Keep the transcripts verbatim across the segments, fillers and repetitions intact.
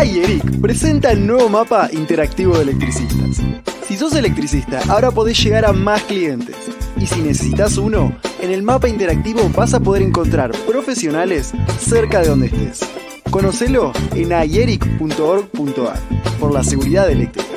AIERIC presenta el nuevo mapa interactivo de electricistas. Si sos electricista, ahora podés llegar a más clientes. Y si necesitas uno, en el mapa interactivo vas a poder encontrar profesionales cerca de donde estés. Conocelo en aieric punto org punto ar, por la seguridad eléctrica.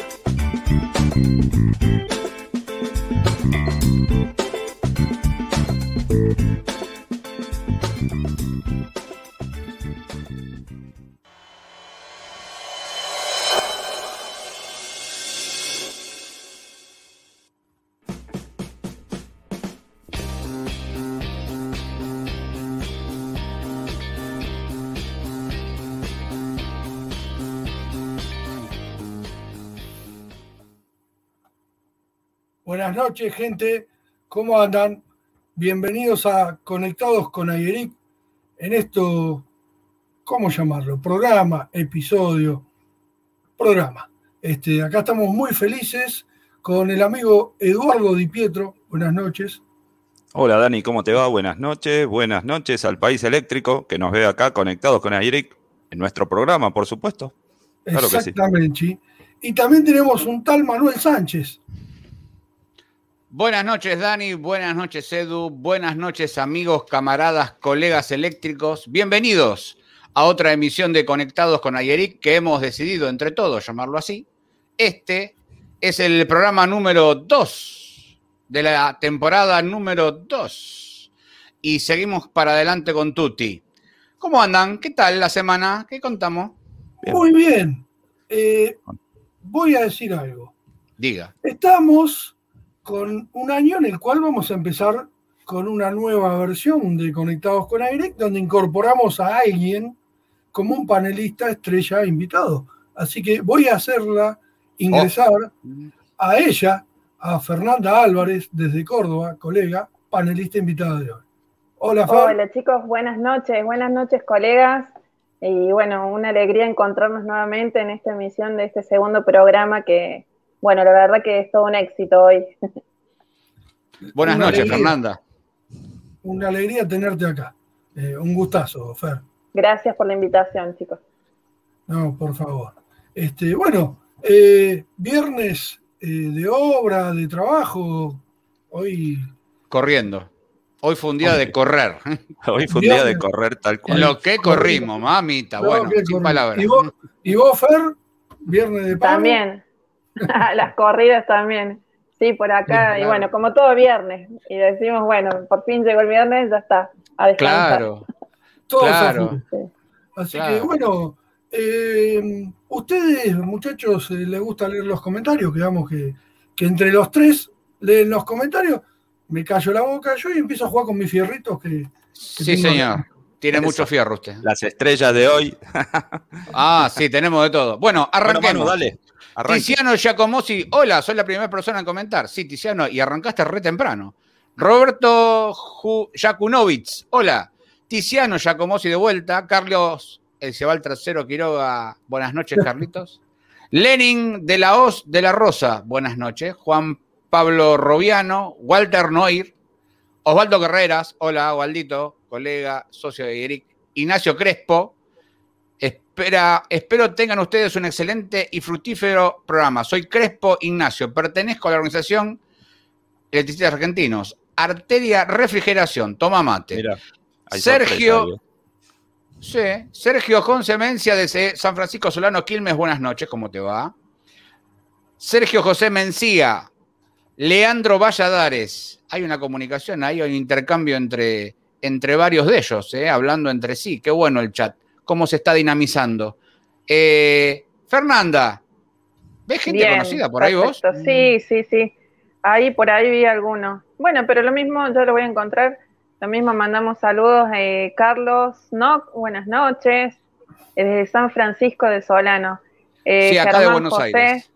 Buenas noches, gente. ¿Cómo andan? Bienvenidos a Conectados con AIERIC en esto, ¿cómo llamarlo? Programa, episodio, programa. Este, acá estamos muy felices con el amigo Eduardo Di Pietro. Buenas noches. Hola Dani, ¿cómo te va? Buenas noches. Buenas noches al país eléctrico que nos ve acá Conectados con AIERIC en nuestro programa, por supuesto. Claro que sí. Exactamente. Y también tenemos un tal Manuel Sánchez. Buenas noches, Dani. Buenas noches, Edu. Buenas noches, amigos, camaradas, colegas eléctricos. Bienvenidos a otra emisión de Conectados con AIERIC que hemos decidido entre todos llamarlo así. Este es el programa número dos de la temporada número dos. Y seguimos para adelante con Tutti. ¿Cómo andan? ¿Qué tal la semana? ¿Qué contamos? Bien. Muy bien. Eh, voy a decir algo. Diga. Estamos con un año en el cual vamos a empezar con una nueva versión de Conectados con AIERIC, donde incorporamos a alguien como un panelista estrella invitado. Así que voy a hacerla ingresar oh. a ella, a Fernanda Álvarez, desde Córdoba, colega, panelista invitada de hoy. Hola, Fer. Hola, chicos, buenas noches, buenas noches, colegas. Y bueno, una alegría encontrarnos nuevamente en esta emisión de este segundo programa que... Bueno, la verdad que es todo un éxito hoy. Buenas una noches, alegría, Fernanda. Una alegría tenerte acá. Eh, un gustazo, Fer. Gracias por la invitación, chicos. No, por favor. Este, bueno, eh, viernes eh, de obra, de trabajo, hoy... Corriendo. Hoy fue un día de correr. Hoy fue un día de correr tal cual. Lo que corrimos, mamita. No, bueno, sin palabras. ¿Y vos, ¿Y vos, Fer? Viernes de pavo. También. Las corridas también. Sí, por acá. Bien, claro. Y bueno, como todo viernes. Y decimos, bueno, por fin llegó el viernes, ya está. A descansar. Claro. Todos claro. Sí. Así claro. que, bueno, eh, ustedes, muchachos, eh, les gusta leer los comentarios. Quedamos que, que entre los tres leen los comentarios. Me callo la boca yo y empiezo a jugar con mis fierritos. Que, que sí, señor. De... Tiene Eso. mucho fierro usted. Las estrellas de hoy. Ah, sí, tenemos de todo. Bueno, arranquemos. Bueno, Manu, dale. Arranque. Tiziano Giacomosi, hola, soy la primera persona en comentar. Sí, Tiziano, y arrancaste re temprano. Roberto Jakunovich, hola. Tiziano Giacomosi de vuelta. Carlos, el Cebal Trasero Quiroga, buenas noches, Carlitos. Lenin de la Hoz de la Rosa, buenas noches. Juan Pablo Robiano, Walter Noir, Osvaldo Guerreras, hola, Waldito, colega, socio de AIERIC. Ignacio Crespo, Espera, espero tengan ustedes un excelente y fructífero programa. Soy Crespo Ignacio, pertenezco a la organización Electricistas Argentinos. Arteria Refrigeración, toma mate. Mira, Sergio, sí, Sergio Jonce Mencia de San Francisco Solano Quilmes, buenas noches, ¿cómo te va? Sergio José Mencía, Leandro Valladares. Hay una comunicación, ahí hay un intercambio entre, entre varios de ellos, ¿eh? Hablando entre sí. Qué bueno el chat. Cómo se está dinamizando. Eh, Fernanda, ¿ves gente Bien, conocida por ahí perfecto. vos? Sí, sí, sí. Ahí por ahí vi alguno. Bueno, pero lo mismo, yo lo voy a encontrar. Lo mismo mandamos saludos. Eh, Carlos Nock, buenas noches. Desde San Francisco de Solano. Eh, sí, acá Germán de Buenos José, Aires.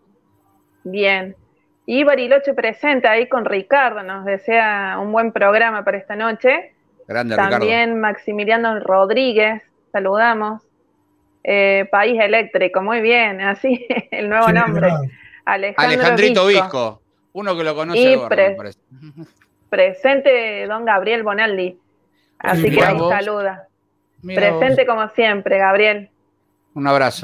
Bien. Y Bariloche presente ahí con Ricardo. Nos desea un buen programa para esta noche. Grande, También Ricardo. Maximiliano Rodríguez. Saludamos. Eh, País Eléctrico, muy bien, así el nuevo sí, nombre. Alejandro Alejandrito Visco. Visco, uno que lo conoce y de gorro, pre me parece. Presente don Gabriel Bonaldi, así Mira que ahí vos. saluda. Mira presente vos. Como siempre, Gabriel. Un abrazo.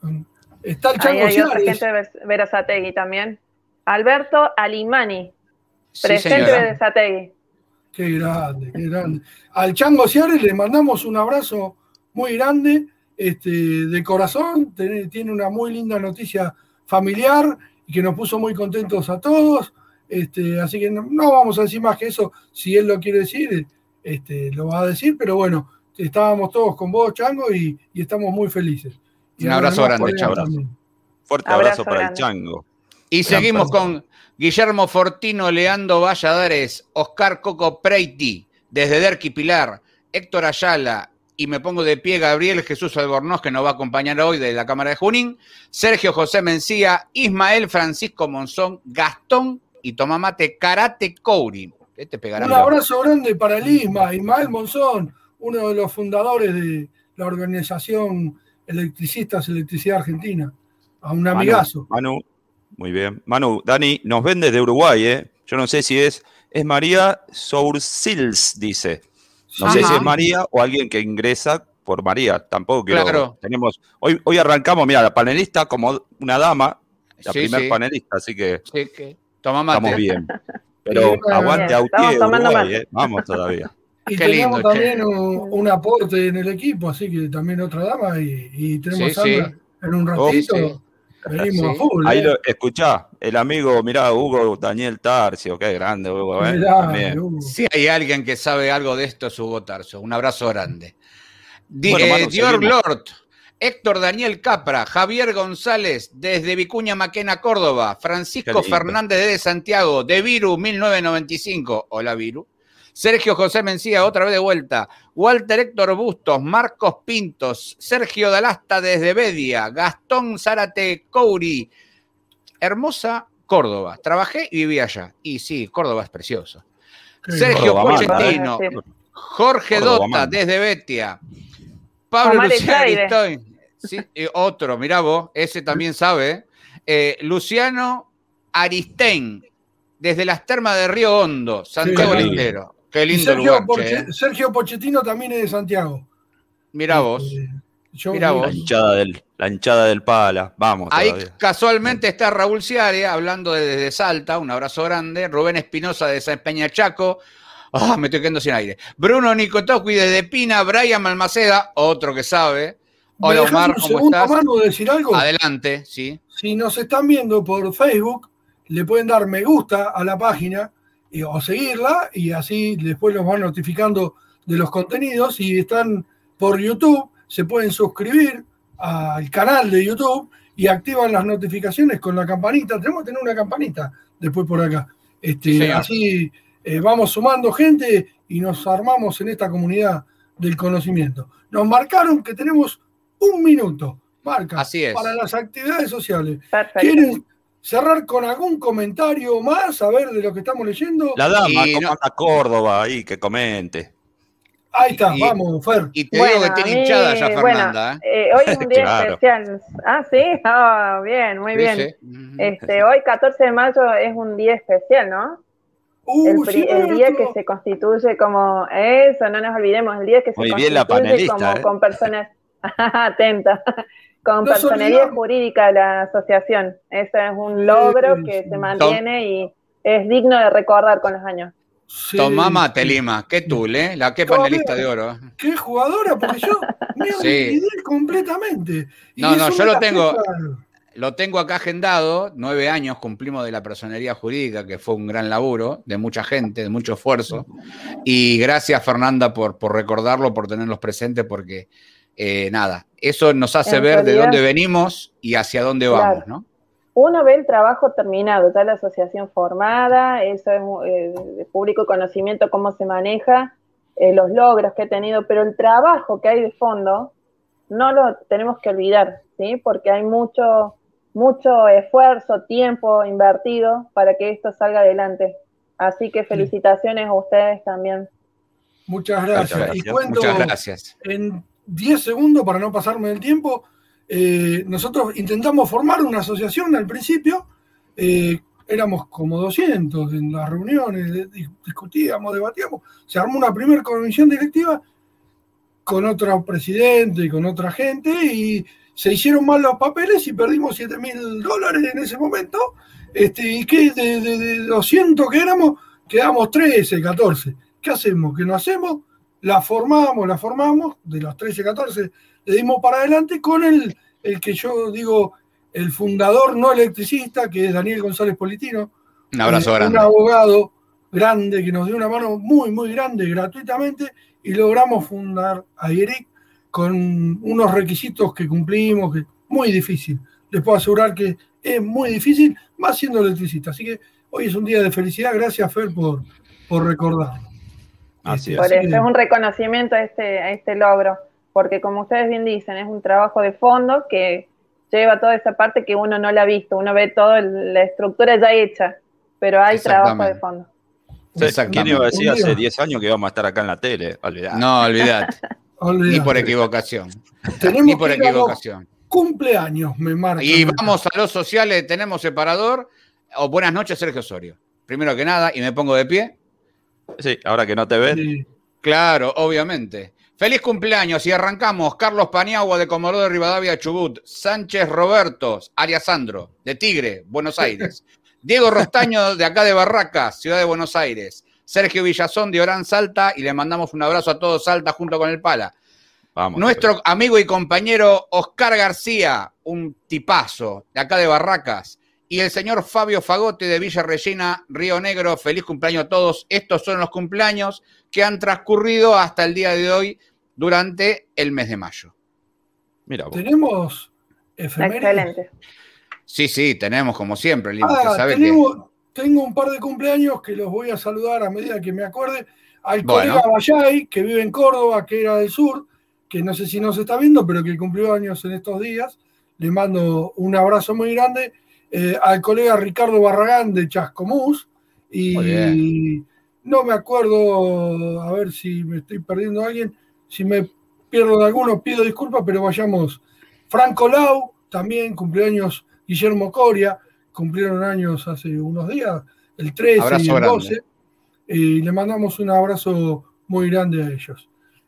Está el Ahí Chango hay otra Ciares. gente de Berazategui también. Alberto Alimani, Sí, presente señora. de Berazategui. Qué grande, qué grande. Al Chango Ciares le mandamos un abrazo muy grande, este, de corazón. Tiene, tiene una muy linda noticia familiar y que nos puso muy contentos a todos. Este, así que no, no vamos a decir más que eso. Si él lo quiere decir, este, lo va a decir. Pero bueno, estábamos todos con vos, Chango, y, y estamos muy felices. Y Un a los abrazo demás grande, colegas Chango. también. Fuerte Abrazo abrazo para grande. el Chango. Y Gran seguimos persona. con Guillermo Fortino, Leandro Valladares, Oscar Coco Preiti, desde Derqui Pilar, Héctor Ayala, y me pongo de pie Gabriel Jesús Albornoz, que nos va a acompañar hoy de la Cámara de Junín, Sergio José Mencía, Ismael Francisco Monzón, Gastón y Tomamate Karate Couri. Este pegará. Un abrazo grande para el Isma, Ismael Monzón, uno de los fundadores de la organización Electricistas Electricidad Argentina. A un Manu, amigazo. Manu, muy bien. Manu, Dani, nos ven desde Uruguay, ¿eh? Yo no sé si es, es María Soursils, dice. No sé Ajá. si es María o alguien que ingresa por María. Tampoco quiero. Claro. Tenemos, hoy, hoy arrancamos, mira, la panelista como una dama, la Sí, primer sí. panelista, así que Sí, que toma mate. estamos bien. Pero Bien, aguante bien. a Estamos usted, tomando Uruguay, mate. ¿eh? Vamos todavía. Y Qué tenemos lindo, también che. un, un aporte en el equipo, así que también otra dama. Y, y tenemos Sí, Sandra sí. en un Oh, ratito. sí. Venimos Sí. a full. Ahí ¿eh? lo escuchá, el amigo, mirá, Hugo Daniel Tarcio, qué grande, Hugo, ¿eh? Mirá, También. Hugo. Si hay alguien que sabe algo de esto es Hugo Tarso. Un abrazo grande. Di- Bueno, eh, Manu, Dior seguimos. Lord, Héctor Daniel Capra, Javier González desde Vicuña Maquena, Córdoba, Francisco Qué lindo. Fernández de Santiago, de Viru mil novecientos noventa y cinco, hola Viru, Sergio José Mencía, otra vez de vuelta, Walter Héctor Bustos, Marcos Pintos, Sergio Dalasta desde Bedia, Gastón Zárate Couri, hermosa Córdoba, trabajé y viví allá, y sí, Córdoba es precioso. Qué Sergio Córdoba manda, Pochettino, ¿eh? Jorge Córdoba Dota manda. desde Betia, Pablo Omar Luciano Echaide. Aristoy, sí, eh, otro, mirá vos, ese también sabe, eh, Luciano Aristein, desde las termas de Río Hondo, Santiago Qué del lindo. Estero. Qué Y lindo Sergio, lugar, Porche- che, eh. Sergio Pochettino también es de Santiago. Mirá vos. Este, yo Mirá vi- La vos. hinchada del, la hinchada del Pala, vamos Ahí todavía. casualmente está Raúl Ciare hablando de- desde Salta, un abrazo grande. Rubén Espinosa de San Peña Chaco. Ah, me estoy quedando sin aire. Bruno Nicotocui desde Pina, Brian Malmaceda, otro que sabe. ¿Me Hola dejás Omar, un ¿cómo segundo, estás? Manu, de decir algo? Adelante, sí. Si nos están viendo por Facebook, le pueden dar me gusta a la página y- o seguirla y así después los van notificando de los contenidos. Si están por YouTube, se pueden suscribir al canal de YouTube y activan las notificaciones con la campanita. Tenemos que tener una campanita después por acá. Este, Sí, señor. así eh, vamos sumando gente y nos armamos en esta comunidad del conocimiento. Nos marcaron que tenemos un minuto. Marca Así es. para las actividades sociales. Perfecto. ¿Quieren cerrar con algún comentario más? A ver de lo que estamos leyendo. La dama, Y ¿cómo no- anda Córdoba ahí? Que comente. Ahí está, y- vamos, Fer. Y te digo que a tiene mí, hinchada ya bueno, Fernanda, ¿eh? eh, hoy es un día Claro. especial. Ah, sí, ah, bien, muy Sí, bien. sí. Este, hoy, catorce de mayo, es un día especial, ¿no? El, Uh, pri- el día que cierto. se constituye como, eso, no nos olvidemos, el día que se Muy bien la constituye panelista, como ¿eh? con personas, atenta, con Nos personería olvidamos. jurídica de la asociación. Eso es un logro que Sí. se mantiene y es digno de recordar con los años. Sí, Tomá mate, sí. Lima. Qué tul, ¿eh? La qué Todavía. panelista de oro. ¿eh? Qué jugadora, porque yo me Sí. olvidé completamente. Y No, no, eso yo me lo la tengo- fecha- Lo tengo acá agendado, nueve años cumplimos de la personería jurídica, que fue un gran laburo de mucha gente, de mucho esfuerzo. Y gracias, Fernanda, por, por recordarlo, por tenerlos presentes, porque eh, nada, eso nos hace En ver de realidad- dónde venimos y hacia dónde Claro. vamos, ¿no? Uno ve el trabajo terminado, ya la asociación formada, eso es eh, de público conocimiento, cómo se maneja, eh, los logros que ha tenido, pero el trabajo que hay de fondo no lo tenemos que olvidar, ¿sí? Porque hay mucho, mucho esfuerzo, tiempo invertido para que esto salga adelante. Así que felicitaciones a ustedes también. Muchas gracias. Muchas Y gracias. cuento Muchas gracias. en diez segundos, para no pasarme del tiempo, eh, nosotros intentamos formar una asociación al principio, eh, éramos como doscientos en las reuniones, de- discutíamos, debatíamos, se armó una primera comisión directiva con otro presidente y con otra gente y se hicieron mal los papeles y perdimos siete mil dólares en ese momento. Este, ¿Y qué? De, de, de doscientos que éramos, quedamos trece, catorce. ¿Qué hacemos? ¿Qué no hacemos? La formamos, la formamos, de los trece, catorce, le dimos para adelante con el, el que yo digo, el fundador no electricista, que es Daniel González Politino. Un abrazo eh, grande. Un abogado grande que nos dio una mano muy, muy grande, gratuitamente, y logramos fundar a I E R I C con unos requisitos que cumplimos, que muy difícil. Les puedo asegurar que es muy difícil, más siendo electricista. Así que hoy es un día de felicidad. Gracias, Fer, por, por recordarlo. Así Este, es. Por así eso que- es un reconocimiento a este, a este logro, porque como ustedes bien dicen, es un trabajo de fondo que lleva toda esa parte que uno no la ha visto, uno ve toda la estructura ya hecha, pero hay trabajo de Exactamente. fondo. Sí, ¿quién iba a decir Un día. hace diez años que íbamos a estar acá en la tele? Olvidá. No, olvidate. Olvidate. Ni por equivocación. Tenemos Ni por que ir a los equivocación. cumpleaños, me marca. Y vamos a los sociales, tenemos separador. O buenas noches, Sergio Osorio. Primero que nada, y me pongo de pie. Sí, ahora que no te ven. Sí. Claro, obviamente. Feliz cumpleaños y arrancamos. Carlos Paniagua de Comodoro de Rivadavia, Chubut. Sánchez Roberto, alias Sandro, de Tigre, Buenos Aires. Diego Rostaño, de acá de Barracas, Ciudad de Buenos Aires. Sergio Villazón, de Orán, Salta. Y le mandamos un abrazo a todos Salta junto con el Pala. Vamos. Nuestro amigo y compañero Oscar García, un tipazo, de acá de Barracas. Y el señor Fabio Fagote de Villa Regina, Río Negro. Feliz cumpleaños a todos. Estos son los cumpleaños que han transcurrido hasta el día de hoy durante el mes de mayo. Mira vos. Tenemos efemérides. Excelente. Sí, sí, tenemos como siempre, Lima. Ah, Usted sabe tenemos, tengo un par de cumpleaños que los voy a saludar a medida que me acuerde. Al Bueno. colega Bayay, que vive en Córdoba, que era del sur, que no sé si nos está viendo, pero que cumplió años en estos días. Le mando un abrazo muy grande. Eh, al colega Ricardo Barragán de Chascomús. Y Muy bien. no me acuerdo, a ver si me estoy perdiendo a alguien. Si me pierdo de alguno, pido disculpas, pero vayamos. Franco Lau, también cumpleaños. Guillermo Coria, cumplieron años hace unos días, el trece Abrazo y el grande. doce. Y le mandamos un abrazo muy grande a ellos.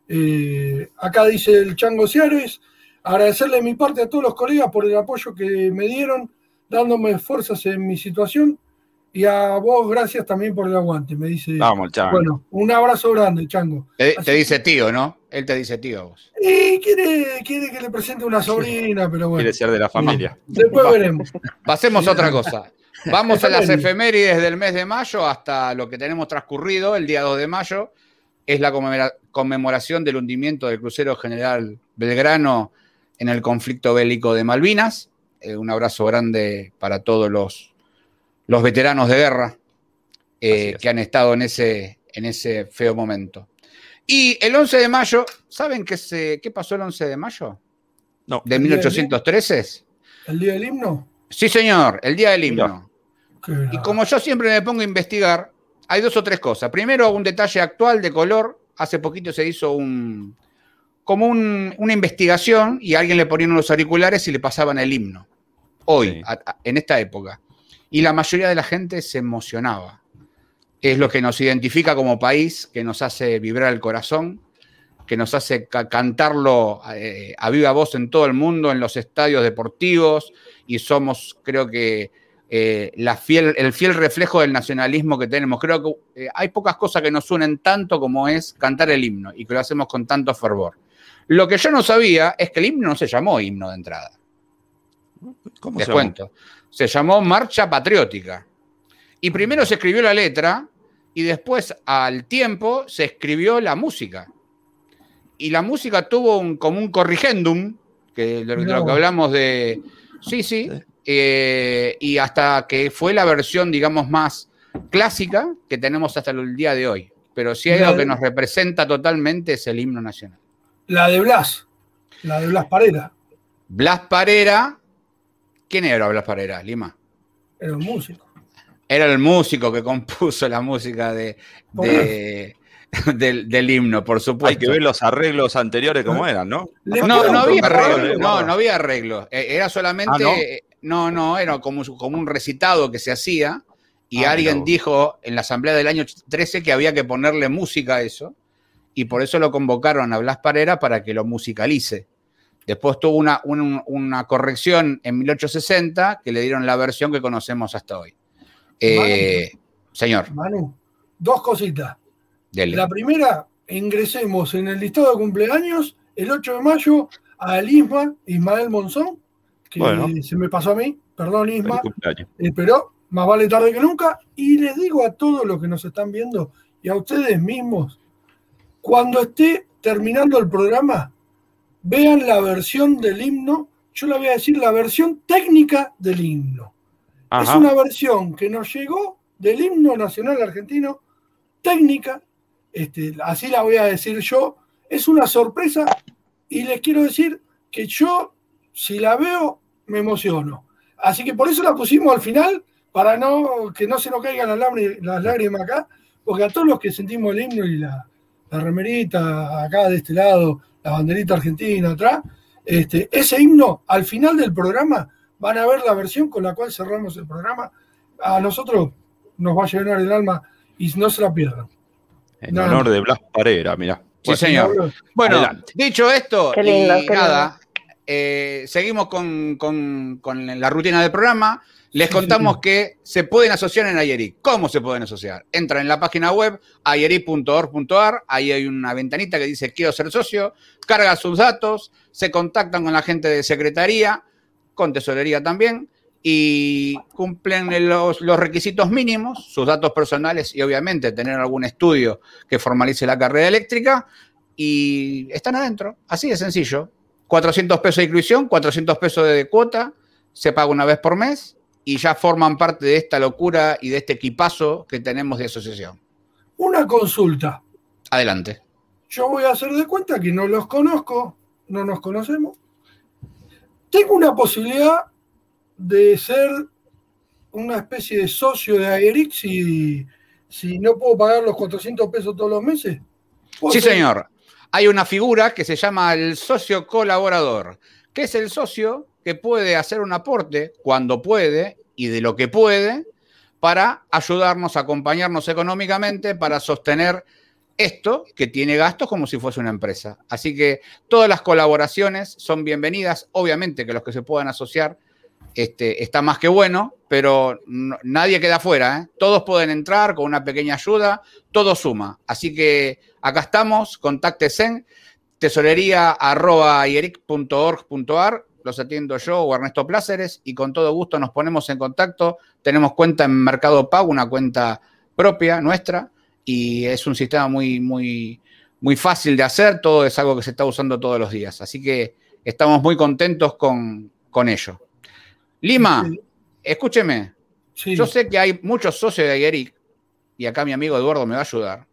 Eh, acá dice el Chango Ciares, agradecerle de mi parte a todos los colegas por el apoyo que me dieron, dándome fuerzas en mi situación, y a vos gracias también por el aguante, me dice. Vamos, Chango. Bueno, un abrazo grande, Chango. Te, Así te dice tío, ¿no? Él te dice tío a vos. Y quiere, quiere que le presente una sobrina, pero bueno. Quiere ser de la familia. Después veremos. Pasemos a otra cosa. Vamos a las Efemérides. efemérides del mes de mayo hasta lo que tenemos transcurrido. El día dos de mayo es la conmemora- conmemoración del hundimiento del crucero General Belgrano en el conflicto bélico de Malvinas. Eh, un abrazo grande para todos los, los veteranos de guerra eh, Así es. que han estado en ese, en ese feo momento. Y el once de mayo, ¿saben qué, se, qué pasó el once de mayo No. de mil ochocientos trece? ¿El día del himno? Sí, señor, el día del Mirá. himno. Qué Y grave. como yo siempre me pongo a investigar, hay dos o tres cosas. Primero, un detalle actual de color. Hace poquito se hizo un como un- una investigación y a alguien le ponían unos auriculares y le pasaban el himno. Hoy, Sí. a- a- en esta época. Y la mayoría de la gente se emocionaba. Es lo que nos identifica como país, que nos hace vibrar el corazón, que nos hace ca- cantarlo eh, a viva voz en todo el mundo, en los estadios deportivos, y somos, creo que, eh, la fiel, el fiel reflejo del nacionalismo que tenemos. Creo que eh, hay pocas cosas que nos unen tanto como es cantar el himno, y que lo hacemos con tanto fervor. Lo que yo no sabía es que el himno no se llamó himno de entrada. ¿Cómo Les se llama? cuento. Se llamó Marcha Patriótica. Y primero se escribió la letra y después, al tiempo, se escribió la música. Y la música tuvo un, como un corrigendum, que de lo, de lo que hablamos de... Sí, sí. eh, y hasta que fue la versión, digamos, más clásica que tenemos hasta el día de hoy. Pero sí hay La algo de- que nos representa totalmente, es el himno nacional. La de Blas, la de Blas Parera, Blas Parera... ¿Quién era Blas Parera, Lima? era un músico. Era el músico que compuso la música de, de- del, del himno, por supuesto. Hay que ver los arreglos anteriores como eran, ¿no? Le No, pido no había por favor, arreglo, ¿eh? no, no había arreglo. Eh, Era solamente, Ah, ¿no? eh, no, no, era como, como un recitado que se hacía y Ah, alguien mirá vos. dijo en la asamblea del año trece que había que ponerle música a eso y por eso lo convocaron a Blas Parera para que lo musicalice. Después tuvo una, un, una corrección en mil ochocientos sesenta que le dieron la versión que conocemos hasta hoy. Eh, Manu, señor. Manu, dos cositas. Dele. La primera, ingresemos en el listado de cumpleaños el ocho de mayo a Isma, Ismael Monzón, que Bueno. se me pasó a mí, perdón Isma, Feliz cumpleaños. eh, pero más vale tarde que nunca. Y les digo a todos los que nos están viendo y a ustedes mismos, cuando esté terminando el programa, vean la versión del himno, yo le voy a decir la versión técnica del himno. Ajá. Es una versión que nos llegó del himno nacional argentino, técnica, este, así la voy a decir yo, es una sorpresa y les quiero decir que yo, si la veo, me emociono. Así que por eso la pusimos al final, para no, que no se nos caigan las lágrimas, las lágrimas acá, porque a todos los que sentimos el himno y la, la remerita acá de este lado, la banderita argentina atrás, este, ese himno al final del programa van a ver la versión con la cual cerramos el programa. A nosotros nos va a llenar el alma y no se la pierdan. En Nada. honor de Blas Parera, mirá. Sí, señor. Bueno, adelante. dicho esto, Qué lindo, y qué nada, eh, seguimos con, con, con la rutina del programa. Les Sí, contamos sí. que se pueden asociar en Ayeric. ¿Cómo se pueden asociar? Entran en la página web ayeric punto org punto ar, ahí hay una ventanita que dice quiero ser socio, cargan sus datos, se contactan con la gente de secretaría, con tesorería también, y cumplen los, los requisitos mínimos, sus datos personales y obviamente tener algún estudio que formalice la carrera eléctrica, y están adentro, así de sencillo. cuatrocientos pesos de inscripción, cuatrocientos pesos de cuota, se paga una vez por mes, y ya forman parte de esta locura y de este equipazo que tenemos de asociación. Una consulta. Adelante. Yo voy a hacer de cuenta que no los conozco, no nos conocemos. Tengo una posibilidad de ser una especie de socio de Ayeric si, si no puedo pagar los cuatrocientos pesos todos los meses. ¿Puedo Sí, ser? señor. Hay una figura que se llama el socio colaborador, que es el socio que puede hacer un aporte cuando puede y de lo que puede para ayudarnos, acompañarnos económicamente para sostener esto que tiene gastos como si fuese una empresa. Así que todas las colaboraciones son bienvenidas. Obviamente que los que se puedan asociar este, está más que bueno, pero no, nadie queda afuera, ¿eh? Todos pueden entrar con una pequeña ayuda, todo suma. Así que acá estamos, contáctense, tesorería arroba ayeric punto org punto ar, los atiendo yo o Ernesto Pláceres y con todo gusto nos ponemos en contacto. Tenemos cuenta en Mercado Pago, una cuenta propia nuestra, y es un sistema muy, muy, muy fácil de hacer, todo es algo que se está usando todos los días. Así que estamos muy contentos con, con ello. Lima, Sí. escúcheme, Sí. yo sé que hay muchos socios de Ayeric, y acá mi amigo Eduardo me va a ayudar,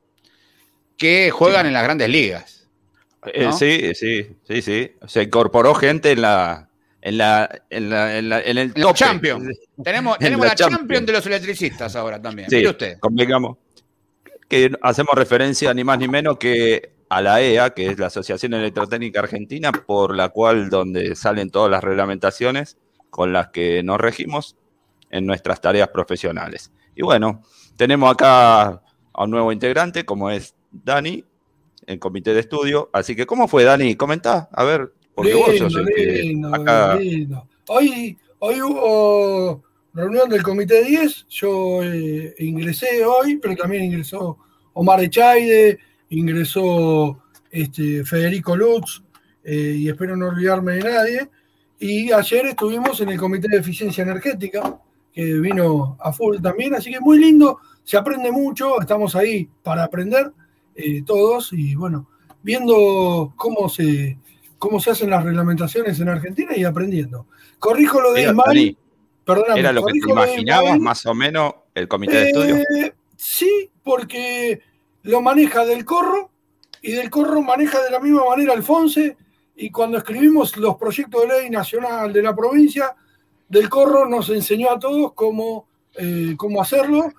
que juegan Sí. en las grandes ligas. Eh, ¿no? sí, sí, sí, sí. Se incorporó gente en la, en la, en la, en la- en el En la tope. Champions. Tenemos, En tenemos la la Champions Champions. de los electricistas ahora también. Sí, Mire usted. convengamos que hacemos referencia ni más ni menos que a la E A, que es la Asociación Electrotécnica Argentina, por la cual donde salen todas las reglamentaciones con las que nos regimos en nuestras tareas profesionales. Y bueno, tenemos acá a un nuevo integrante, como es Dani, en comité de estudio. Así que, ¿cómo fue, Dani? Comentá, a ver, porque vos sos el que lindo, acá... lindo. Hoy, hoy hubo reunión del Comité diez, yo eh, ingresé hoy, pero también ingresó Omar Echaide, ingresó este, Federico Lutz, eh, y espero no olvidarme de nadie. Y ayer estuvimos en el Comité de Eficiencia Energética, que vino a full también, así que muy lindo, se aprende mucho, estamos ahí para aprender eh, todos, y bueno, viendo cómo se, cómo se hacen las reglamentaciones en Argentina y aprendiendo. Corrijo lo de Era, Ismael, Dani, perdóname, ¿era lo que te corrijo lo de imaginabas Ismael. más o menos el comité de estudio? Eh, sí, porque lo maneja Del Corro y Del Corro maneja de la misma manera Alfonse, y cuando escribimos los proyectos de ley nacional de la provincia, Del Corro nos enseñó a todos cómo, eh, cómo hacerlo,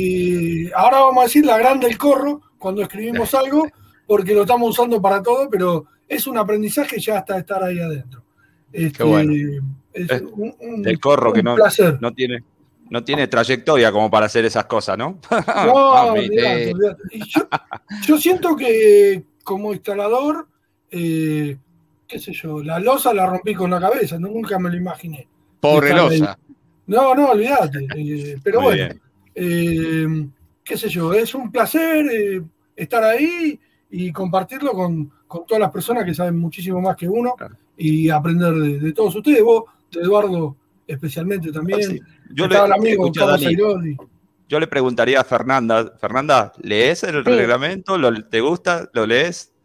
y ahora vamos a decir la gran Del Corro cuando escribimos algo, porque lo estamos usando para todo, pero es un aprendizaje ya hasta estar ahí adentro. Este, Qué bueno. Es Eh, un, un- Del Corro, un que no, placer. no tiene, no tiene trayectoria como para hacer esas cosas, ¿no? No, Mami, olvidate, eh. olvidate. Y yo, yo siento que como instalador, eh, qué sé yo, la losa la rompí con la cabeza, no, nunca me lo imaginé. Pobre Estar ahí. losa. No, no, olvídate. Eh, pero Muy bueno, eh, qué sé yo, es un placer eh, estar ahí y compartirlo con, con todas las personas que saben muchísimo más que uno Claro. y aprender de, de todos ustedes, vos, de Eduardo especialmente también. Sí. Yo Estaba le, el amigo escucha, Carlos Dani, Airoli. yo le preguntaría a Fernanda, Fernanda, ¿lees el Sí. reglamento? ¿Lo, ¿Te gusta? ¿Lo lees?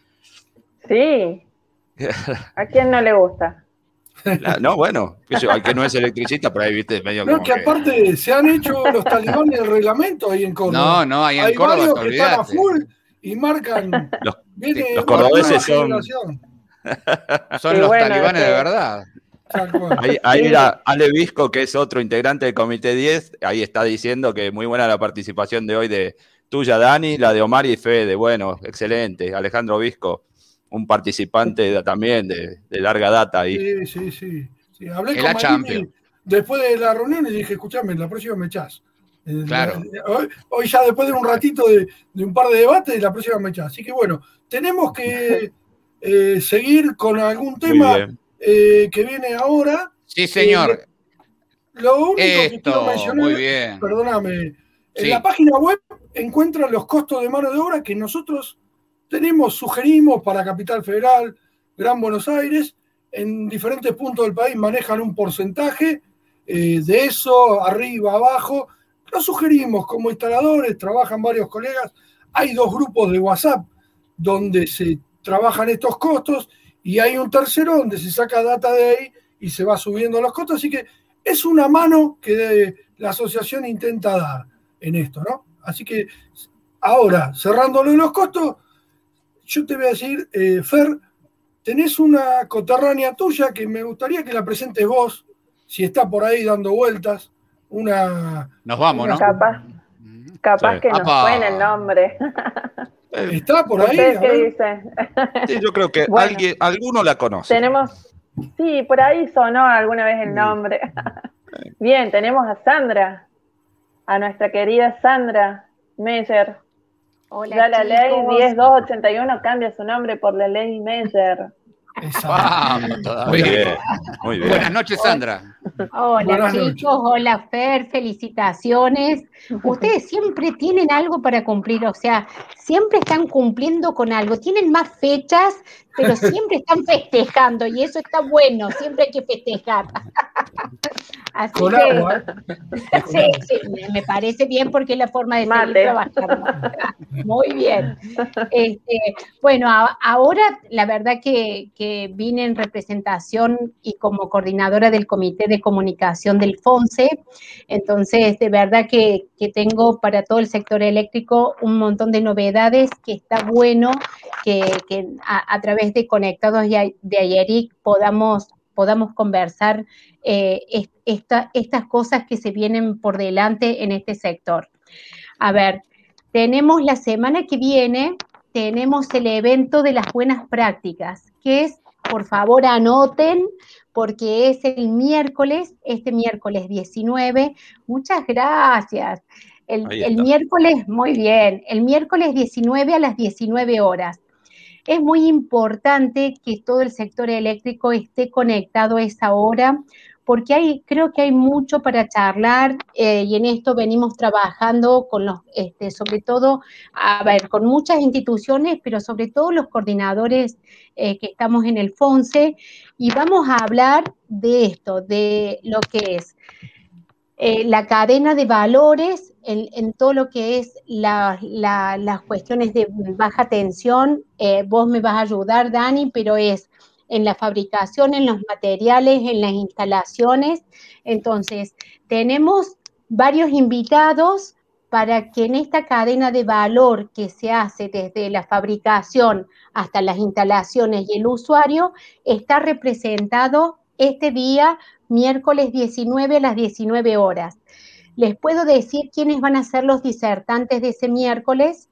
Sí. ¿A quién no le gusta? La- no, bueno, qué sé yo, al que no es electricista, por ahí, viste, medio No, como que que... aparte se han hecho los talibanes el reglamento ahí en Córdoba. No, no, ahí en Hay Córdoba, varios te que están a olvidaste. full y marcan. Los, Viene los una nueva cordobeses son... generación. Son Y los bueno, talibanes de este- verdad. Tal cual. Ahí, ahí Sí. mira, Ale Visco, que es otro integrante del Comité diez, ahí está diciendo que muy buena la participación de hoy de tuya, Dani, la de Omar y Fede. Bueno, excelente. Alejandro Visco, un participante de- también de, de larga data ahí. Sí, sí, sí. sí. Hablé El con A Marini Champion. después de la reunión y dije, escúchame, la próxima me echás. Eh, Claro. la- hoy, hoy ya después de un ratito de, de un par de debates, la próxima me echás. Así que bueno, tenemos que eh, seguir con algún Muy tema bien. eh, que viene ahora. Sí, señor. Lo único que quiero Esto, mencionar, muy bien. perdóname, en Sí. la página web encuentran los costos de mano de obra que nosotros tenemos, sugerimos para Capital Federal, Gran Buenos Aires, en diferentes puntos del país manejan un porcentaje eh, de eso, arriba, abajo. Lo sugerimos como instaladores, trabajan varios colegas. Hay dos grupos de WhatsApp donde se trabajan estos costos y hay un tercero donde se saca data de ahí y se va subiendo los costos. Así que es una mano que la asociación intenta dar en esto, ¿no? Así que ahora, cerrándolo en los costos, yo te voy a decir, eh, Fer, tenés una coterránea tuya que me gustaría que la presentes vos, si está por ahí dando vueltas, una... Nos vamos, una- ¿no? Capaz, capaz Sí. que nos Apa. suene el nombre. Eh, ¿Está por ahí? ¿Ustedes A qué ver. dicen? sí, yo creo que Bueno. alguien, alguno la conoce. Tenemos, sí, por ahí sonó alguna vez el nombre. Bien, tenemos a Sandra, a nuestra querida Sandra Meyer. Hola, Ya la chicos. ley diez mil doscientos ochenta y uno cambia su nombre por la ley Meyer. Esa. Vamos Muy todavía. bien, muy bien. Buenas noches, Sandra. Hola Buenas chicos, noches. hola Fer, felicitaciones. Ustedes siempre tienen algo para cumplir, o sea, siempre están cumpliendo con algo. Tienen más fechas, pero siempre están festejando y eso está bueno, siempre hay que festejar. Así Con que, agua, ¿eh? sí, sí, me- me parece bien porque es la forma de seguir Mate. trabajando. Muy bien. Este, bueno, a- ahora la verdad que, que vine en representación y como coordinadora del Comité de Comunicación del FONSE, entonces de verdad que, que tengo para todo el sector eléctrico un montón de novedades que está bueno que, que a, a través de Conectados de, de Ayeric podamos, podamos conversar eh, est- esta, estas cosas que se vienen por delante en este sector. A ver, tenemos la semana que viene, tenemos el evento de las buenas prácticas, que es, por favor, anoten, porque es el miércoles, este miércoles diecinueve. Muchas gracias. El, Ahí el está. miércoles, muy bien, el miércoles diecinueve a las diecinueve horas. Es muy importante que todo el sector eléctrico esté conectado a esa hora, porque hay, creo que hay mucho para charlar eh, y en esto venimos trabajando con los, este, sobre todo, a ver, con muchas instituciones, pero sobre todo los coordinadores eh, que estamos en el FONSE, y vamos a hablar de esto, de lo que es eh, la cadena de valores en, en todo lo que es la, la, las cuestiones de baja tensión. Eh, vos me vas a ayudar, Dani, pero es en la fabricación, en los materiales, en las instalaciones. Entonces, tenemos varios invitados para que en esta cadena de valor que se hace desde la fabricación hasta las instalaciones y el usuario, está representado este día, miércoles diecinueve a las diecinueve horas. ¿Les puedo decir quiénes van a ser los disertantes de ese miércoles?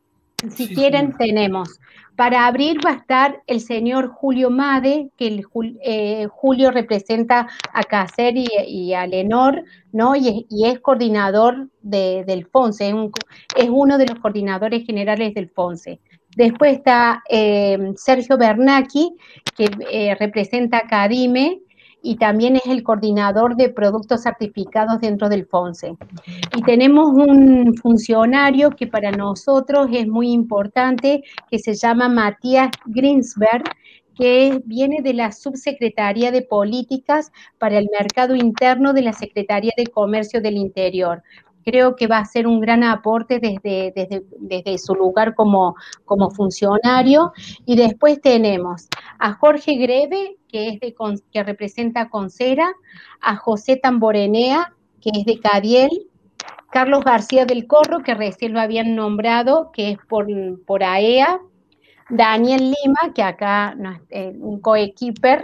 Si Sí, quieren, señora. tenemos. Para abrir va a estar el señor Julio Made, que el, eh, Julio representa a Caser y, y a Lenor, ¿no? Y es, y es coordinador de, del FONSE, es, un, es uno de los coordinadores generales del FONSE. Después está eh, Sergio Bernacchi, que eh, representa a CADIME y también es el coordinador de productos certificados dentro del FONSE. Y tenemos un funcionario que para nosotros es muy importante, que se llama Matías Grinsberg, que viene de la Subsecretaría de Políticas para el Mercado Interno de la Secretaría de Comercio del Interior. Creo que va a ser un gran aporte desde, desde, desde su lugar como, como funcionario. Y después tenemos a Jorge Greve, que, es de, que representa a Consera, a José Tamborenea, que es de Cadiel, Carlos García del Corro, que recién lo habían nombrado, que es por, por A E A, Daniel Lima, que acá no, eh, un coequiper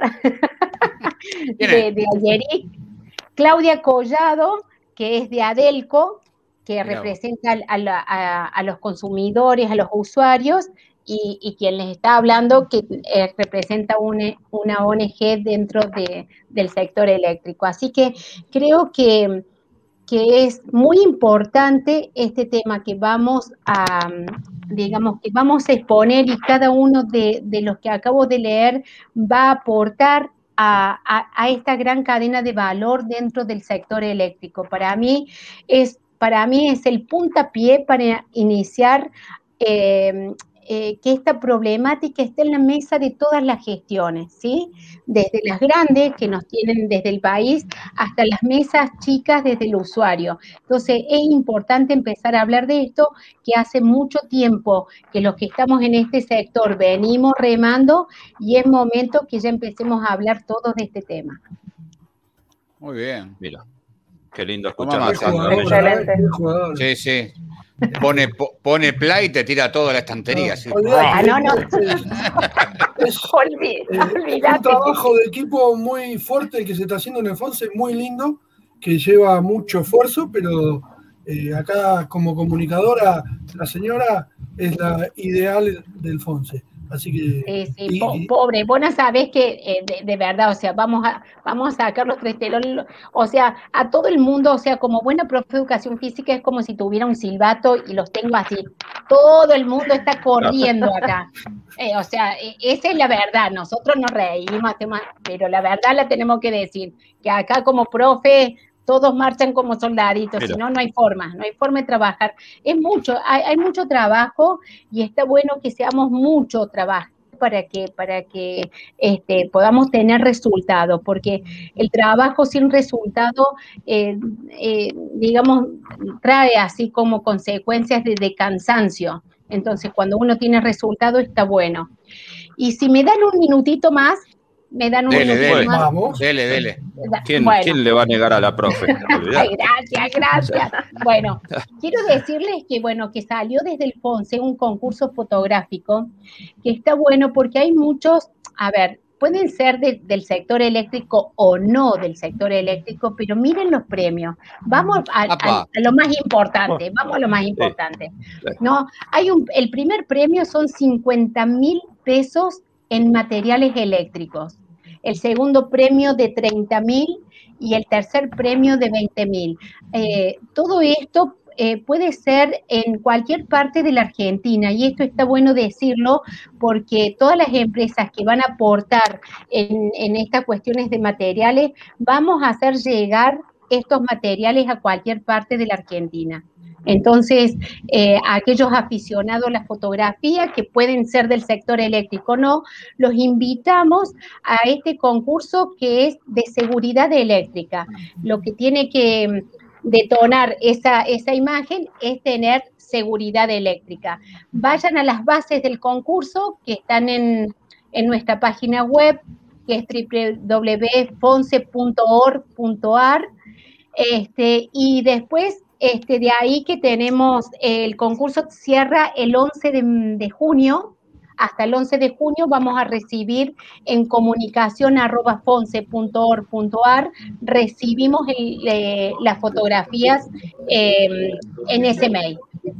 de, de Ayeric, Claudia Collado, que es de Adelco, que Mirá. representa a, la, a, a los consumidores, a los usuarios, y, y quien les está hablando, que eh, representa una, una O N G dentro de, del sector eléctrico. Así que creo que, que es muy importante este tema que vamos a, digamos, que vamos a exponer, y cada uno de, de los que acabo de leer va a aportar A, a, a esta gran cadena de valor dentro del sector eléctrico. Para mí es, para mí es el puntapié para iniciar eh, eh, que esta problemática esté en la mesa de todas las gestiones, ¿sí? Desde las grandes que nos tienen desde el país hasta las mesas chicas desde el usuario. Entonces es importante empezar a hablar de esto, que hace mucho tiempo que los que estamos en este sector venimos remando, y es momento que ya empecemos a hablar todos de este tema. Muy bien. Mira, qué lindo escuchar a Sandra. Excelente. Sí, sí. Pone, pone play y te tira toda la estantería. No, ah, no, no. Es, Olvid, es un trabajo de equipo muy fuerte el que se está haciendo en el FONSE, muy lindo, que lleva mucho esfuerzo, pero eh, acá como comunicadora, la señora es la ideal del FONSE. Así que, sí, sí, y, po pobre, vos no sabés que eh, de, de verdad, o sea, vamos a, vamos a sacar los Crestelón, o sea, a todo el mundo, o sea, como buena profe de educación física es como si tuviera un silbato y los tengo así, todo el mundo está corriendo acá, eh, o sea, eh, esa es la verdad, nosotros nos reímos, hacemos, pero la verdad la tenemos que decir, que acá como profe todos marchan como soldaditos, Mira. si no, no hay forma, no hay forma de trabajar. Es mucho, hay, hay mucho trabajo, y está bueno que seamos mucho trabajo para que, para que este, podamos tener resultados, porque el trabajo sin resultado, eh, eh, digamos, trae así como consecuencias de, de cansancio. Entonces, cuando uno tiene resultado, está bueno. Y si me dan un minutito más, me dan un dele, minutito dele, más. Vamos. Dele, dele. ¿Quién, bueno. ¿Quién le va a negar a la profe? Ay, gracias, gracias. Bueno, quiero decirles que, bueno, que salió desde el FONSE un concurso fotográfico que está bueno porque hay muchos, a ver, pueden ser de, del sector eléctrico o no del sector eléctrico, pero miren los premios. Vamos a, a, a lo más importante, vamos a lo más importante. No, hay un, el primer premio son cincuenta mil pesos en materiales eléctricos. El segundo premio de treinta mil y el tercer premio de veinte mil. Eh, todo esto eh, puede ser en cualquier parte de la Argentina, y esto está bueno decirlo porque todas las empresas que van a aportar en, en estas cuestiones de materiales, vamos a hacer llegar estos materiales a cualquier parte de la Argentina. Entonces, eh, a aquellos aficionados a la fotografía que pueden ser del sector eléctrico o no, los invitamos a este concurso que es de seguridad eléctrica. Lo que tiene que detonar esa, esa imagen es tener seguridad eléctrica. Vayan a las bases del concurso que están en, en nuestra página web, que es doble u doble u doble u punto fonse punto org punto a r, este, y después Este, de ahí que tenemos, el concurso cierra el once de junio, hasta el once de junio vamos a recibir en comunicación arroba fonse punto org punto a r, recibimos el, eh, las fotografías eh, en ese mail.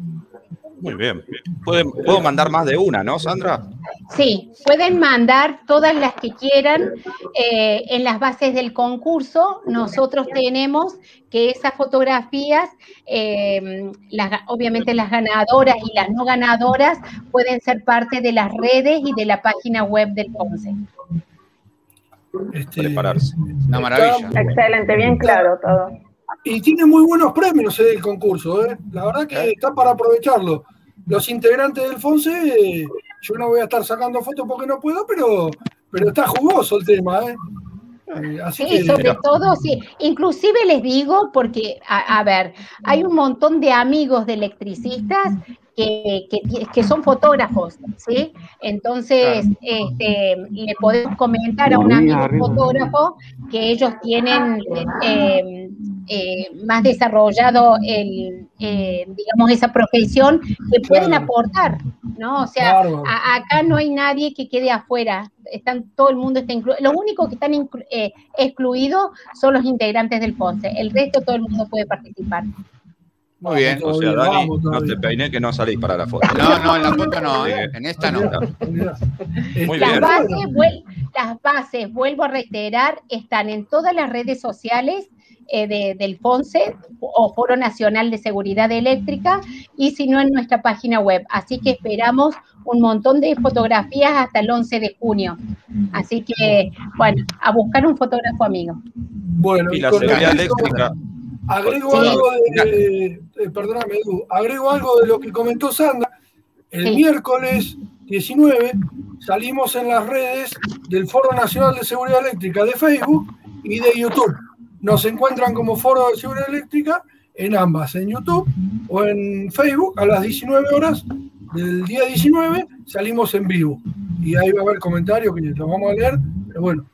Muy bien. ¿Pueden, ¿Puedo mandar más de una, no, Sandra? Sí, pueden mandar todas las que quieran eh, en las bases del concurso. Nosotros tenemos que esas fotografías, eh, las, obviamente las ganadoras y las no ganadoras, pueden ser parte de las redes y de la página web del FONSE. Este, prepararse. Una maravilla. Excelente, bien claro todo. Y tiene muy buenos premios eh, el concurso, ¿eh? La verdad que está para aprovecharlo. Los integrantes del FONSE, eh, yo no voy a estar sacando fotos porque no puedo, pero, pero está jugoso el tema, ¿eh? Eh, así Sí, que, sobre todo, sí. Inclusive les digo, porque, a, a ver, hay un montón de amigos de electricistas que, que, que son fotógrafos, ¿sí? Entonces, claro. este, le podemos comentar a un amigo fotógrafo que ellos tienen eh, eh, más desarrollado el, eh, digamos, esa profesión, que pueden claro. aportar, ¿no? O sea, a, acá no hay nadie que quede afuera. Están, todo el mundo está incluido. Los únicos que están inclu eh, excluidos son los integrantes del FONSE. El resto, todo el mundo puede participar. Muy bien. O sea, Dani, no te peines que no salís para la foto. No, no, en la foto no, ¿eh? En esta no. Muy las, bien. Bases, vuel las bases, vuelvo a reiterar, están en todas las redes sociales eh, de, del FONSE o Foro Nacional de Seguridad Eléctrica, y si no en nuestra página web. Así que esperamos un montón de fotografías hasta el once de junio. Así que, bueno, a buscar un fotógrafo amigo. Bueno, y la seguridad eléctrica. Agrego sí. algo de, eh, perdóname, Edu, agrego algo de lo que comentó Sandra. El sí. miércoles diecinueve salimos en las redes del Foro Nacional de Seguridad Eléctrica de Facebook y de YouTube. Nos encuentran como Foro de Seguridad Eléctrica en ambas, en YouTube o en Facebook. A las diecinueve horas del día diecinueve salimos en vivo. Y ahí va a haber comentarios que los vamos a leer, pero bueno.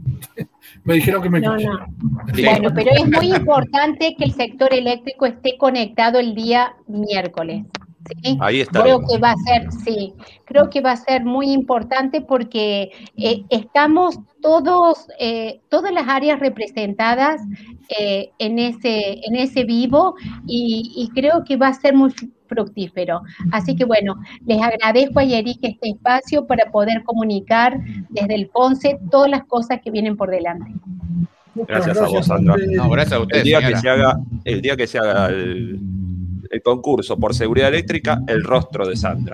Me dijeron que me no, no. Bueno, pero es muy importante que el sector eléctrico esté conectado el día miércoles. ¿sí? Ahí está. Creo que va a ser, sí, creo que va a ser muy importante porque eh, estamos todos, eh, todas las áreas representadas eh, en ese, en ese vivo y, y creo que va a ser muy fructífero. Así que bueno, les agradezco a Yerick este espacio para poder comunicar desde el FONSE todas las cosas que vienen por delante. Gracias a vos, Sandra. No, gracias a ustedes, el día señora. que se haga, el día que se haga el, el concurso por seguridad eléctrica, el rostro de Sandra.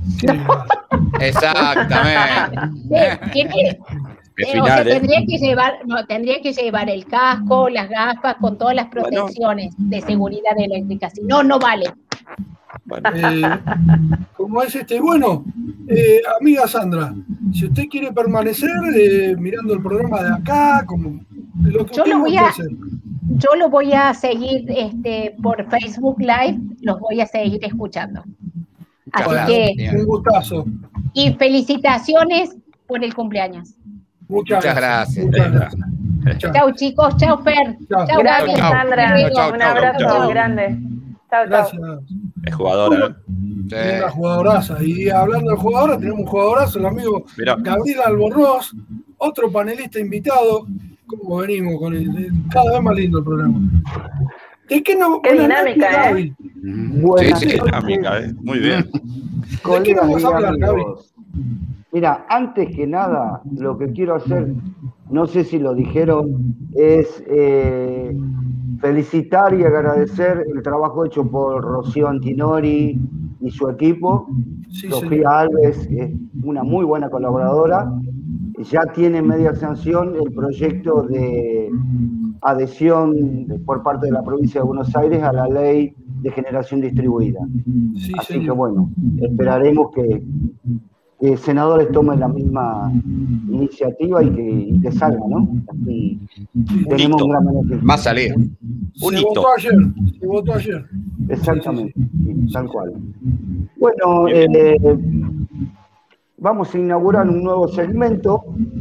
Exactamente. Tiene, El eh, final, o sea, ¿eh? tendría que llevar, no, tendría que llevar el casco, las gafas, con todas las protecciones bueno. de seguridad eléctrica. Si no, no vale. Bueno. Eh, como es este, bueno, eh, amiga Sandra, si usted quiere permanecer eh, mirando el programa de acá, como lo que yo usted lo voy a, hacer. yo lo voy a seguir este, por Facebook Live, los voy a seguir escuchando. Así bueno, que un gustazo. Y felicitaciones por el cumpleaños. Muchas, Muchas gracias. gracias. Muchas gracias. Chao chicos, chao Fer. Chao. Chao, gracias chau. Sandra. Chau, chau, un chau, abrazo chau. grande. Chao, Gracias. chao. Es jugadora. Sí. Una jugadoraza. Y hablando de jugadora, tenemos un jugadorazo, el amigo Mirá. Gabriel Albornoz, otro panelista invitado. ¿Cómo venimos con él? Cada vez más lindo el programa. ¿De qué no? Qué dinámica, ¿eh? Gaby. Buenas Sí, sí, dinámica, ¿eh? Muy bien. ¿De qué vamos a hablar, Gaby? Mira, antes que nada, lo que quiero hacer, no sé si lo dijeron, es eh, felicitar y agradecer el trabajo hecho por Rocío Antinori y su equipo. Sí, Sofía señor. Alves es una muy buena colaboradora. Ya tiene media sanción el proyecto de adhesión por parte de la provincia de Buenos Aires a la ley de generación distribuida. Sí, Así señor. que bueno, esperaremos que, que senadores tomen la misma iniciativa y que, y que salga, ¿no? Así tenemos hito. un gran beneficio. Va a salir. Un Se hito. votó ayer. Se votó ayer. Exactamente, sí, tal cual. Bueno, eh, vamos a inaugurar un nuevo segmento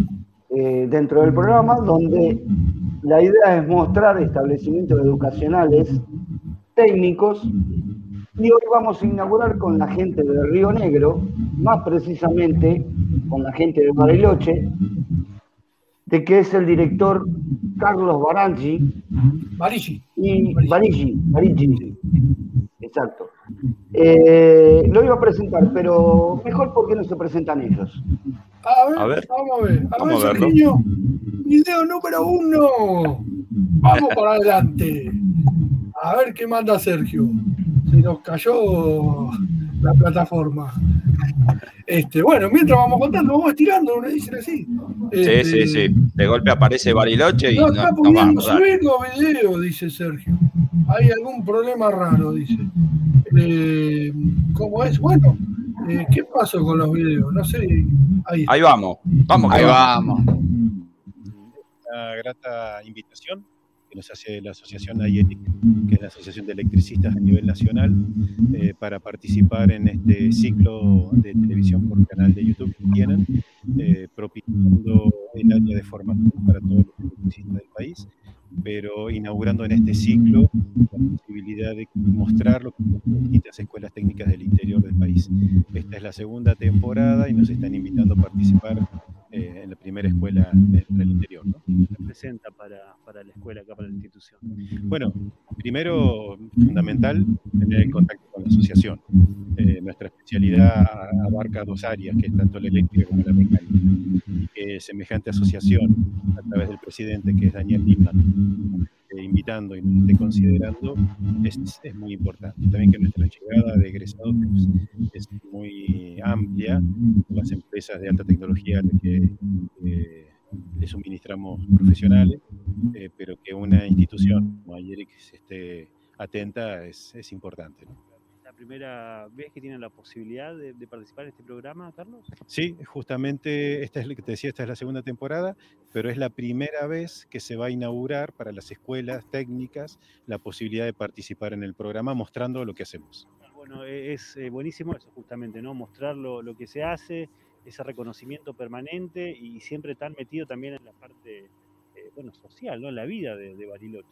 eh, dentro del programa donde la idea es mostrar establecimientos educacionales técnicos y hoy vamos a inaugurar con la gente de Río Negro, más precisamente con la gente de Bariloche, de que es el director Carlos Baraggi Barigi. y Barigi, Barigi, exacto. Eh, lo iba a presentar, pero mejor porque no se presentan ellos. A ver, A ver. vamos a ver. A Vamos ver, a verlo. Sergiño. Video número uno. Vamos para adelante. A ver qué manda Sergio. Se nos cayó la plataforma. Este, bueno, mientras vamos contando, vamos estirando, uno dice así. Este, sí, sí, sí. De golpe aparece Bariloche y no no, está no pudiendo vamos. Dale. subir los videos, dice Sergio. Hay algún problema raro, dice. Eh, ¿Cómo es? Bueno, eh, ¿qué pasó con los videos? No sé. Ahí, Ahí vamos. Vamos, que Ahí vamos. vamos. Una grata invitación que nos hace la asociación A I E T I C, que es la Asociación de Electricistas a nivel nacional, eh, para participar en este ciclo de televisión por canal de YouTube que tienen, eh, propiciando el área de formación para todos los electricistas del país, pero inaugurando en este ciclo la posibilidad de mostrar lo que son las distintas escuelas técnicas del interior del país. Esta es la segunda temporada y nos están invitando a participar eh, en la primera escuela del interior, ¿no? ¿Qué representa para, para la escuela acá, para la institución? Bueno, primero, fundamental, tener el contacto con la asociación. Eh, nuestra especialidad abarca dos áreas, que es tanto la eléctrica como la mecánica. Y que semejante asociación, a través del presidente, que es Daniel Lima, eh, invitando y nos esté considerando, es, es muy importante. También que nuestra llegada de egresados es, es muy amplia, las empresas de alta tecnología a las que eh, le suministramos profesionales, eh, pero que una institución como A I E T I C esté atenta es, es importante, ¿no? ¿La primera vez que tienen la posibilidad de, de participar en este programa, Carlos? Sí, justamente esta es lo que te decía, esta es la segunda temporada, pero es la primera vez que se va a inaugurar para las escuelas técnicas la posibilidad de participar en el programa mostrando lo que hacemos. Bueno, es eh, buenísimo eso justamente, ¿no? Mostrar lo, lo que se hace, ese reconocimiento permanente y siempre tan metido también en la parte eh, bueno, social, ¿no? En la vida de, de Bariloche.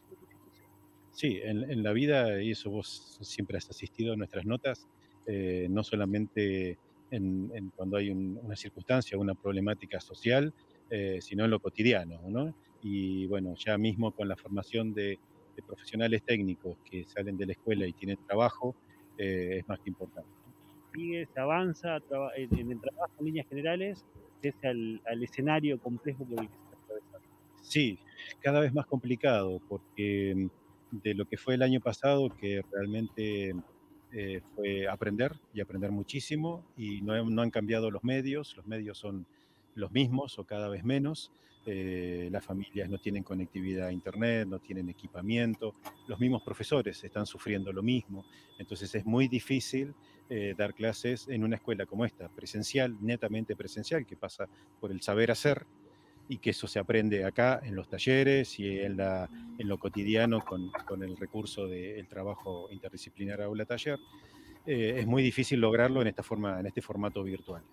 Sí, en, en la vida, y eso vos siempre has asistido a nuestras notas, eh, no solamente en, en cuando hay un, una circunstancia, una problemática social, eh, sino en lo cotidiano, ¿no? Y bueno, ya mismo con la formación de, de profesionales técnicos que salen de la escuela y tienen trabajo, eh, es más que importante. Sigue, se avanza en, en el trabajo en líneas generales, pese al, al escenario complejo por el que se está atravesando. Sí, cada vez más complicado, porque de lo que fue el año pasado, que realmente eh, fue aprender y aprender muchísimo, y no, no han cambiado los medios, los medios son los mismos o cada vez menos, eh, las familias no tienen conectividad a internet, no tienen equipamiento, los mismos profesores están sufriendo lo mismo, entonces es muy difícil eh, dar clases en una escuela como esta, presencial, netamente presencial, que pasa por el saber hacer, y que eso se aprende acá en los talleres y en, la, en lo cotidiano con, con el recurso del trabajo interdisciplinar aula-taller. Eh, es muy difícil lograrlo en, esta forma, en este formato virtual.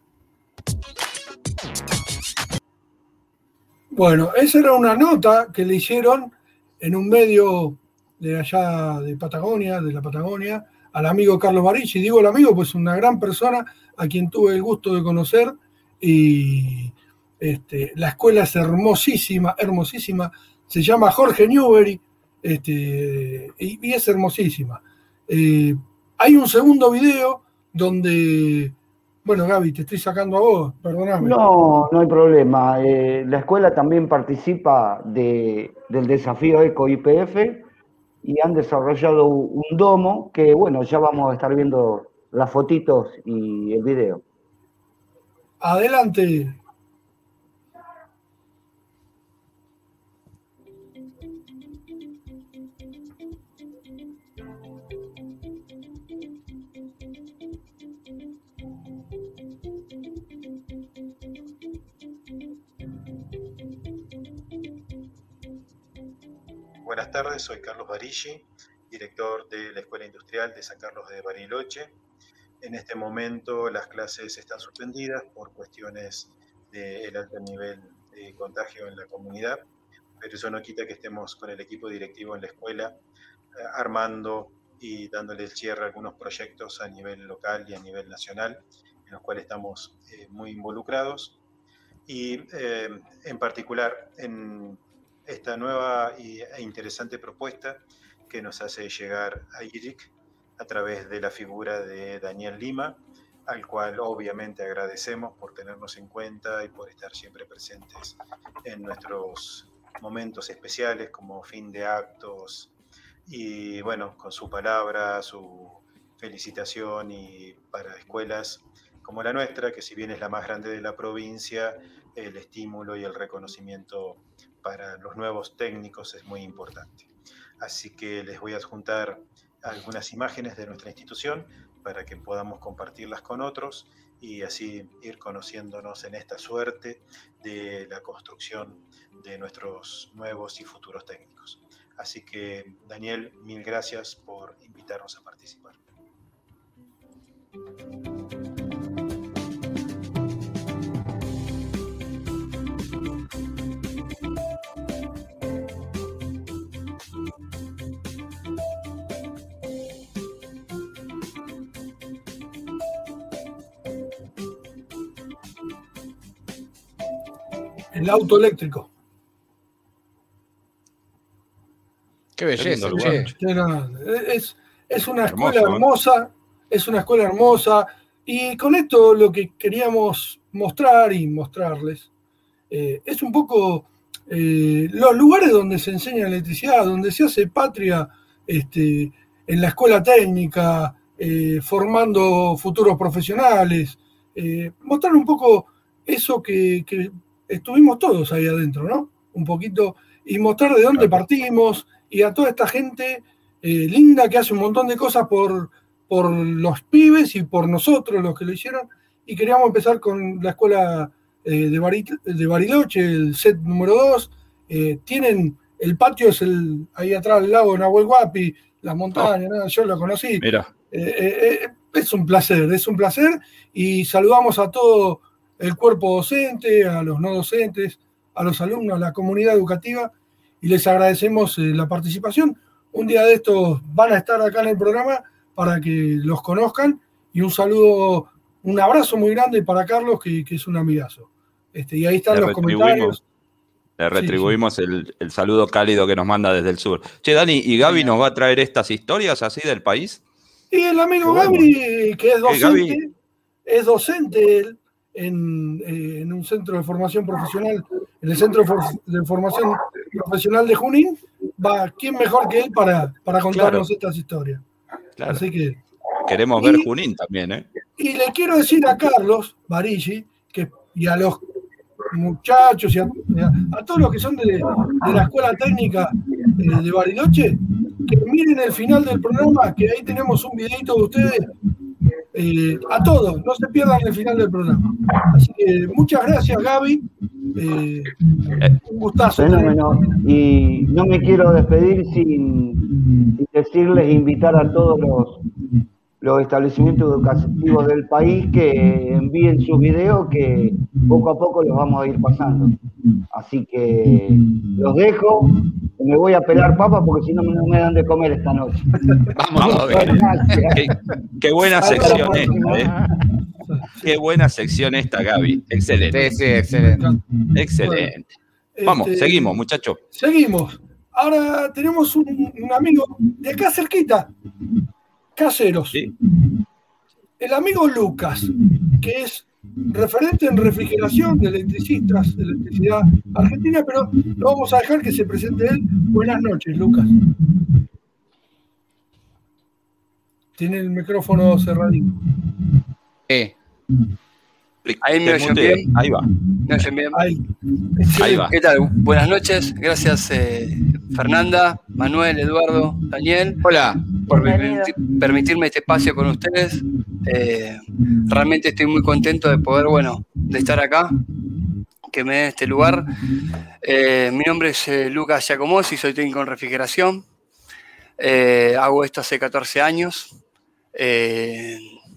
Bueno, esa era una nota que le hicieron en un medio de allá de Patagonia, de la Patagonia, al amigo Carlos Barichi. Digo el amigo, pues una gran persona a quien tuve el gusto de conocer y... Este, la escuela es hermosísima, hermosísima, se llama Jorge Newbery, este, y, y es hermosísima. Eh, hay un segundo video donde, bueno, Gaby, te estoy sacando a vos, perdóname. No, no hay problema. Eh, la escuela también participa de, del desafío Eco I P F y han desarrollado un domo que, bueno, ya vamos a estar viendo las fotitos y el video. Adelante. Buenas tardes, soy Carlos Barichi, director de la Escuela Industrial de San Carlos de Bariloche. En este momento las clases están suspendidas por cuestiones del alto nivel de contagio en la comunidad, pero eso no quita que estemos con el equipo directivo en la escuela eh, armando y dándole el cierre a algunos proyectos a nivel local y a nivel nacional, en los cuales estamos eh, muy involucrados. Y eh, en particular en esta nueva e interesante propuesta que nos hace llegar a I E T I C a través de la figura de Daniel Lima, al cual obviamente agradecemos por tenernos en cuenta y por estar siempre presentes en nuestros momentos especiales como fin de actos y bueno, con su palabra, su felicitación y para escuelas como la nuestra, que si bien es la más grande de la provincia, el estímulo y el reconocimiento para los nuevos técnicos es muy importante. Así que les voy a adjuntar algunas imágenes de nuestra institución para que podamos compartirlas con otros y así ir conociéndonos en esta suerte de la construcción de nuestros nuevos y futuros técnicos. Así que, Daniel, mil gracias por invitarnos a participar. El auto eléctrico. Qué belleza, Qué che. Es, es una escuela Hermoso, ¿eh? hermosa, es una escuela hermosa, y con esto lo que queríamos mostrar y mostrarles eh, es un poco eh, los lugares donde se enseña electricidad, donde se hace patria este, en la escuela técnica, eh, formando futuros profesionales, eh, mostrar un poco eso que, que estuvimos todos ahí adentro, ¿no? Un poquito, y mostrar de dónde partimos, y a toda esta gente eh, linda que hace un montón de cosas por, por los pibes y por nosotros, los que lo hicieron, y queríamos empezar con la escuela eh, de, Bari- de Bariloche, el set número dos. Eh, tienen, el patio es el ahí atrás del lago de Nahuel Huapi, las montañas, ¿no? Yo lo conocí. Mira. Eh, eh, es un placer, es un placer, y saludamos a todo el cuerpo docente, a los no docentes, a los alumnos, a la comunidad educativa, y les agradecemos eh, la participación. Un día de estos van a estar acá en el programa para que los conozcan, y un saludo, un abrazo muy grande para Carlos, que, que es un amigazo. Este, y ahí están Le los comentarios. Le retribuimos sí, sí. El, el saludo cálido que nos manda desde el sur. Che, Dani, ¿y Gaby nos va a traer estas historias así del país? Y el amigo bueno. Gaby, que es docente, Gaby. es docente él, en, eh, en un centro de formación profesional, en el Centro de, For de Formación Profesional de Junín. Va, ¿quién mejor que él para, para contarnos claro. estas historias? Claro. Así que, queremos y, ver Junín también, ¿eh? Y le quiero decir a Carlos Barigi que, y a los muchachos y a, a todos los que son de, de la Escuela Técnica de, de Bariloche, que miren el final del programa, que ahí tenemos un videito de ustedes. Eh, a todos, no se pierdan el final del programa. Así que muchas gracias, Gaby. Eh, un gustazo. Fenómeno. Y no me quiero despedir sin, sin decirles, invitar a todos los, los establecimientos educativos del país que envíen sus videos, que poco a poco los vamos a ir pasando. Así que los dejo. Me voy a pelar papas porque si no no me dan de comer esta noche. Vamos a ver. Qué, qué buena sección esta, ¿eh? Qué buena sección esta, Gaby. Excelente. Sí, sí, excelente. Excelente. Vamos, este, seguimos, muchachos. Seguimos. Ahora tenemos un, un amigo de acá cerquita, Caseros. ¿Sí? El amigo Lucas, que es referente en refrigeración de electricistas, de electricidad argentina, pero lo vamos a dejar que se presente él. Buenas noches, Lucas. Tiene el micrófono cerradito. Sí. Ahí me oyen bien. Ahí va. ¿Me oyen bien? Ahí. Ahí va. ¿Qué tal? Buenas noches. Gracias, eh, Fernanda, Manuel, Eduardo, Daniel. Hola. Por permitir, permitirme este espacio con ustedes. Eh, realmente estoy muy contento de poder, bueno, de estar acá, que me den este lugar. Eh, mi nombre es eh, Lucas Giacomosi, soy técnico en refrigeración. Eh, hago esto hace catorce años. Eh,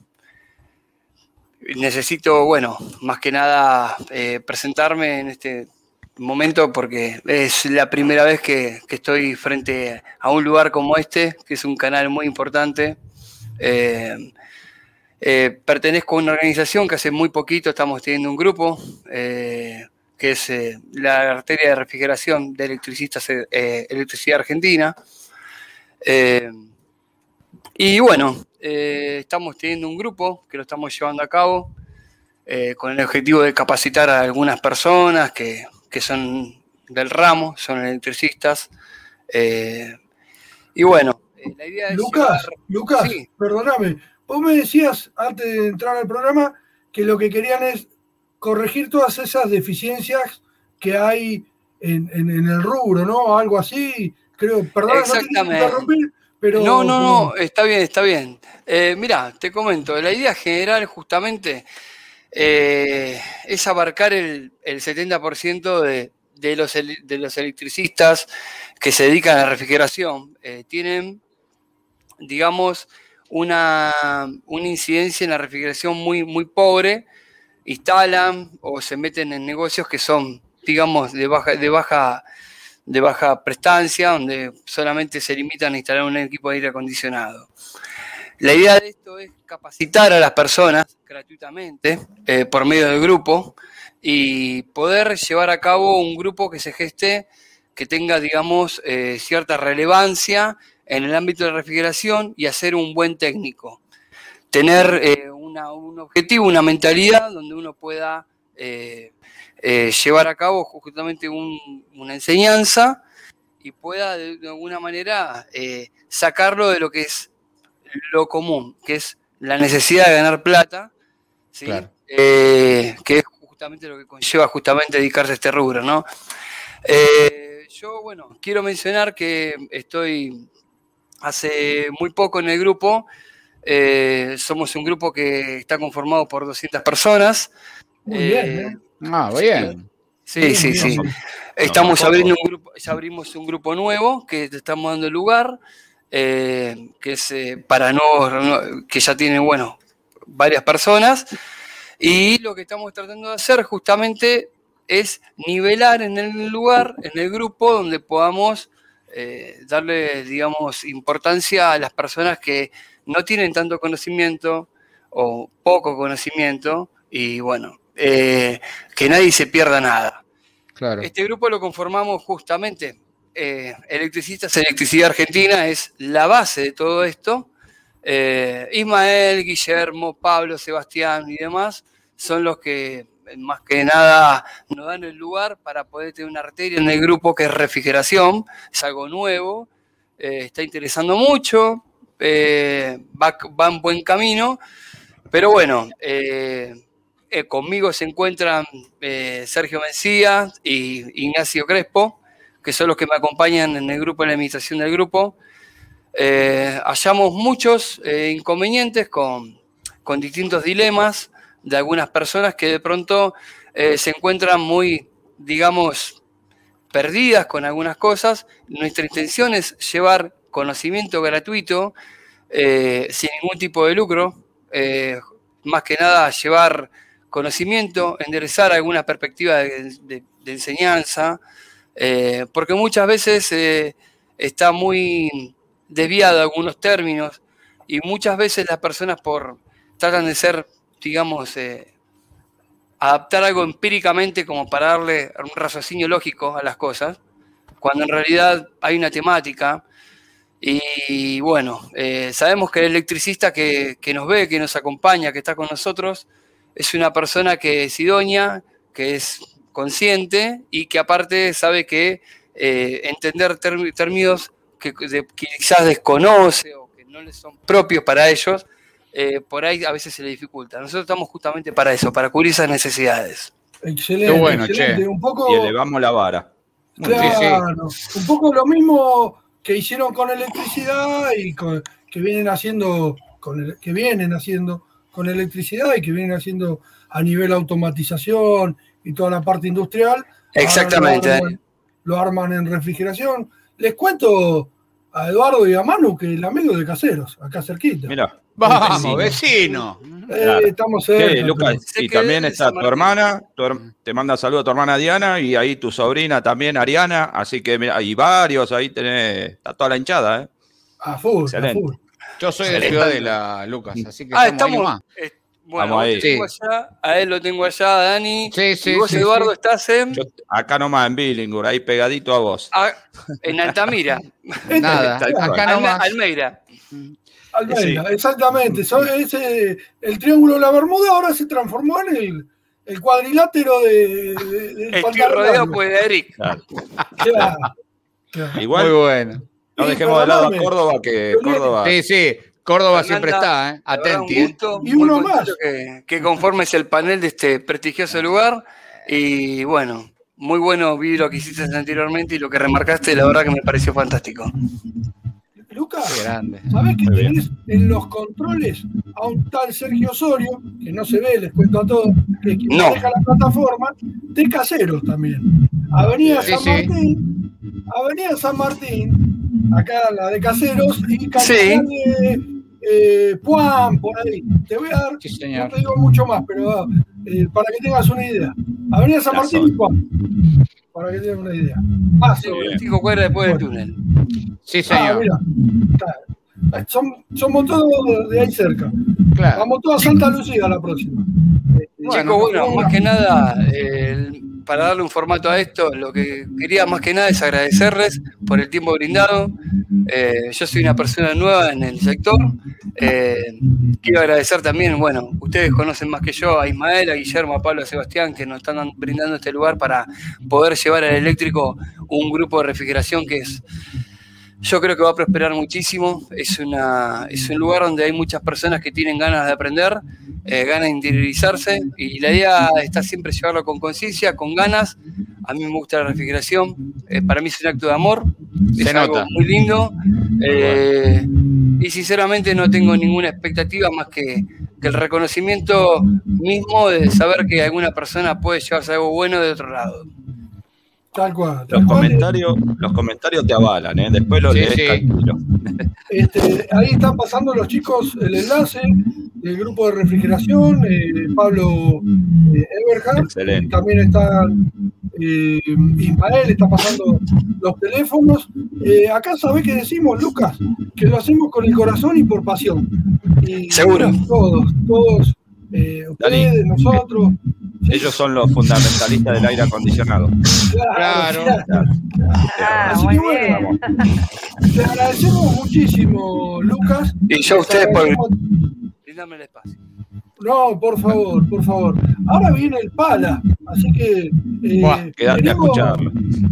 necesito, bueno, más que nada eh, presentarme en este momento porque es la primera vez que, que estoy frente a un lugar como este, que es un canal muy importante. Eh, eh, pertenezco a una organización que hace muy poquito estamos teniendo un grupo, eh, que es eh, la Arteria de Refrigeración de Electricistas eh, Electricidad Argentina. Eh, y bueno, eh, estamos teniendo un grupo que lo estamos llevando a cabo eh, con el objetivo de capacitar a algunas personas que, que son del ramo, son electricistas. Eh, y bueno, eh, la idea es Lucas, llevar... Lucas, sí. Perdóname, vos me decías antes de entrar al programa que lo que querían es corregir todas esas deficiencias que hay en, en, en el rubro, ¿no? Algo así, creo, perdón, no te quiero interrumpir, pero... No, no, no, está bien, está bien. Eh, mirá, te comento, la idea general justamente eh, es abarcar el, el setenta por ciento de, de, los, de los electricistas que se dedican a la refrigeración. Eh, tienen, digamos, una, una incidencia en la refrigeración muy, muy pobre, instalan o se meten en negocios que son, digamos, de baja, de baja, de baja prestancia, donde solamente se limitan a instalar un equipo de aire acondicionado. La idea de esto es capacitar a las personas gratuitamente eh, por medio del grupo y poder llevar a cabo un grupo que se geste, que tenga, digamos, eh, cierta relevancia en el ámbito de refrigeración y hacer un buen técnico. Tener eh, una, un objetivo, una mentalidad donde uno pueda eh, eh, llevar a cabo justamente un, una enseñanza y pueda de, de alguna manera eh, sacarlo de lo que es lo común, que es la necesidad de ganar plata, ¿sí? Claro. Eh, que es justamente lo que conlleva justamente dedicarse a este rubro, ¿no? Eh, yo, bueno, quiero mencionar que estoy hace muy poco en el grupo. Eh, somos un grupo que está conformado por doscientas personas. Muy eh, bien, ¿eh? Ah, bien. Sí, bien, sí, bien. sí. Estamos no, abriendo un grupo, ya abrimos un grupo nuevo que te estamos dando lugar, eh, que es eh, para no, que ya tiene, bueno, varias personas. Y lo que estamos tratando de hacer justamente es nivelar en el lugar, en el grupo, donde podamos eh, darle, digamos, importancia a las personas que no tienen tanto conocimiento o poco conocimiento y bueno, eh, que nadie se pierda nada. Claro. Este grupo lo conformamos justamente, eh, Electricistas Electricidad Argentina es la base de todo esto. Eh, Ismael, Guillermo, Pablo, Sebastián y demás son los que más que nada nos dan el lugar para poder tener una arteria en el grupo que es refrigeración, es algo nuevo, eh, está interesando mucho. Eh, va, va en buen camino, pero bueno, eh, eh, conmigo se encuentran eh, Sergio Mencía y Ignacio Crespo, que son los que me acompañan en el grupo, en la administración del grupo. Eh, hallamos muchos eh, inconvenientes con, con distintos dilemas de algunas personas que de pronto eh, se encuentran muy, digamos, perdidas con algunas cosas. Nuestra intención es llevar conocimiento gratuito, eh, sin ningún tipo de lucro, eh, más que nada llevar conocimiento, enderezar alguna perspectiva de, de, de enseñanza, eh, porque muchas veces eh, está muy desviado algunos términos y muchas veces las personas por tratan de ser, digamos, eh, adaptar algo empíricamente como para darle un raciocinio lógico a las cosas, cuando en realidad hay una temática. Y bueno, eh, sabemos que el electricista que, que nos ve, que nos acompaña, que está con nosotros, es una persona que es idónea, que es consciente y que aparte sabe que eh, entender term- términos que, de, que quizás desconoce o que no les son propios para ellos, eh, por ahí a veces se le dificulta. Nosotros estamos justamente para eso, para cubrir esas necesidades. Excelente, Qué bueno, excelente. Che. Un poco, y elevamos la vara. Claro, sí, sí. Un poco lo mismo que hicieron con electricidad y con, que vienen haciendo con el, que vienen haciendo con electricidad y que vienen haciendo a nivel automatización y toda la parte industrial. Exactamente. Lo arman, lo arman en refrigeración. Les cuento a Eduardo y a Manu que el amigo de Caseros, acá cerquita. Mira, vamos, vecino. Eh, claro. Estamos cerca. Sí, Lucas, y también está tu hermana, tu, te manda saludos a tu hermana Diana y ahí tu sobrina también, Ariana, así que mira, hay varios, ahí tenés, está toda la hinchada, ¿eh? A full, excelente. A full. Yo soy de Ciudadela, Lucas, así que ah, estamos, estamos ahí eh, bueno, ahí. Sí. Allá, a él lo tengo allá, Dani. Sí, sí, y vos, sí, Eduardo, sí. estás en... Yo, acá nomás en Billingur, ahí pegadito a vos. Ah, en Altamira. Nada, acá nomás. Almeida. Almeida, Sí. exactamente. Ese, el triángulo de la Bermuda ahora se transformó en el, el cuadrilátero de, de, de Estoy rodeado pues de Eric. Claro. Claro, claro. Igual, muy bueno. no Sí, dejemos de lado a perdóname. Córdoba, que Yo le- Córdoba... Sí, sí. Córdoba Fernanda, siempre está, ¿eh? la verdad, Atenti. un ¿eh? gusto, Y muy uno contento más. Que, que conformes el panel de este prestigioso lugar. Y bueno, muy bueno vi lo que hiciste anteriormente y lo que remarcaste, la verdad que me pareció fantástico. Lucas, Qué grande. ¿sabés que Muy bien. tenés en los controles a un tal Sergio Osorio, que no se ve, les cuento a todos, que es quien No. maneja la plataforma, de Caseros también? Avenida Sí, San sí. Martín, Avenida San Martín, acá la de Caseros, y Sí. calle eh, Puan, por ahí. Te voy a dar, Sí, no señor. te digo mucho más, pero eh, para que tengas una idea. Avenida San La Martín zona. y Puan, para que tengas una idea. Ah, Sí, bien. cinco cuadras después del Bueno. túnel. Sí, Ah, señor. mira. Está. Som- somos todos de ahí cerca. Claro. Vamos todos a Santa Lucía la próxima. Bueno, Chicos, bueno, una- más que nada, eh, para darle un formato a esto, lo que quería más que nada es agradecerles por el tiempo brindado. Eh, yo soy una persona nueva en el sector. Eh, quiero agradecer también, bueno, ustedes conocen más que yo a Ismael, a Guillermo, a Pablo, a Sebastián, que nos están brindando este lugar para poder llevar al eléctrico un grupo de refrigeración que es... Yo creo que va a prosperar muchísimo. Es, una, es un lugar donde hay muchas personas que tienen ganas de aprender, eh, ganas de interiorizarse, y la idea está siempre llevarlo con conciencia, con ganas. A mí me gusta la refrigeración, eh, para mí es un acto de amor, es Se algo nota. muy lindo, eh, y sinceramente no tengo ninguna expectativa más que, que el reconocimiento mismo de saber que alguna persona puede llevarse algo bueno de otro lado. Tal cual. Los Tal cual. comentarios, los comentarios te avalan, ¿eh? Después lo Sí, lees sí. tranquilo. Este, ahí están pasando los chicos el enlace del grupo de refrigeración, eh, Pablo eh, Eberhard, Excelente. y también está eh, Ismael, está pasando los teléfonos. Eh, acá sabés que decimos, Lucas, que lo hacemos con el corazón y por pasión. Y Seguro. Todos, todos, eh, ustedes, Dani, nosotros. Sí, Ellos son los fundamentalistas del aire acondicionado. claro, Claro. claro. Ah, Así muy que bueno, bien. te agradecemos muchísimo, Lucas. Y yo a Les ustedes por agradecemos- brindarme el espacio. No, por favor, por favor. Ahora viene el Pala, así que eh, Buah, quedate a tenemos escucharlo.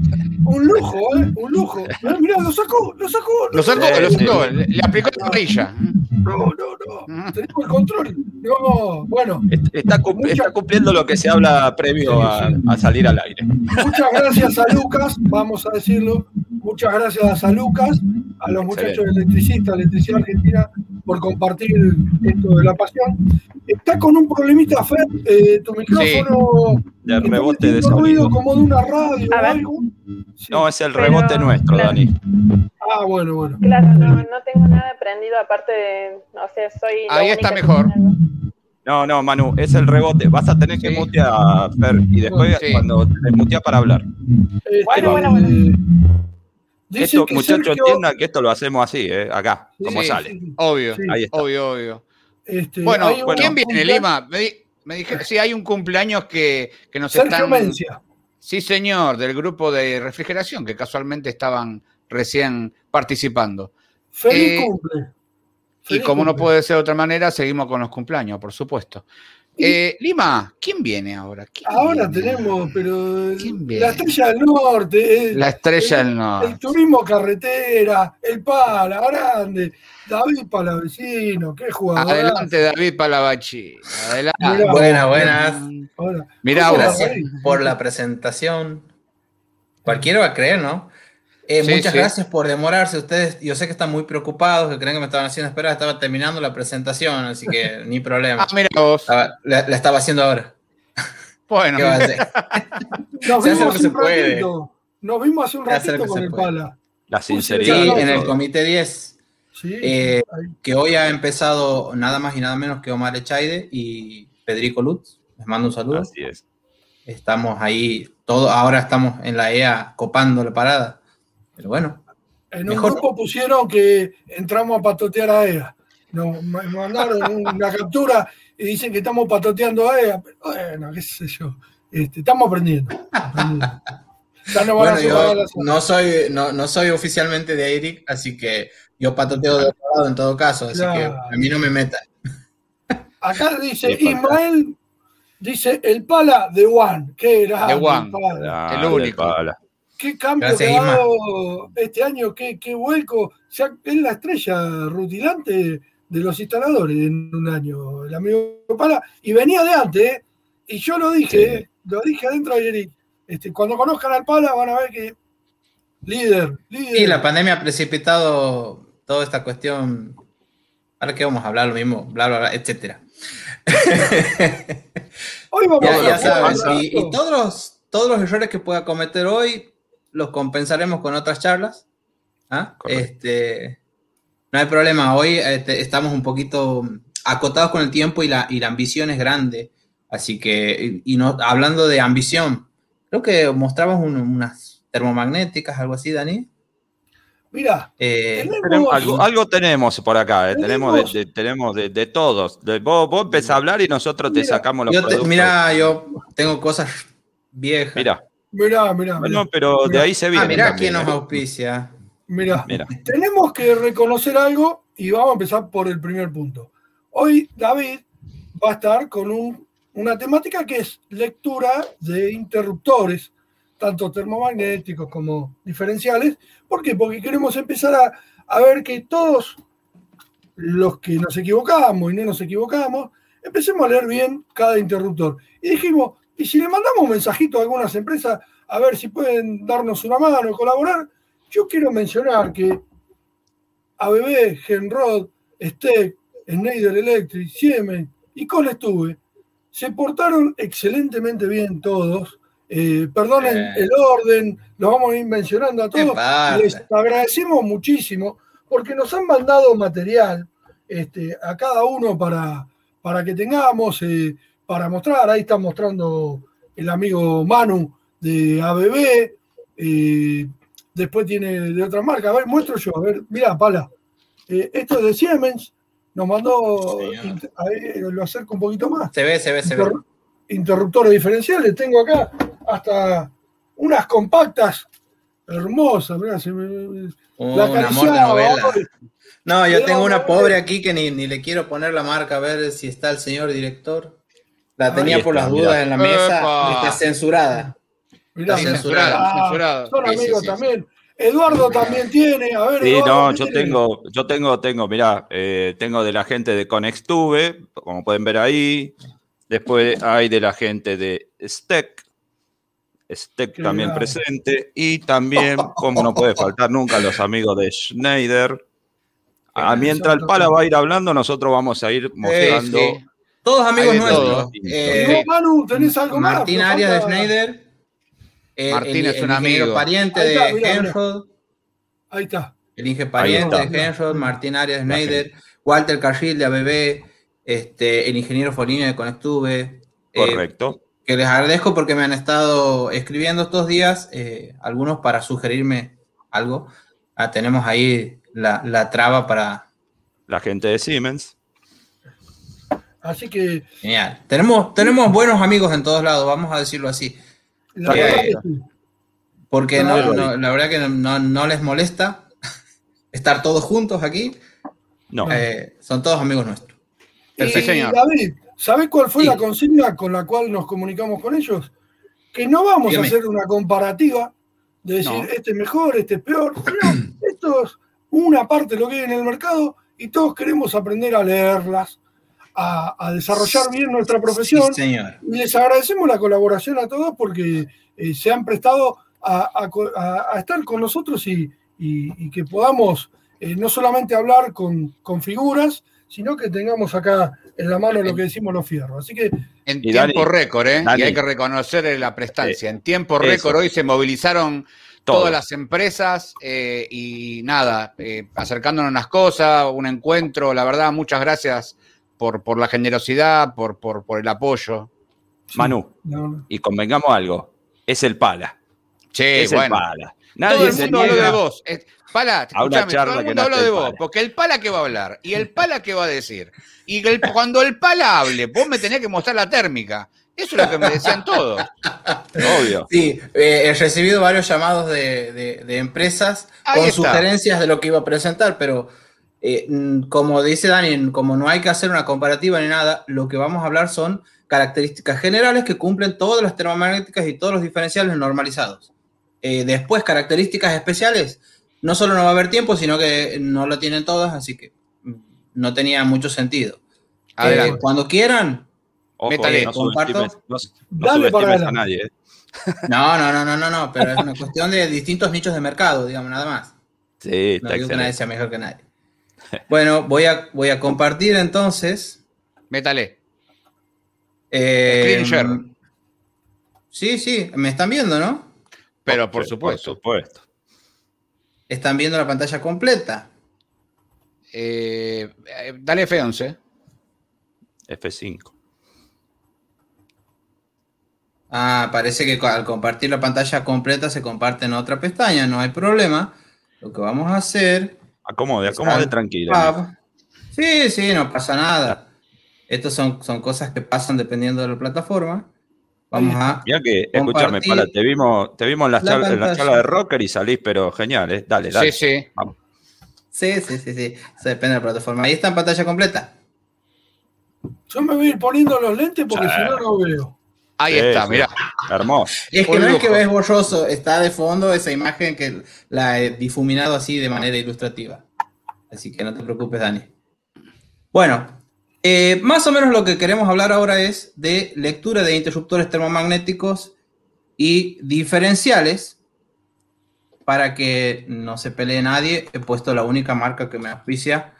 un lujo, ¿eh? Un lujo. Mirá, mirá, lo sacó, lo sacó. Lo sacó, Sí, lo sí. sacó. Le, le aplicó la parrilla. No, no, no. Tenemos el control. No, bueno, Est- Está, cum- está cumpliendo lo que se habla previo a, a salir al aire. muchas gracias a Lucas, vamos a decirlo. Muchas gracias a Lucas, a los muchachos de Electricista, Electricidad Argentina, por compartir esto de la pasión. Está con un problemita, Fer, eh, tu micrófono. De está rebote de metiendo ruido sonido. como de una radio o A ver. algo. Sí. No, es el Pero- rebote nuestro, claro. Dani. Ah, bueno, bueno. Claro, no, no tengo nada prendido aparte de, no sé, soy la Ahí única está que mejor. tiene algo. No, no, Manu, es el rebote. Vas a tener que Sí. mutear, Fer, y después Sí. cuando te muteas para hablar. Este, Bueno, bueno, bueno. eh, dice Esto, que muchachos, Sergio- entiendan que esto lo hacemos así, ¿eh? Acá, Sí, como sí, sale. sí, Obvio, sí. Ahí está. obvio, obvio. Este, Bueno, hay un- ¿quién viene, un- Lima? Me, di- me dijeron, sí, hay un cumpleaños que, que nos Sergio están... Mencia. Sí, señor, del grupo de refrigeración, que casualmente estaban recién participando. Feliz Eh, cumple. Y Feliz como no cumple. puede ser de otra manera, seguimos con los cumpleaños, por supuesto. Eh, Lima, ¿quién viene ahora? ¿Quién Ahora viene? tenemos, pero ¿Quién viene? la estrella del norte, el, La estrella el- del norte. el turismo carretera, el Pala, grande, David Palavecino, qué jugador. Adelante, David Palavachi. Adelante. Mirá. Buenas, buenas. Ahora, Mirá ¿cómo vos. la Gracias David? por la presentación. Cualquiera va a creer, ¿no? Eh, Sí, muchas sí. gracias por demorarse. Ustedes, yo sé que están muy preocupados, que creen que me estaban haciendo esperar. Estaba terminando la presentación, así que ni problema. Ah, mira vos. Estaba- la, la estaba haciendo ahora. Bueno, ¿Qué va a hacer? Nos Se hace vimos lo que hace se un puede. ratito. Nos vimos hace un Se hace lo ratito que con se el puede. Pala. La Sí, sinceridad. en el Comité diez, Sí, eh, ahí. que hoy ha empezado nada más y nada menos que Omar Echaide y Federico Lutz. Les mando un saludo. Así es. Estamos ahí, todo, ahora estamos en la E A copando la parada. Pero bueno, En un mejor. grupo pusieron que entramos a patotear a E A. Nos ma- mandaron una captura y dicen que estamos patoteando a E A. Pero bueno, qué sé yo. Este, estamos aprendiendo. aprendiendo. Ya no van a Bueno, cerrar yo las- no soy, no, no soy oficialmente de Eric, así que yo patoteo de otro lado en todo caso, así Claro. que a mí no me metan. Acá dice Sí, Ismael, dice el Pala de One. Qué grande, The One. el Pala. Ah, El único. Pala. Qué cambio Gracias, que ha Isma. dado este año, qué, qué vuelco. O sea, es la estrella rutilante de los instaladores en un año, el amigo Pala, y venía de antes, ¿eh? Y yo lo dije, sí. ¿eh? Lo dije adentro de Eric. Este, cuando conozcan al Pala van a ver que líder, líder. Sí, la pandemia ha precipitado toda esta cuestión. Ahora que vamos a hablar lo mismo, bla, bla, bla, etcétera. Hoy vamos ya, a ya sabes, y, y todos los, todos los errores que pueda cometer hoy los compensaremos con otras charlas. ¿Ah? Este, no hay problema, hoy este, estamos un poquito acotados con el tiempo y la, y la ambición es grande. Así que, y, y no, hablando de ambición, creo que mostrabas un, unas termomagnéticas, algo así, Dani. Mira, eh, tenemos, algo, algo tenemos por acá, eh, tenemos, tenemos, de, de, tenemos de, de todos. De, vos, vos empezás a hablar y nosotros mira, te sacamos los yo productos. Te, mira, yo tengo cosas viejas. Mira. Mirá, mirá. Bueno, mirá, pero mirá. de ahí se viene. Ah, mirá quién nos auspicia. Mirá, mirá, tenemos que reconocer algo y vamos a empezar por el primer punto. Hoy David va a estar con un, una temática que es lectura de interruptores, tanto termomagnéticos como diferenciales. ¿Por qué? Porque queremos empezar a, a ver que todos los que nos equivocamos y no nos equivocamos, empecemos a leer bien cada interruptor. Y dijimos, ¿y si le mandamos un mensajito a algunas empresas a ver si pueden darnos una mano, colaborar? Yo quiero mencionar que A B B, Genrod, Steck, Schneider Electric, Siemens y Conestube se portaron excelentemente bien todos. Eh, perdonen eh. el orden, lo vamos a ir mencionando a todos. Les agradecemos muchísimo porque nos han mandado material este, a cada uno para, para que tengamos, eh, para mostrar. Ahí está mostrando el amigo Manu de A B B. Eh, después tiene de otra marca. A ver, muestro yo. A ver, mira, Pala. Eh, esto es de Siemens. Nos mandó, sí, a ver, lo acerco un poquito más. Se ve, se ve, se ve. Interruptores diferenciales. Tengo acá hasta unas compactas hermosas. Mirá, se me, un amor de novela. No, yo tengo una pobre aquí que ni, ni le quiero poner la marca a ver si está el señor director. La tenía está, por las dudas mirá. En la mesa. Epa. Está censurada. Mirá, está censurada. Ah, censurada. Son sí, amigos sí, sí, también. Sí. Eduardo también tiene, a ver. Sí, Eduardo, no, yo tiene? tengo, yo tengo, tengo, mirá, eh, tengo de la gente de Conextube, como pueden ver ahí. Después hay de la gente de Steck, Steck también claro. presente. Y también, como no puede faltar nunca, los amigos de Schneider. Ah, mientras el Pala va a ir hablando, nosotros vamos a ir mostrando. Sí, sí. Todos amigos nuestros. Eh, Manu, ¿tenés algo Martín más? Martín Arias de Schneider. Eh, Martín el, es un el amigo. Pariente ahí está, de mira, Henrod. Ahí está. El Inge pariente de Henrod, Martín Arias de Schneider, Walter Carril de A B B, este, el ingeniero Folini de Conextube. Correcto. Eh, que les agradezco porque me han estado escribiendo estos días, eh, algunos para sugerirme algo. Ah, tenemos ahí la, la traba para... La gente de Siemens. Así que... Genial. Tenemos, tenemos buenos amigos en todos lados, vamos a decirlo así. La eh, porque no, no, la verdad que no, no les molesta estar todos juntos aquí. No. Eh, son todos amigos nuestros. Perfecto, señor. David, ¿sabés cuál fue sí. la consigna con la cual nos comunicamos con ellos? Que no vamos Dígame. a hacer una comparativa de decir no. este es mejor, este es peor. No, esto es una parte de lo que hay en el mercado y todos queremos aprender a leerlas, a, a desarrollar bien nuestra profesión. Sí, señor. Y les agradecemos la colaboración a todos porque eh, se han prestado a, a, a estar con nosotros y, y, y que podamos eh, no solamente hablar con, con figuras, sino que tengamos acá en la mano lo que decimos los fierros. Así que en y tiempo récord, ¿eh? Dani. Y hay que reconocer la prestancia. En tiempo récord hoy se movilizaron Todo. todas las empresas eh, y nada, eh, acercándonos unas cosas, un encuentro. La verdad, muchas gracias por, por la generosidad, por, por, por el apoyo. Sí. Manu, no, no. y convengamos algo, es el Pala. Che, es bueno. el Pala. Nadie todo el mundo habló de vos. Es, Pala, escuchame, todo el mundo habló de vos, Pala. porque el Pala ¿qué va a hablar? ¿Y el Pala qué va a decir? Y el, cuando el Pala hable, vos me tenés que mostrar la térmica. Eso es lo que me decían todos. Obvio. Sí, eh, he recibido varios llamados de, de, de empresas Ahí con está. sugerencias de lo que iba a presentar, pero eh, como dice Dani, como no hay que hacer una comparativa ni nada, lo que vamos a hablar son características generales que cumplen todas las termomagnéticas y todos los diferenciales normalizados. Eh, después, características especiales, no solo no va a haber tiempo, sino que no lo tienen todas, así que no tenía mucho sentido. Adelante. Eh, cuando quieran, Ojo, métale, no comparto. subestimes, no, no Dale para subestimes a adelante. nadie. ¿eh? No, no, no, no, no, no, pero es una cuestión de distintos nichos de mercado, digamos, nada más. Sí, No está digo que nadie excelente. sea mejor que nadie. Bueno, voy a, voy a compartir entonces. Métale. Eh, Screen share. Sí, sí, me están viendo, ¿no? Pero por Sí, supuesto. Por supuesto. Están viendo la pantalla completa. Eh, eh, dale F once. F cinco. Ah, parece que al compartir la pantalla completa se comparte en otra pestaña, no hay problema. Lo que vamos a hacer... Acomode, acomode tranquilo. Ah, sí, sí, no pasa nada. Estos son, son cosas que pasan dependiendo de la plataforma. Vamos a Mira que, escúchame, compartir Pala, te vimos, te vimos en, las la charla, en la pantalla. charla de Rocker y salís, pero genial, ¿eh? Dale, dale. Sí, sí. Vamos. Sí, sí, sí, sí. Eso depende de la plataforma. Ahí está en pantalla completa. Yo me voy a ir poniendo los lentes porque Sí. si no, no veo. Ahí Sí, está, sí. mirá. Hermoso. Es que Un no es lujo. que ves borroso, está de fondo esa imagen que la he difuminado así de manera ilustrativa. Así que no te preocupes, Dani. Bueno, eh, más o menos lo que queremos hablar ahora es de lectura de interruptores termomagnéticos y diferenciales. Para que no se pelee nadie, he puesto la única marca que me auspicia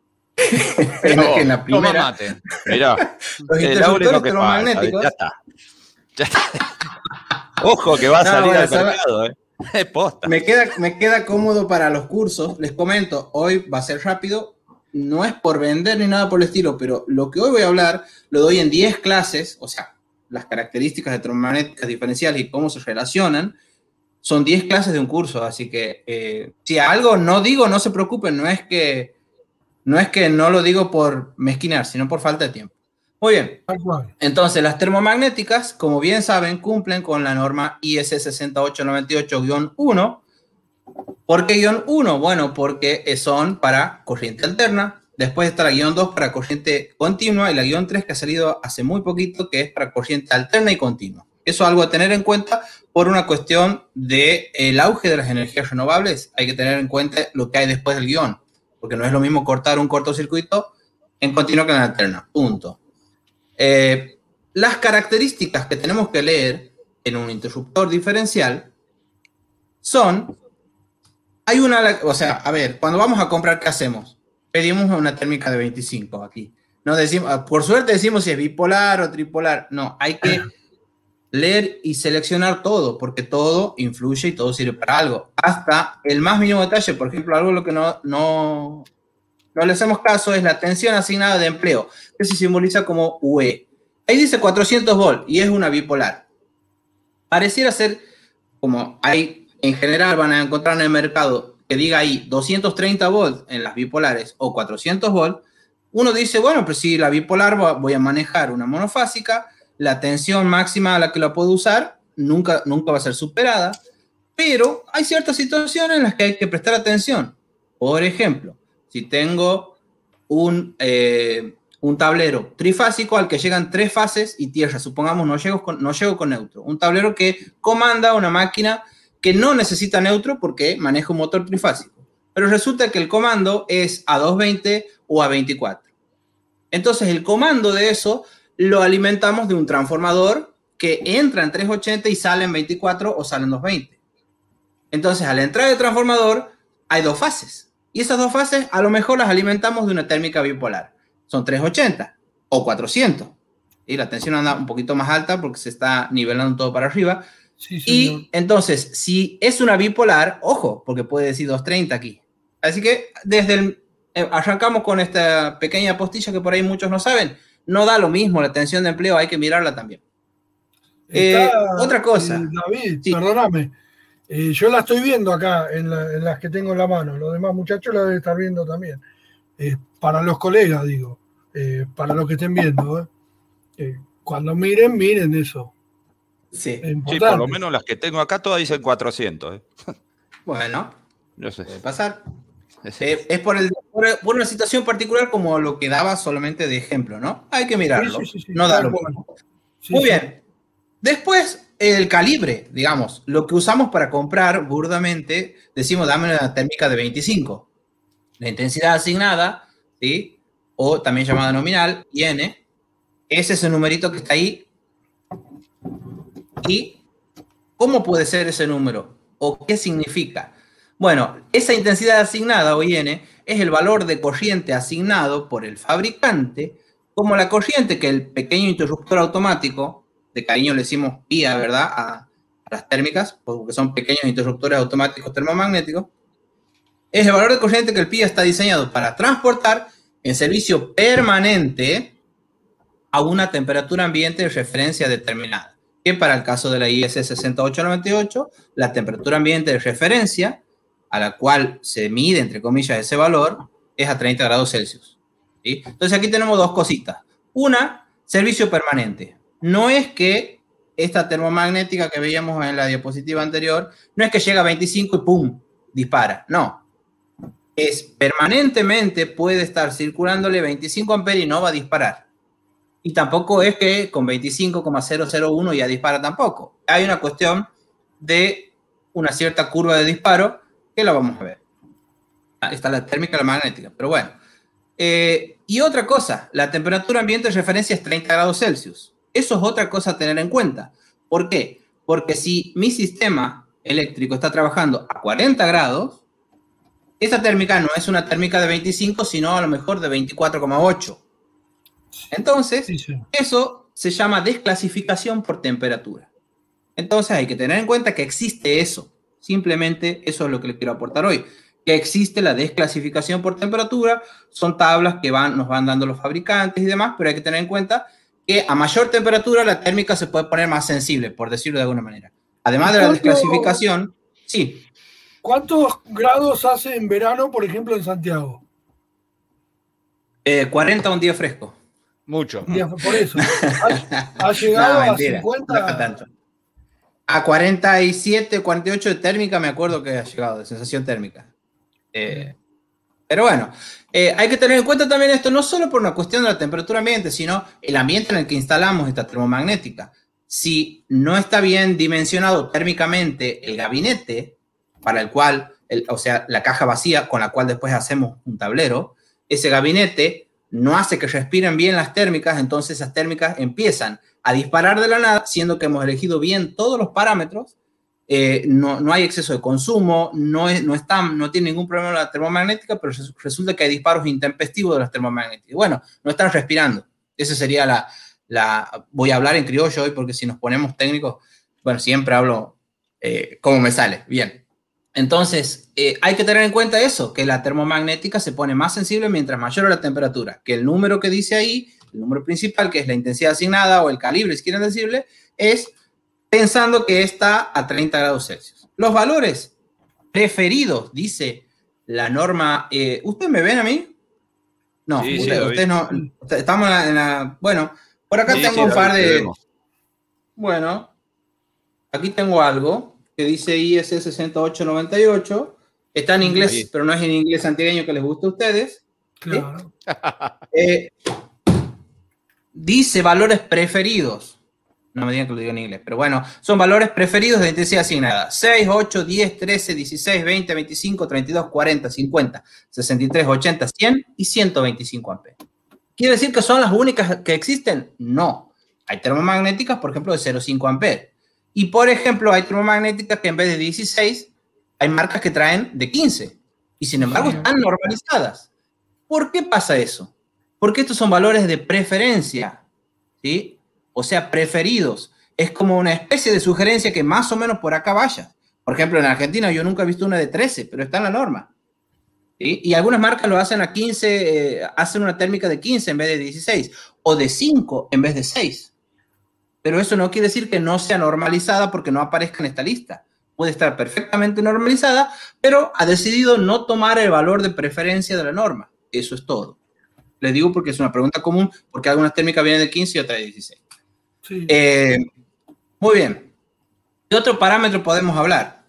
en, Oh, en la toma primera. mate. Mirá, Los es lo único interruptores que falta. termomagnéticos. Ya está. Ya está. Ojo que va a No, salir bueno, al sabe- mercado, ¿eh? Es posta. Me queda, me queda cómodo para los cursos. Les comento, hoy va a ser rápido. No es por vender ni nada por el estilo, pero lo que hoy voy a hablar lo doy en diez clases, o sea, las características de termomagnéticas diferenciales y cómo se relacionan. Son diez clases de un curso, así que eh, si algo no digo, no se preocupen, no es que no es que no lo digo por mezquinar, sino por falta de tiempo. Muy bien. Tal cual. Entonces, las termomagnéticas, como bien saben, cumplen con la norma I S sesenta y ocho noventa y ocho guión uno. ¿Por qué guión uno? Bueno, porque son para corriente alterna. Después está la guión dos para corriente continua y la guión tres que ha salido hace muy poquito, que es para corriente alterna y continua. Eso es algo a tener en cuenta por una cuestión del auge de las energías renovables. Hay que tener en cuenta lo que hay después del guión, porque no es lo mismo cortar un cortocircuito en continua que en alterna. Punto. Eh, las características que tenemos que leer en un interruptor diferencial son, hay una, o sea, a ver, cuando vamos a comprar, ¿qué hacemos? Pedimos una térmica de veinticinco aquí. No decimos, por suerte decimos si es bipolar o tripolar. No, hay que leer y seleccionar todo, porque todo influye y todo sirve para algo. Hasta el más mínimo detalle, por ejemplo, algo lo que no, no, no le hacemos caso es la tensión asignada de empleo, que se simboliza como U E. Ahí dice cuatrocientos volts y es una bipolar. Pareciera ser, como hay, en general van a encontrar en el mercado que diga ahí doscientos treinta volts en las bipolares o cuatrocientos volts, uno dice, bueno, pues si la bipolar voy a manejar una monofásica, la tensión máxima a la que la puedo usar nunca, nunca va a ser superada, pero hay ciertas situaciones en las que hay que prestar atención. Por ejemplo, si tengo un, eh, un tablero trifásico al que llegan tres fases y tierra, supongamos no llego, con, no llego con neutro, un tablero que comanda una máquina que no necesita neutro porque maneja un motor trifásico, pero resulta que el comando es a doscientos veinte o a veinticuatro. Entonces el comando de eso lo alimentamos de un transformador que entra en trescientos ochenta y sale en veinticuatro o sale en doscientos veinte. Entonces, al entrar el transformador, hay dos fases. Y esas dos fases, a lo mejor las alimentamos de una térmica bipolar. Son trescientos ochenta o cuatrocientos. Y la tensión anda un poquito más alta porque se está nivelando todo para arriba. Sí, y entonces, si es una bipolar, ojo, porque puede decir doscientos treinta aquí. Así que, desde el, eh, arrancamos con esta pequeña postilla que por ahí muchos no saben. No da lo mismo, la tensión de empleo hay que mirarla también. Eh, Está, otra cosa. eh, David, Sí. perdóname. Eh, yo la estoy viendo acá en, la- en las que tengo en la mano. Los demás muchachos la deben estar viendo también. Eh, para los colegas, digo. Eh, para los que estén viendo. ¿eh? Eh, cuando miren, miren eso. Sí. Es Sí, por importante. lo menos las que tengo acá todas dicen cuatrocientos. ¿eh? Bueno, No sé. puede pasar. Eh, es por, el, por, por una situación particular como lo que daba solamente de ejemplo, ¿no? Hay que mirarlo. Sí, sí, sí, sí, no da tal lo cual. mismo. Sí, Muy sí. bien. Después, el calibre, digamos, lo que usamos para comprar burdamente, decimos, dame una térmica de veinticinco. La intensidad asignada, ¿sí? o también llamada nominal, I N, es ese numerito que está ahí. ¿Y cómo puede ser ese número? ¿O qué significa? Bueno, esa intensidad asignada, o I N, es el valor de corriente asignado por el fabricante, como la corriente que el pequeño interruptor automático, de cariño le decimos P I A, ¿verdad?, a, a las térmicas, porque son pequeños interruptores automáticos termomagnéticos, es el valor de corriente que el P I A está diseñado para transportar en servicio permanente a una temperatura ambiente de referencia determinada, que para el caso de la I S sesenta y ocho noventa y ocho, la temperatura ambiente de referencia a la cual se mide, entre comillas, ese valor, es a treinta grados Celsius. ¿Sí? Entonces aquí tenemos dos cositas. Una, servicio permanente. No es que esta termomagnética que veíamos en la diapositiva anterior, no es que llega a veinticinco y ¡pum!, dispara. No. Es permanentemente puede estar circulándole veinticinco amperes y no va a disparar. Y tampoco es que con veinticinco coma cero cero uno ya dispara tampoco. Hay una cuestión de una cierta curva de disparo que la vamos a ver. Está la térmica y la magnética, pero bueno. Eh, y otra cosa, la temperatura ambiente de referencia es treinta grados Celsius. Eso es otra cosa a tener en cuenta. ¿Por qué? Porque si mi sistema eléctrico está trabajando a cuarenta grados, esta térmica no es una térmica de veinticinco, sino a lo mejor de veinticuatro coma ocho. Entonces, sí, sí. Eso se llama desclasificación por temperatura. Entonces hay que tener en cuenta que existe eso. Simplemente eso es lo que les quiero aportar hoy. Que existe la desclasificación por temperatura. Son tablas que van, nos van dando los fabricantes y demás, pero hay que tener en cuenta que a mayor temperatura la térmica se puede poner más sensible, por decirlo de alguna manera. Además de la desclasificación, sí. ¿Cuántos grados hace en verano, por ejemplo, en Santiago? Eh, cuarenta un día fresco. Mucho. Día, por eso. ¿Ha, ha llegado no, a cincuenta? No tanto. A cuarenta y siete, cuarenta y ocho de térmica me acuerdo que ha llegado, de sensación térmica. Eh, pero bueno, eh, hay que tener en cuenta también esto, no solo por una cuestión de la temperatura ambiente, sino el ambiente en el que instalamos esta termomagnética. Si no está bien dimensionado térmicamente el gabinete, para el cual, el, o sea, la caja vacía con la cual después hacemos un tablero, ese gabinete no hace que respiren bien las térmicas, entonces esas térmicas empiezan a disparar de la nada, siendo que hemos elegido bien todos los parámetros, eh, no, no hay exceso de consumo, no, es, no, está, no tiene ningún problema la termomagnética, pero resulta que hay disparos intempestivos de las termomagnéticas. Bueno, no están respirando. Esa sería la, la... Voy a hablar en criollo hoy porque si nos ponemos técnicos, bueno, siempre hablo eh, como me sale, bien. Entonces, eh, hay que tener en cuenta eso, que la termomagnética se pone más sensible mientras mayor la temperatura, que el número que dice ahí, el número principal, que es la intensidad asignada o el calibre, si quieren decirle, es pensando que está a treinta grados Celsius. Los valores preferidos, dice la norma, eh, ¿ustedes me ven a mí? No, sí, usted, sí, ustedes no, estamos en la, en la, bueno, por acá sí, tengo sí, un par de, bueno, aquí tengo algo que dice I S sesenta y ocho noventa y ocho, está en inglés, sí, pero no es en inglés santiagueño que les guste a ustedes. Claro. ¿Sí? Eh, dice valores preferidos. No me digan que lo digo en inglés, pero bueno, son valores preferidos de intensidad asignada. seis, ocho, diez, trece, dieciséis, veinte, veinticinco, treinta y dos, cuarenta, cincuenta, sesenta y tres, ochenta, cien y ciento veinticinco amperes. ¿Quiere decir que son las únicas que existen? No. Hay termomagnéticas, por ejemplo, de cero coma cinco amperes. Y, por ejemplo, hay termomagnéticas que en vez de dieciséis, hay marcas que traen de quince. Y, sin embargo, sí, están normalizadas. ¿Por qué pasa eso? Porque estos son valores de preferencia, ¿sí? O sea, preferidos. Es como una especie de sugerencia que más o menos por acá vaya. Por ejemplo, en Argentina yo nunca he visto una de trece, pero está en la norma. ¿Sí? Y algunas marcas lo hacen a quince, eh, hacen una térmica de quince en vez de dieciséis, o de cinco en vez de seis. Pero eso no quiere decir que no sea normalizada porque no aparezca en esta lista. Puede estar perfectamente normalizada, pero ha decidido no tomar el valor de preferencia de la norma. Eso es todo. Les digo porque es una pregunta común, porque algunas térmicas vienen de quince y otras de dieciséis. Sí. Eh, muy bien. ¿Qué otro parámetro podemos hablar?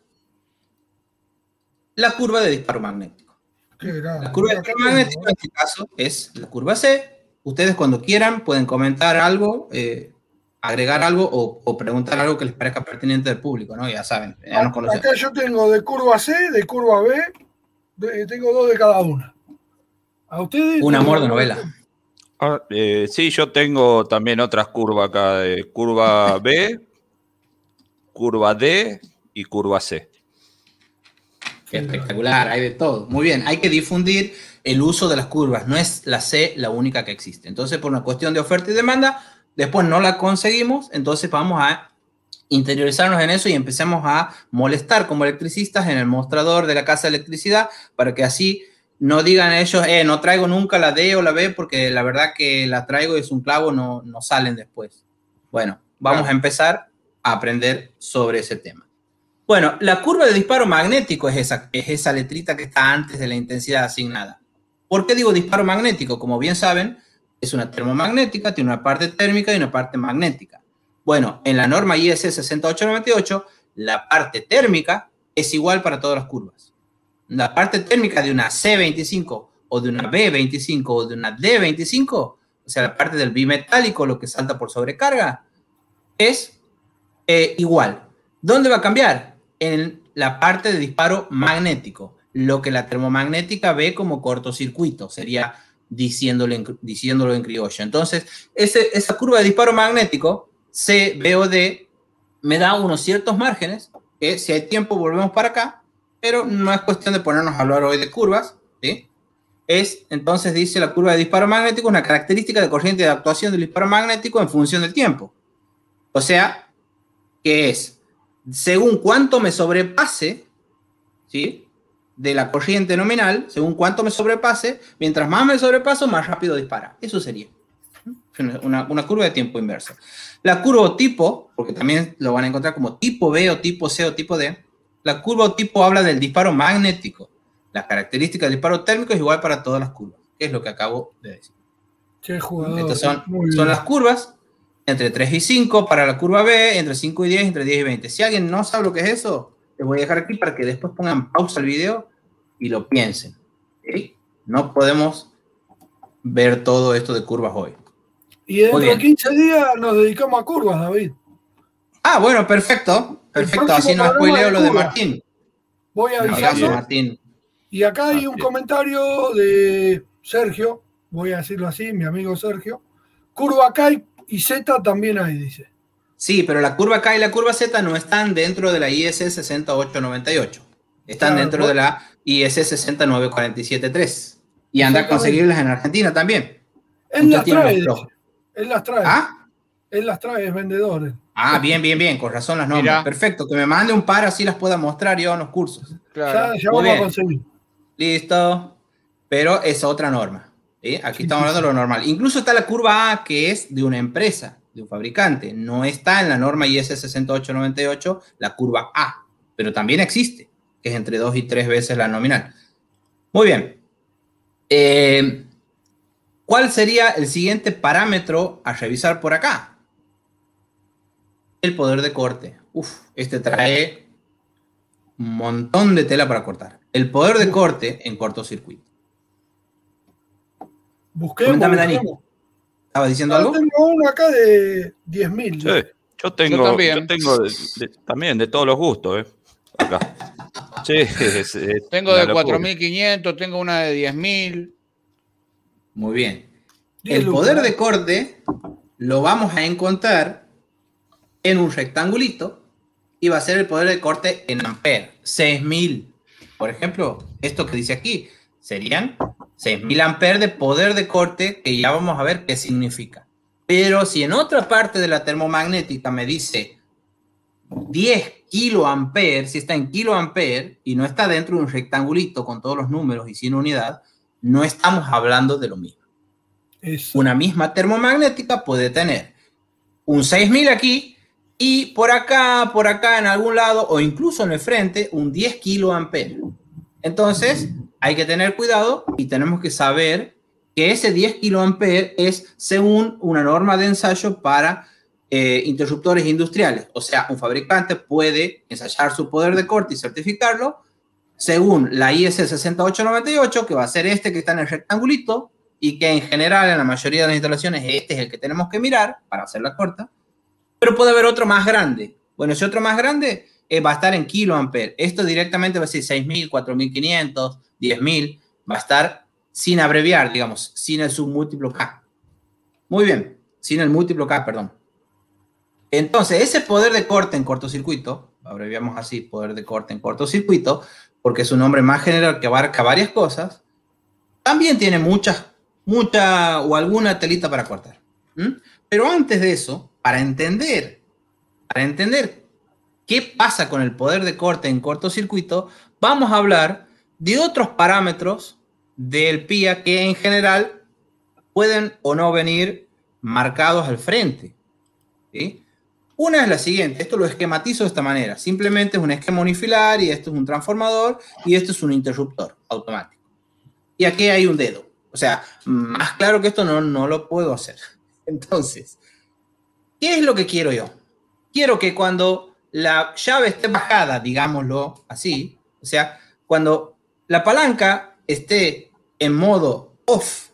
La curva de disparo magnético. La curva de disparo magnético en este caso es la curva C. Ustedes cuando quieran pueden comentar algo, eh, agregar algo o, o preguntar algo que les parezca pertinente del público, ¿no? Ya saben, ya nos conocemos. Acá yo tengo de curva C, de curva B, de, tengo dos de cada una. ¿A ustedes? Un amor de novela. Ah, eh, sí, yo tengo también otras curvas acá, de curva B, curva D y curva C. Qué espectacular, hay de todo. Muy bien, hay que difundir el uso de las curvas. No es la C la única que existe. Entonces, por una cuestión de oferta y demanda, después no la conseguimos, entonces vamos a interiorizarnos en eso y empecemos a molestar como electricistas en el mostrador de la casa de electricidad para que así no digan ellos, eh, no traigo nunca la D o la B porque la verdad que la traigo y es un clavo, no, no salen después. Bueno, vamos Claro. a empezar a aprender sobre ese tema. Bueno, la curva de disparo magnético es esa, es esa letrita que está antes de la intensidad asignada. ¿Por qué digo disparo magnético? Como bien saben, es una termomagnética, tiene una parte térmica y una parte magnética. Bueno, en la norma I S sesenta y ocho noventa y ocho, la parte térmica es igual para todas las curvas. La parte térmica de una C veinticinco o de una B veinticinco o de una D veinticinco, o sea, la parte del bimetálico, lo que salta por sobrecarga, es eh, igual. ¿Dónde va a cambiar? En la parte de disparo magnético, lo que la termomagnética ve como cortocircuito, sería diciéndolo en, diciéndolo en criollo. Entonces, ese, esa curva de disparo magnético, C, B o D, me da unos ciertos márgenes, que si hay tiempo volvemos para acá, pero no es cuestión de ponernos a hablar hoy de curvas, ¿sí? Es, entonces dice la curva de disparo magnético, una característica de corriente de actuación del disparo magnético en función del tiempo. O sea, que es, según cuánto me sobrepase, ¿sí? De la corriente nominal, según cuánto me sobrepase, mientras más me sobrepaso, más rápido dispara. Eso sería una, una curva de tiempo inversa. La curva o tipo, porque también lo van a encontrar como tipo B o tipo C o tipo D, la curva o tipo habla del disparo magnético. La característica del disparo térmico es igual para todas las curvas, que es lo que acabo de decir. Qué jugador. Estas son, Muy son bien. las curvas, entre tres y cinco para la curva B, entre cinco y diez, entre diez y veinte. Si alguien no sabe lo que es eso, les voy a dejar aquí para que después pongan pausa al video y lo piensen. ¿Sí? No podemos ver todo esto de curvas hoy. Y dentro Muy de bien. quince días nos dedicamos a curvas, David. Ah, bueno, perfecto. Perfecto, próximo así no programa spoileo de lo de curvas. Martín. Voy Un abrazo, avisando. Martín. Y acá hay un Así es. comentario de Sergio, voy a decirlo así, mi amigo Sergio. Curva K y Z también hay, dice. Sí, pero la curva K y la curva Z no están dentro de la I S sesenta y ocho noventa y ocho. Están Claro, dentro vos- de la I S sesenta y nueve cuarenta y siete tres. Y anda a Exactamente. conseguirlas en Argentina también. Él Usted las tiene trae, los dice. pro- Él las trae. ¿Ah? Él las trae, es vendedor. él. Ah, bien, bien, bien. Con razón las nombres. Mira. Perfecto. Que me mande un par así las pueda mostrar yo en los cursos. Claro. Ya, ya Muy vamos a bien. conseguir. Listo. Pero es otra norma. ¿Sí? Aquí estamos hablando de lo normal. Incluso está la curva A, que es de una empresa, de un fabricante. No está en la norma I S sesenta y ocho noventa y ocho la curva A, pero también existe, que es entre dos y tres veces la nominal. Muy bien. Eh, ¿Cuál sería el siguiente parámetro a revisar por acá? El poder de corte. Uf, este trae un montón de tela para cortar. El poder de corte en cortocircuito. Busquemos. Coméntame, Dani. busquemos. ¿Estabas diciendo Ah, algo? tengo uno acá de diez mil. Sí, yo tengo, Yo también. yo tengo de- de- también de todos los gustos, ¿eh? Acá. Sí, es, es Tengo una de locura. cuatro mil quinientos, tengo una de diez mil. Muy bien. diez El lucas. poder de corte lo vamos a encontrar en un rectangulito y va a ser el poder de corte en amperes, seis mil. Por ejemplo, esto que dice aquí serían seis mil amperes de poder de corte, que ya vamos a ver qué significa. Pero si en otra parte de la termomagnética me dice diez kiloamperes, si está en kiloamperes y no está dentro de un rectangulito con todos los números y sin unidad, no estamos hablando de lo mismo. Eso. Una misma termomagnética puede tener un seis mil aquí y por acá, por acá en algún lado o incluso en el frente un diez kiloamperes. Entonces hay que tener cuidado y tenemos que saber que ese diez kiloamperes es según una norma de ensayo para eh, interruptores industriales. O sea, un fabricante puede ensayar su poder de corte y certificarlo según la I S sesenta y ocho noventa y ocho, que va a ser este que está en el rectangulito, y que en general en la mayoría de las instalaciones este es el que tenemos que mirar para hacerla corta, pero puede haber otro más grande. Bueno, ese otro más grande eh, va a estar en kiloamperes. Esto directamente va a ser seis mil, cuatro mil quinientos, diez mil, va a estar sin abreviar, digamos, sin el submúltiplo K. Muy bien, sin el múltiplo K, perdón. Entonces, ese poder de corte en cortocircuito, abreviamos así, poder de corte en cortocircuito, porque es un nombre más general que abarca varias cosas, también tiene muchas, mucha o alguna telita para cortar. ¿Mm? Pero antes de eso, para entender, para entender qué pasa con el poder de corte en cortocircuito, vamos a hablar de otros parámetros del P I A que en general pueden o no venir marcados al frente. ¿Sí? Una es la siguiente, esto lo esquematizo de esta manera, simplemente es un esquema unifilar y esto es un transformador y esto es un interruptor automático. Y aquí hay un dedo, o sea, más claro que esto no, no lo puedo hacer. Entonces, ¿qué es lo que quiero yo? Quiero que cuando la llave esté bajada, digámoslo así, o sea, cuando la palanca esté en modo off,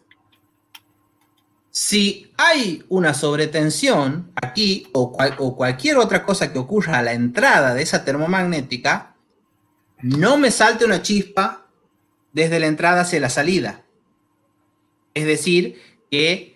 si hay una sobretensión aquí o, cual, o cualquier otra cosa que ocurra a la entrada de esa termomagnética, no me salte una chispa desde la entrada hacia la salida. Es decir, que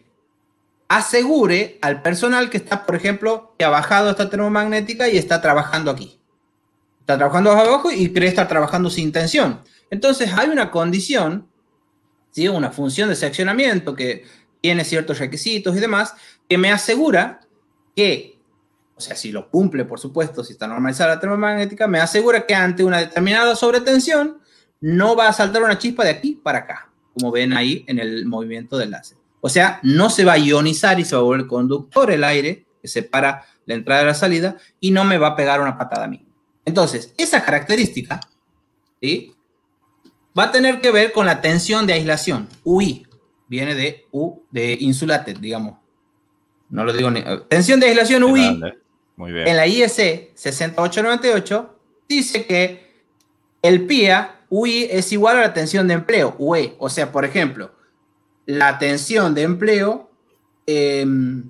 asegure al personal que está, por ejemplo, que ha bajado esta termomagnética y está trabajando aquí. Está trabajando abajo y cree estar trabajando sin tensión. Entonces hay una condición, ¿sí? Una función de seccionamiento que tiene ciertos requisitos y demás, que me asegura que, o sea, si lo cumple, por supuesto, si está normalizada la termomagnética, me asegura que ante una determinada sobretensión no va a saltar una chispa de aquí para acá, como ven ahí en el movimiento del láser. O sea, no se va a ionizar y se va a volver conductor el aire que separa la entrada de la salida y no me va a pegar una patada a mí. Entonces, esa característica, ¿sí?, va a tener que ver con la tensión de aislación, U I. Viene de U, de insulated, digamos. No lo digo ni... Tensión de aislación U I, muy bien, en la I E C sesenta y ocho noventa y ocho, dice que el P I A U I es igual a la tensión de empleo, U E. O sea, por ejemplo, la tensión de empleo eh,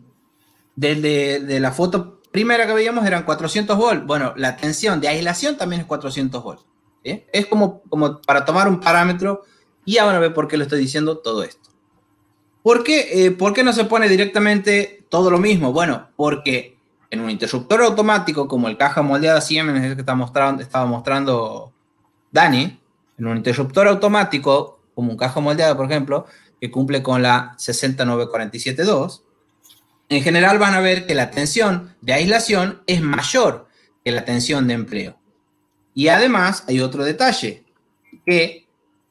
de, de, de la foto primera que veíamos eran cuatrocientos volts. Bueno, la tensión de aislación también es cuatrocientos volts. ¿Sí? Es como, como para tomar un parámetro y ya van a ver por qué le estoy diciendo todo esto. ¿Por qué, eh, ¿Por qué no se pone directamente todo lo mismo? Bueno, porque en un interruptor automático como el caja moldeada Siemens, es el que está mostrando, estaba mostrando Dani, en un interruptor automático como un caja moldeada, por ejemplo, que cumple con la sesenta nueve cuarenta y siete dos, en general van a ver que la tensión de aislación es mayor que la tensión de empleo. Y además hay otro detalle, que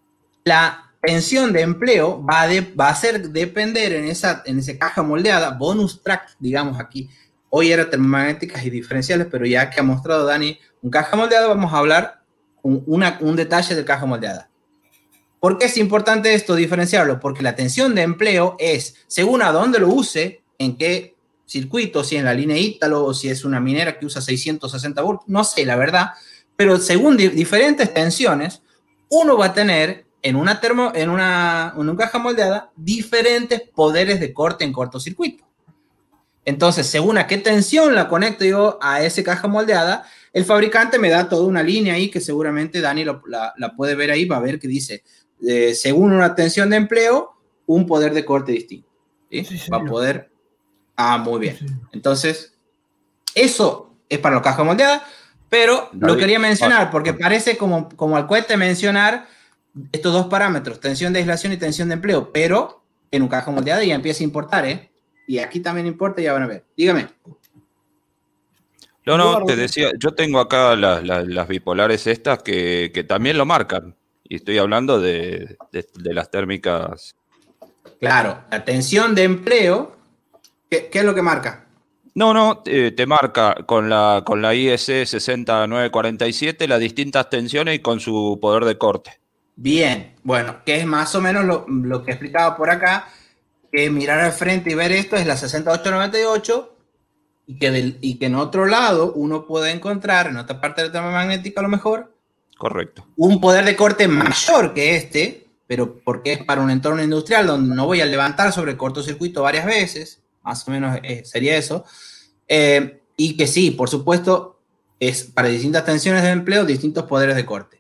la tensión de empleo va a, de, va a hacer depender en esa, en esa caja moldeada, bonus track, digamos aquí. Hoy era termomagnéticas y diferenciales, pero ya que ha mostrado Dani un caja moldeada, vamos a hablar un, una, un detalle de caja moldeada. ¿Por qué es importante esto diferenciarlo? Porque la tensión de empleo es, según a dónde lo use, en qué circuito, si en la línea Ítalo o si es una minera que usa seiscientos sesenta volts, no sé, la verdad, pero según di diferentes tensiones, uno va a tener en una, termo, en, una, en una caja moldeada diferentes poderes de corte en cortocircuito. Entonces, según a qué tensión la conecto yo a esa caja moldeada, el fabricante me da toda una línea ahí que seguramente Dani lo, la, la puede ver ahí, va a ver que dice, eh, según una tensión de empleo, un poder de corte distinto. ¿Sí? Sí, va a poder... Ah, muy bien. Sí, sí. Entonces, eso es para la caja moldeada, pero David, lo quería mencionar porque parece como, como al cohete mencionar estos dos parámetros, tensión de aislación y tensión de empleo, pero en un caja moldeada ya empieza a importar, ¿eh? Y aquí también importa, ya van a ver. Dígame. No, no, te decía, yo tengo acá la, la, las bipolares estas que, que también lo marcan. Y estoy hablando de, de, de las térmicas. Claro, la tensión de empleo, ¿qué, qué es lo que marca? No, no, te, te marca con la, con la I E C sesenta nueve cuarenta y siete las distintas tensiones y con su poder de corte. Bien, bueno, que es más o menos lo, lo que explicaba por acá, que mirar al frente y ver esto es la sesenta ocho noventa y ocho y que, del, y que en otro lado uno puede encontrar, en otra parte de la termomagnética a lo mejor, correcto, un poder de corte mayor que este, pero porque es para un entorno industrial donde no voy a levantar sobre el cortocircuito varias veces, más o menos eh, sería eso, eh, y que sí, por supuesto, es para distintas tensiones de empleo, distintos poderes de corte.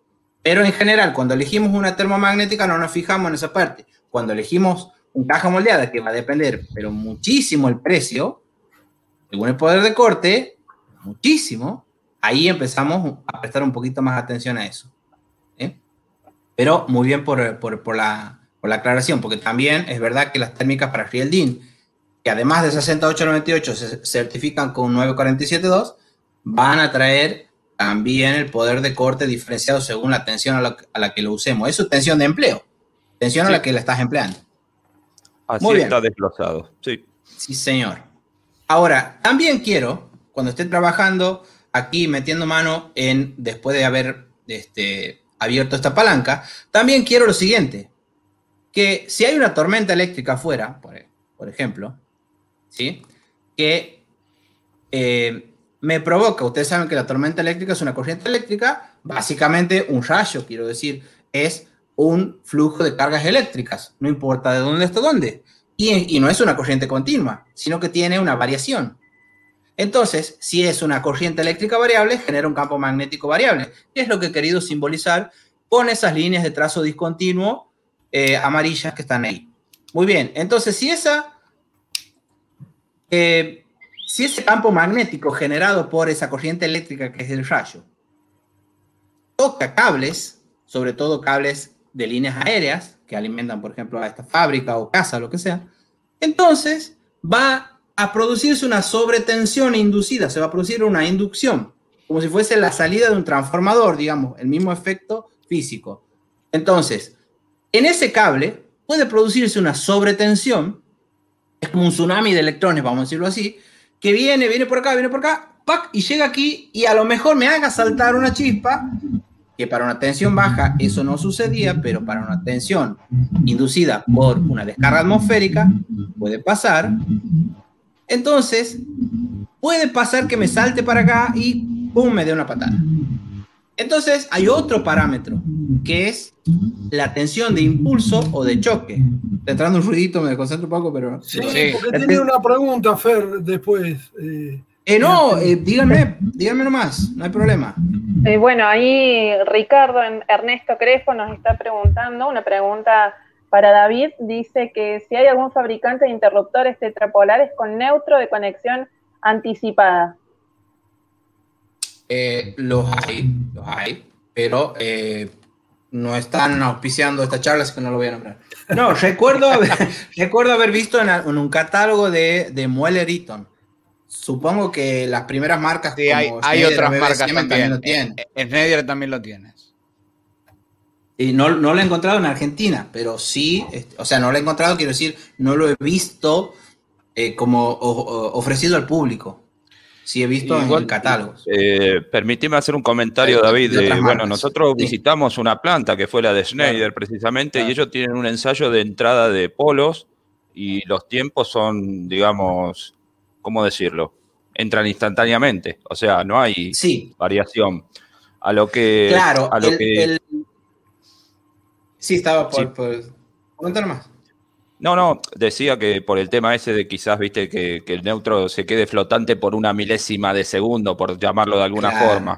Pero en general, cuando elegimos una termomagnética no nos fijamos en esa parte. Cuando elegimos una caja moldeada, que va a depender, pero muchísimo el precio, según el poder de corte, muchísimo, ahí empezamos a prestar un poquito más atención a eso. ¿eh? Pero muy bien por, por, por, la, por la aclaración, porque también es verdad que las térmicas para Rieldin, que además de sesenta y ocho noventa y ocho se certifican con nueve cuarenta y siete punto dos, van a traer también el poder de corte diferenciado según la tensión a la, a la que lo usemos. Eso es tensión de empleo, tensión sí. a la que la estás empleando. Así Muy bien. Está desglosado, sí. Sí, señor. Ahora, también quiero, cuando esté trabajando aquí, metiendo mano en, después de haber este, abierto esta palanca, también quiero lo siguiente, que si hay una tormenta eléctrica afuera, por, por ejemplo, ¿sí? que eh, me provoca, ustedes saben que la tormenta eléctrica es una corriente eléctrica, básicamente un rayo, quiero decir, es un flujo de cargas eléctricas, no importa de dónde está dónde, y, y no es una corriente continua, sino que tiene una variación. Entonces, si es una corriente eléctrica variable, genera un campo magnético variable, que es lo que he querido simbolizar con esas líneas de trazo discontinuo eh, amarillas que están ahí. Muy bien, entonces si esa... Eh, si ese campo magnético generado por esa corriente eléctrica que es el rayo toca cables, sobre todo cables de líneas aéreas que alimentan, por ejemplo, a esta fábrica o casa, lo que sea, entonces va a producirse una sobretensión inducida, se va a producir una inducción, como si fuese la salida de un transformador, digamos, el mismo efecto físico. Entonces, en ese cable puede producirse una sobretensión, es como un tsunami de electrones, vamos a decirlo así, que viene, viene por acá, viene por acá, ¡pac! Y llega aquí y a lo mejor me haga saltar una chispa, que para una tensión baja eso no sucedía, pero para una tensión inducida por una descarga atmosférica puede pasar. Entonces, puede pasar que me salte para acá y ¡pum! Me dé una patada. Entonces, hay otro parámetro, que es la tensión de impulso o de choque. Está entrando un ruidito, me desconcentro un poco, pero... Sí, sí. Porque tenía una pregunta, Fer, después. Eh, eh no, eh, díganme, díganme nomás, no hay problema. Eh, bueno, ahí Ricardo Ernesto Crespo nos está preguntando, una pregunta para David, dice que si hay algún fabricante de interruptores tetrapolares con neutro de conexión anticipada. Eh, los hay, los hay, pero eh, no están auspiciando esta charla, así que no lo voy a nombrar. No, recuerdo haber, recuerdo haber visto en, en un catálogo de, de Mueller-Eaton. Supongo que las primeras marcas sí, como hay, hay otras marcas también, también lo tienen. Schneider también lo tienes. Y no, no lo he encontrado en Argentina, pero sí, este, o sea, no lo he encontrado, quiero decir, no lo he visto eh, como o, o, ofrecido al público. Sí, he visto igual, en catálogos. Eh, permitime hacer un comentario, David. De, de bueno, nosotros sí. visitamos una planta que fue la de Schneider, claro. precisamente, claro. y ellos tienen un ensayo de entrada de polos y los tiempos son, digamos, ¿cómo decirlo? Entran instantáneamente, o sea, no hay sí. variación. A lo que... Claro, a lo el, que, el... sí, estaba por... Sí. por... Comentar más. No, no, decía que por el tema ese de quizás, viste, que, que el neutro se quede flotante por una milésima de segundo, por llamarlo de alguna claro. forma.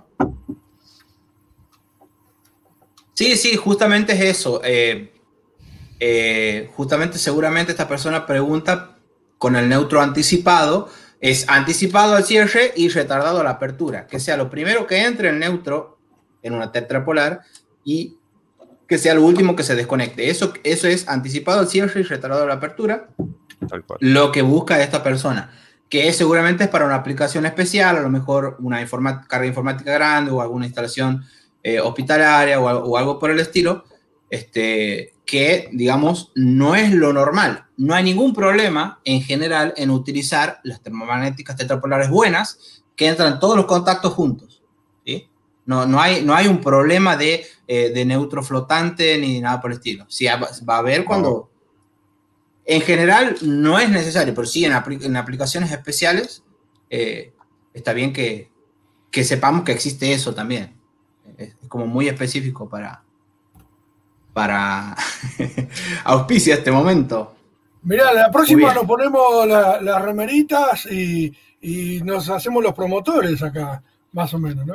Sí, sí, justamente es eso. Eh, eh, justamente, seguramente esta persona pregunta con el neutro anticipado, es anticipado al cierre y retardado a la apertura, que sea lo primero que entre el neutro en una tetrapolar y que sea lo último que se desconecte. Eso, eso es anticipado al cierre y retardado a la apertura. Tal cual. Lo que busca esta persona, que seguramente es para una aplicación especial, a lo mejor una informa- carga informática grande o alguna instalación eh, hospitalaria o, o algo por el estilo, este, que, digamos, no es lo normal. No hay ningún problema, en general, en utilizar las termomagnéticas tetrapolares buenas que entran todos los contactos juntos, ¿sí? No, no, hay, no hay un problema de, eh, de neutro flotante ni nada por el estilo. Sí, va a haber cuando... No. En general no es necesario, pero sí en, apl- en aplicaciones especiales eh, está bien que, que sepamos que existe eso también. Es, es como muy específico para, para auspicia este momento. Mirá, la próxima nos ponemos la, las remeritas y, y nos hacemos los promotores acá, más o menos, ¿no?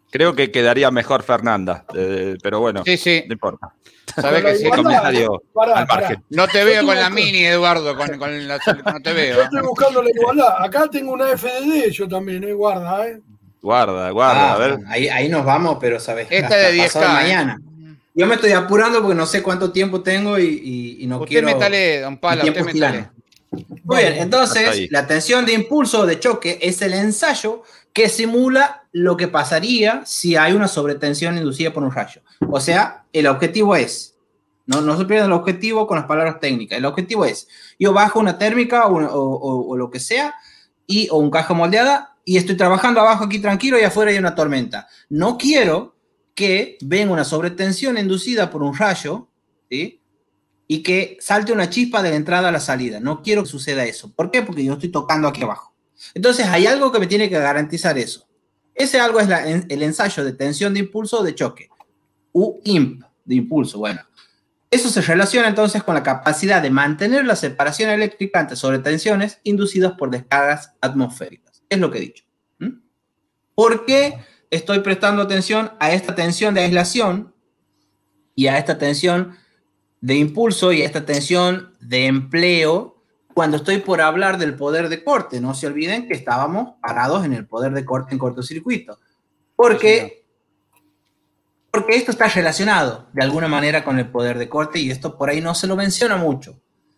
Creo que quedaría mejor Fernanda, eh, pero bueno, sí, sí. no importa. Sabés que sí, comentario pará, al margen. pará. No te veo Yo con tengo la que- mini, Eduardo, con, con la, no te Yo veo. estoy buscando la igualdad. Acá tengo una F D D yo también, eh, guarda, ¿eh? Guarda, guarda, Ah, a ver. ahí, ahí nos vamos, pero sabes, Esta hasta de diez pasado K, ¿eh? mañana. Yo me estoy apurando porque no sé cuánto tiempo tengo y, y- y no Usted quiero. métale, don Pala, mi usted tiempo es métale. tirano. Muy bien, Hasta entonces ahí. la tensión de impulso o de choque es el ensayo que simula lo que pasaría si hay una sobretensión inducida por un rayo. O sea, el objetivo es, no, no se pierdan el objetivo con las palabras técnicas, el objetivo es, yo bajo una térmica o, una- o- o- o lo que sea, y, o un caja moldeada, y estoy trabajando abajo aquí tranquilo y afuera hay una tormenta. No quiero que venga una sobretensión inducida por un rayo, ¿sí? Y que salte una chispa de la entrada a la salida. No quiero que suceda eso. ¿Por qué? Porque yo estoy tocando aquí abajo. Entonces hay algo que me tiene que garantizar eso. Ese algo es la, el ensayo de tensión de impulso o de choque. U I M P, de impulso. Bueno, eso se relaciona entonces con la capacidad de mantener la separación eléctrica ante sobretensiones inducidas por descargas atmosféricas. Es lo que he dicho. ¿Mm? ¿Por qué estoy prestando atención a esta tensión de aislación y a esta tensión de impulso y a esta tensión de empleo cuando estoy por hablar del poder de corte? No se olviden que estábamos parados en el poder de corte en cortocircuito. Porque, porque esto está relacionado de alguna manera con el poder de corte y esto por ahí no se lo menciona mucho.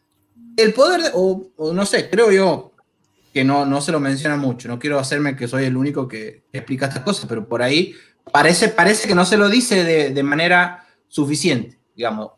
El poder, de, o, o no sé, creo yo que no, no se lo menciona mucho. No quiero hacerme que soy el único que explica estas cosas, pero por ahí parece, parece que no se lo dice de, de manera suficiente, digamos.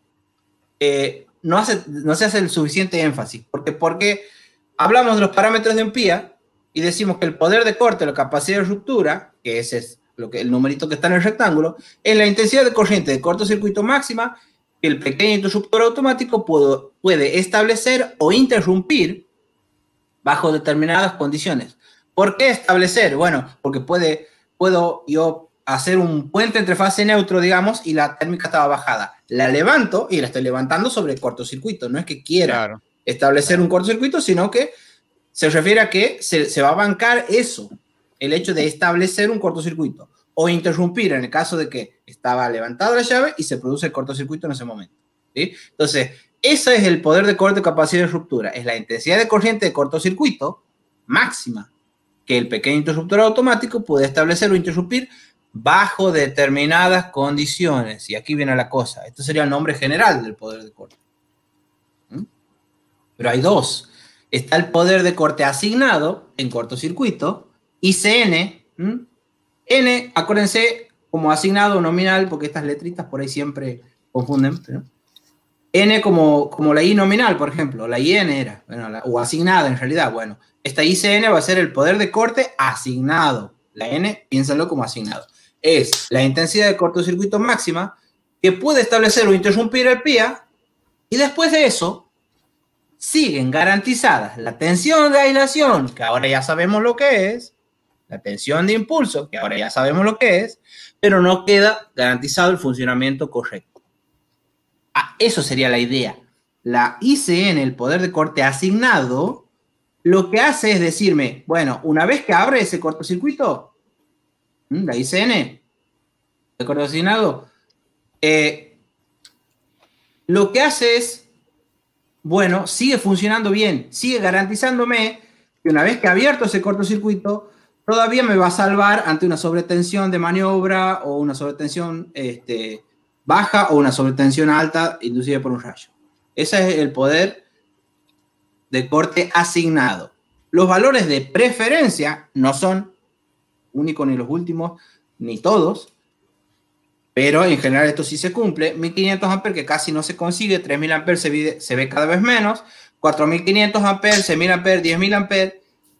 Eh, no, hace, no se hace el suficiente énfasis. Porque, porque hablamos de los parámetros de Ampere y decimos que el poder de corte, la capacidad de ruptura, que ese es lo que, el numerito que está en el rectángulo, es la intensidad de corriente de cortocircuito máxima que el pequeño interruptor automático puede, puede establecer o interrumpir bajo determinadas condiciones. ¿Por qué establecer? Bueno, porque puede, puedo yo hacer un puente entre fase neutro, digamos, y la térmica estaba bajada. La levanto y la estoy levantando sobre el cortocircuito. No es que quiera claro. establecer claro. un cortocircuito, sino que se refiere a que se, se va a bancar eso, el hecho de establecer un cortocircuito o interrumpir en el caso de que estaba levantada la llave y se produce el cortocircuito en ese momento. ¿Sí? Entonces, ese es el poder de corte, capacidad de ruptura. Es la intensidad de corriente de cortocircuito máxima que el pequeño interruptor automático puede establecer o interrumpir bajo determinadas condiciones. Y aquí viene la cosa. Esto sería el nombre general del poder de corte. ¿Mm? Pero hay dos. Está el poder de corte asignado en cortocircuito, I C N. ¿Mm? N, acuérdense, como asignado o nominal, porque estas letritas por ahí siempre confunden. ¿no? N como, como la I nominal, por ejemplo. La I N era, bueno, la, o asignada en realidad. Bueno, esta I C N va a ser el poder de corte asignado. La N, piénsenlo como asignado. Es la intensidad de cortocircuito máxima que puede establecer o interrumpir el P I A, y después de eso siguen garantizadas la tensión de aislación, que ahora ya sabemos lo que es, la tensión de impulso, que ahora ya sabemos lo que es, pero no queda garantizado el funcionamiento correcto. Ah, eso sería la idea. La I C N, el poder de corte asignado, lo que hace es decirme, bueno, una vez que abre ese cortocircuito, la I C N, el corte asignado, eh, lo que hace es, bueno, sigue funcionando bien, sigue garantizándome que una vez que ha abierto ese cortocircuito, todavía me va a salvar ante una sobretensión de maniobra o una sobretensión este, baja o una sobretensión alta inducida por un rayo. Ese es el poder de corte asignado. Los valores de preferencia no son únicos ni los últimos, ni todos, pero en general esto sí se cumple. mil quinientos amperes que casi no se consigue, tres mil amperes se ve, se ve cada vez menos, cuatro mil quinientos amperes, seis mil amperes, diez mil amperes,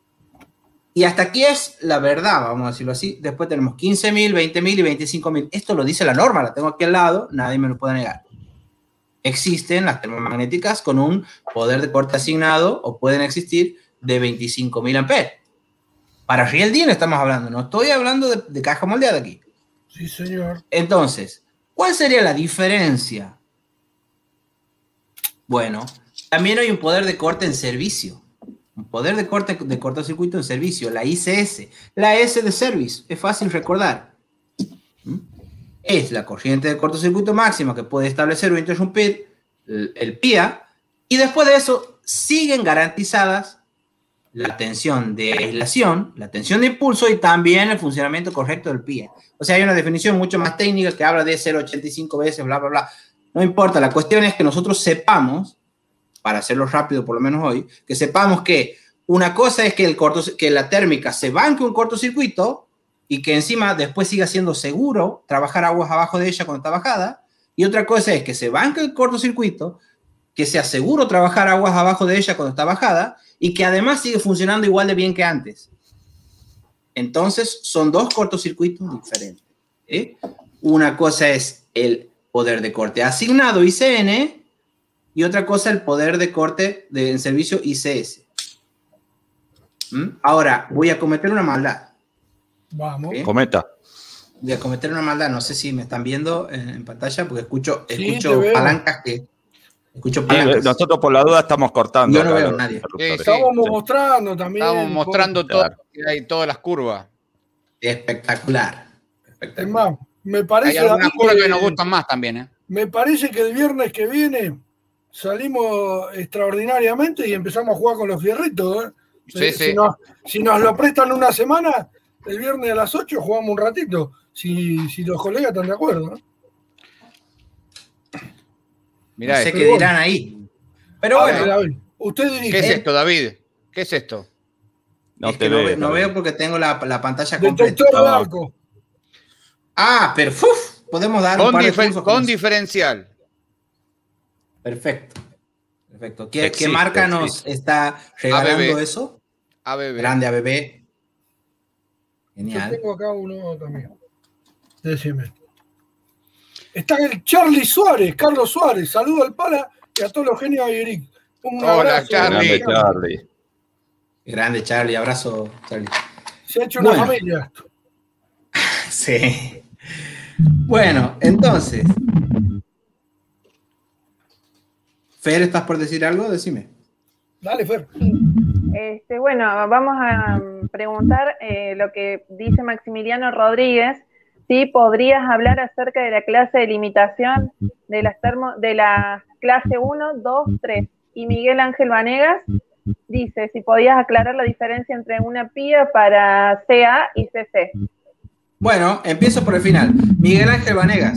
y hasta aquí es la verdad, vamos a decirlo así. Después tenemos quince mil, veinte mil y veinticinco mil. Esto lo dice la norma, la tengo aquí al lado, nadie me lo puede negar. Existen las termomagnéticas con un poder de corte asignado, o pueden existir, de veinticinco mil amperes. Para Real D I N estamos hablando, no estoy hablando de, de caja moldeada aquí. Sí, señor. Entonces, ¿cuál sería la diferencia? Bueno, también hay un poder de corte en servicio. Un poder de corte de cortocircuito en servicio, la I C S. La S de service, es fácil recordar. ¿Mm? Es la corriente de cortocircuito máxima que puede establecer o interrumpir el, el P I A, y después de eso siguen garantizadas la tensión de aislación, la tensión de impulso y también el funcionamiento correcto del P I A. O sea, hay una definición mucho más técnica que habla de cero coma ochenta y cinco veces, bla, bla, bla. No importa, la cuestión es que nosotros sepamos, para hacerlo rápido por lo menos hoy, que sepamos que una cosa es que, el corto, que la térmica se banque un cortocircuito y que encima después siga siendo seguro trabajar aguas abajo de ella cuando está bajada, y otra cosa es que se banque el cortocircuito, que sea seguro trabajar aguas abajo de ella cuando está bajada, y que además sigue funcionando igual de bien que antes. Entonces, son dos cortocircuitos diferentes. ¿eh? Una cosa es el poder de corte asignado I C N, y otra cosa el poder de corte de, en servicio I C S. ¿Mm? Ahora, voy a cometer una maldad. Vamos. ¿Sí? Cometa. Voy a cometer una maldad. No sé si me están viendo en, en pantalla, porque escucho, Sí, escucho te veo. palancas que... Escucho Sí, palancas. nosotros por la duda estamos cortando. Yo no acá veo a los nadie. interruptores. Sí, sí. Estábamos mostrando también. Estamos mostrando todo, Claro. que hay todas las curvas. Espectacular. Es Espectacular. más, me Hay parece, algunas David, curvas que que- nos gustan más también, ¿eh? me parece que el viernes que viene salimos extraordinariamente y empezamos a jugar con los fierritos. ¿eh? Sí, Eh, sí. Si, nos, si nos lo prestan una semana, el viernes a las ocho jugamos un ratito, si, si los colegas están de acuerdo. ¿no? Mirá No sé esto. qué dirán ahí. Pero A bueno, ver, David, usted dirige. ¿Qué es esto, David? ¿Qué es esto? No es te que no, veo. ve- no David. veo porque tengo la, la pantalla completa. Detector de Ah. arco. Ah, pero uf, podemos dar un Con, par de difer- cursos con con eso. diferencial. Perfecto. Perfecto. ¿Qué, Existe, qué marca nos existe. está regalando A B B. eso? A B B. Grande A B B. Yo Genial. tengo acá uno también. Decime. Está el Charlie Suárez, Carlos Suárez. Saludo al Pala y a todos los genios de Eric. Un Hola, abrazo. Charlie. Grande Charlie. Grande Charlie, abrazo Charlie. Se ha hecho una Bueno. familia esto. Sí. Bueno, entonces. Fer, ¿estás por decir algo? Decime. Dale, Fer. Este, bueno, vamos a mm, preguntar eh, lo que dice Maximiliano Rodríguez, si podrías hablar acerca de la clase de limitación de las termo, de la clase uno, dos, tres. Y Miguel Ángel Vanegas dice si podías aclarar la diferencia entre una P I A para C A y C C. Bueno, empiezo por el final. Miguel Ángel Vanegas.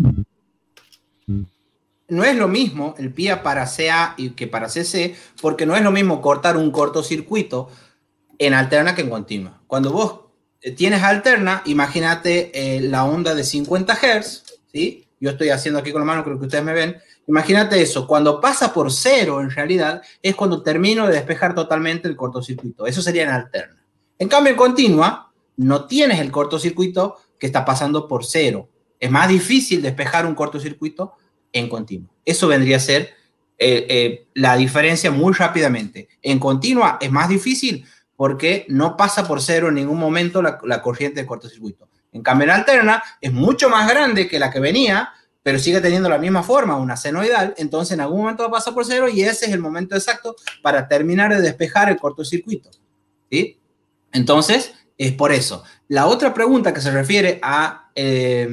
No es lo mismo el P I A para C A y que para C C, porque no es lo mismo cortar un cortocircuito en alterna que en continua. Cuando vos tienes alterna, imagínate eh, la onda de cincuenta hertz, ¿sí? Yo estoy haciendo aquí con la mano, creo que ustedes me ven. Imagínate eso, cuando pasa por cero, en realidad, es cuando termino de despejar totalmente el cortocircuito. Eso sería en alterna. En cambio, en continua, no tienes el cortocircuito que está pasando por cero. Es más difícil despejar un cortocircuito en continua. Eso vendría a ser eh, eh, la diferencia muy rápidamente. En continua es más difícil porque no pasa por cero en ningún momento la, la corriente de cortocircuito. En cambio, en alterna es mucho más grande que la que venía, pero sigue teniendo la misma forma, una senoidal, entonces en algún momento va a pasar por cero y ese es el momento exacto para terminar de despejar el cortocircuito. ¿Sí? Entonces, es por eso. La otra pregunta que se refiere a eh,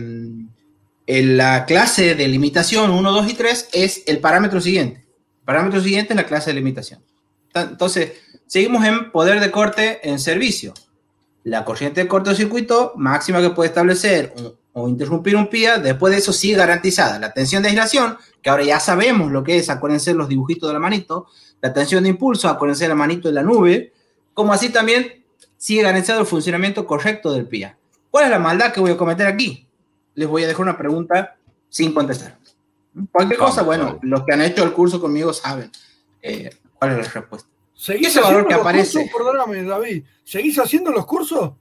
en la clase de limitación uno, dos y tres es el parámetro siguiente. El parámetro siguiente es la clase de limitación. Entonces, seguimos en poder de corte en servicio. La corriente de cortocircuito máxima que puede establecer un, o interrumpir un P I A, después de eso sigue garantizada la tensión de aislación, que ahora ya sabemos lo que es, acuérdense los dibujitos de la manito, la tensión de impulso, acuérdense la manito de la nube, como así también sigue garantizado el funcionamiento correcto del P I A. ¿Cuál es la maldad que voy a cometer aquí? Les voy a dejar una pregunta sin contestar. Cualquier cosa, bueno, los que han hecho el curso conmigo saben eh, cuál es la respuesta. ¿Seguís Ese valor haciendo que los aparece. cursos? Perdóname, David. ¿Seguís haciendo los cursos?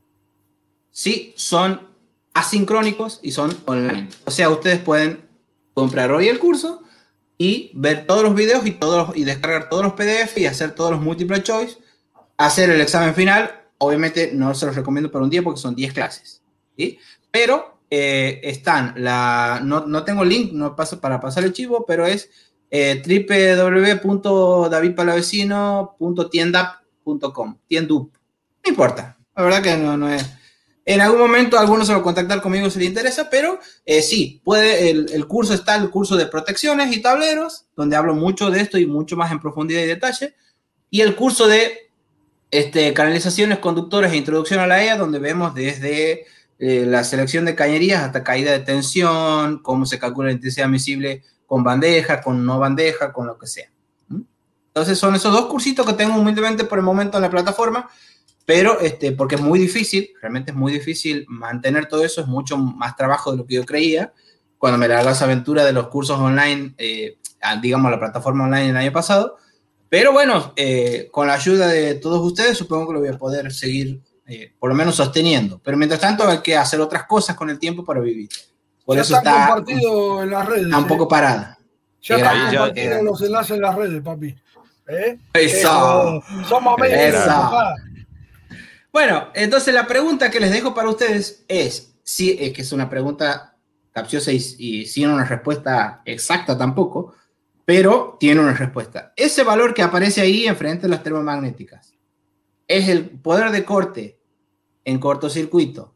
Sí, son asincrónicos y son online. O sea, ustedes pueden comprar hoy el curso y ver todos los videos y, todos, y descargar todos los P D F y hacer todos los multiple choice, hacer el examen final. Obviamente no se los recomiendo para un día porque son diez clases, ¿sí? Pero eh, están, la, no, no tengo link no paso para pasar el chivo, pero es eh, doble u doble u doble u punto david palavecino punto tiendup punto com, tiendup. No importa, la verdad que no, no es... En algún momento alguno se va a contactar conmigo si le interesa, pero eh, sí, puede, el, el curso está, el curso de protecciones y tableros, donde hablo mucho de esto y mucho más en profundidad y detalle, y el curso de este, canalizaciones, conductores e introducción a la E A, donde vemos desde eh, la selección de cañerías hasta caída de tensión, cómo se calcula la intensidad admisible con bandeja, con no bandeja, con lo que sea. ¿Mm? Entonces son esos dos cursitos que tengo humildemente por el momento en la plataforma, pero este, porque es muy difícil, realmente es muy difícil mantener todo eso, es mucho más trabajo de lo que yo creía. Cuando me largué a esa aventura de los cursos online, eh, digamos la plataforma online el año pasado, pero bueno, eh, con la ayuda de todos ustedes supongo que lo voy a poder seguir eh, por lo menos sosteniendo, pero mientras tanto hay que hacer otras cosas con el tiempo para vivir. Por ya eso está está compartido en las redes. Está un poco ¿eh? parada. Ya Qué están grande, compartidos qué los enlaces en las redes, papi. ¿Eh? Eso. Eso. Somos amigos. Eso. Bueno, entonces la pregunta que les dejo para ustedes es, si, es que es una pregunta capciosa y, y sin una respuesta exacta tampoco, pero tiene una respuesta. Ese valor que aparece ahí enfrente de las termomagnéticas, ¿es el poder de corte en cortocircuito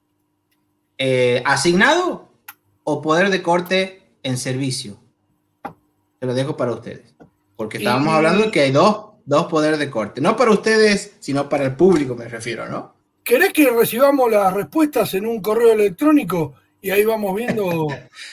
eh, asignado o poder de corte en servicio? Se lo dejo para ustedes, porque estábamos Y- hablando de que hay dos Dos poderes de corte. No para ustedes, sino para el público, me refiero, ¿no? ¿Querés que recibamos las respuestas en un correo electrónico? Y ahí vamos viendo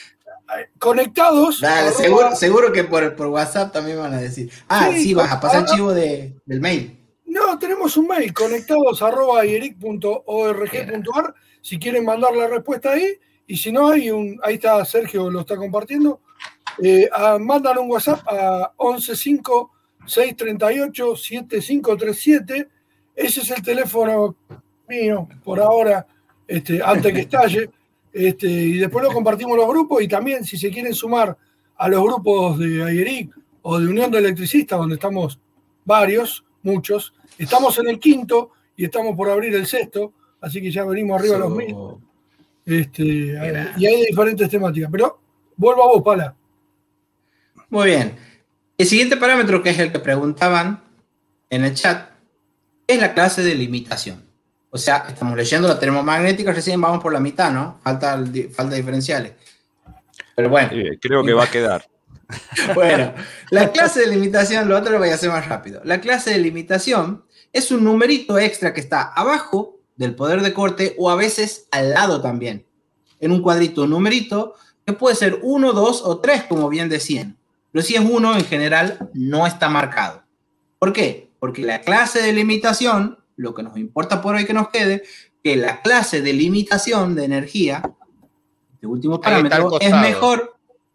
conectados. Dale, arroba- seguro, seguro que por, por WhatsApp también van a decir. Ah, sí, Sí, vas a pasar ah, chivo de, del mail. No, tenemos un mail, conectados arroba ieric punto org punto ar, si quieren mandar la respuesta ahí, y si no, hay un, ahí está Sergio, lo está compartiendo. Eh, a, mandan un WhatsApp a once cinco seis treinta y ocho setenta y cinco treinta y siete. Ese es el teléfono mío por ahora, este, antes que estalle. Este, y después lo compartimos en los grupos, y también si se quieren sumar a los grupos de Ayeric o de Unión de Electricistas, donde estamos varios, muchos. Estamos en el quinto y estamos por abrir el sexto, así que ya venimos arriba de los mil. Este, y hay diferentes temáticas. Pero vuelvo a vos, Pala. Muy bien. El siguiente parámetro, que es el que preguntaban en el chat, es la clase de limitación. O sea, estamos leyendo la termomagnética, recién vamos por la mitad, ¿no? Falta, falta diferenciales. Pero bueno. Sí, creo que va a quedar. Bueno, la clase de limitación, lo otro lo voy a hacer más rápido. La clase de limitación es un numerito extra que está abajo del poder de corte o a veces al lado también. En un cuadrito, un numerito que puede ser uno, dos o tres, como bien decían. Pero si es uno, en general, no está marcado. ¿Por qué? Porque la clase de limitación, lo que nos importa por hoy que nos quede, que la clase de limitación de energía, este último parámetro, es mejor.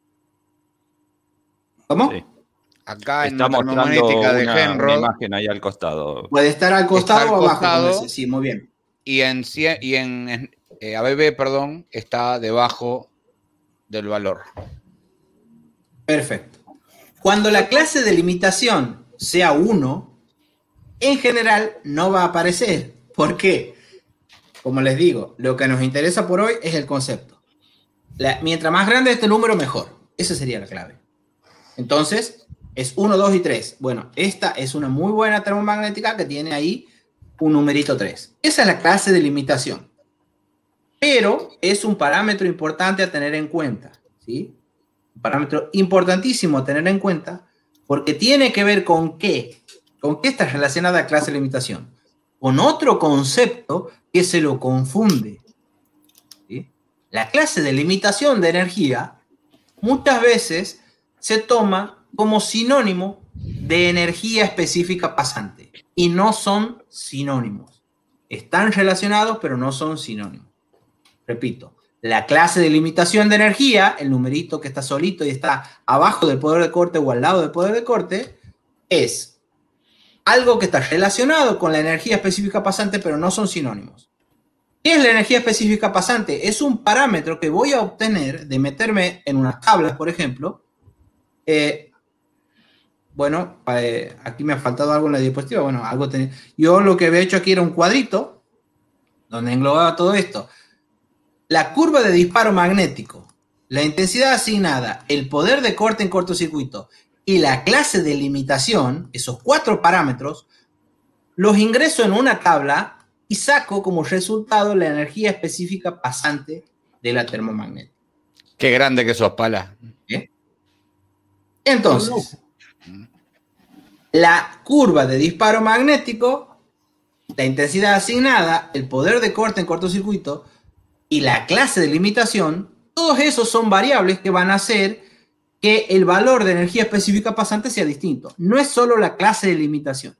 ¿Cómo? Sí. Acá en Está la mostrando termomagnética de una, una Henrod imagen ahí al costado. Puede estar al costado está al o abajo. costado, como dice. Sí, muy bien. Y en, cien- y en eh, A B B, perdón, está debajo del valor. Perfecto. Cuando la clase de limitación sea uno, en general no va a aparecer. ¿Por qué? Como les digo, lo que nos interesa por hoy es el concepto. La, mientras más grande este número, mejor. Esa sería la clave. Entonces, es uno, dos y tres. Bueno, esta es una muy buena termomagnética que tiene ahí un numerito tres. Esa es la clase de limitación. Pero es un parámetro importante a tener en cuenta, ¿sí? Un parámetro importantísimo a tener en cuenta porque tiene que ver con qué. ¿Con qué está relacionada la clase de limitación? Con otro concepto que se lo confunde, ¿sí? La clase de limitación de energía muchas veces se toma como sinónimo de energía específica pasante y no son sinónimos. Están relacionados, pero no son sinónimos. Repito, la clase de limitación de energía, el numerito que está solito y está abajo del poder de corte o al lado del poder de corte, es algo que está relacionado con la energía específica pasante, pero no son sinónimos. ¿Qué es la energía específica pasante? Es un parámetro que voy a obtener de meterme en unas tablas, por ejemplo. Eh, bueno, eh, aquí me ha faltado algo en la diapositiva. Bueno, algo ten... Yo lo que había hecho aquí era un cuadrito donde englobaba todo esto. La curva de disparo magnético, la intensidad asignada, el poder de corte en cortocircuito y la clase de limitación, esos cuatro parámetros, los ingreso en una tabla y saco como resultado la energía específica pasante de la termomagnética. Qué grande que sos, Pala. ¿Eh? Entonces, la curva de disparo magnético, la intensidad asignada, el poder de corte en cortocircuito y la clase de limitación, todos esos son variables que van a hacer que el valor de energía específica pasante sea distinto. No es solo la clase de limitación,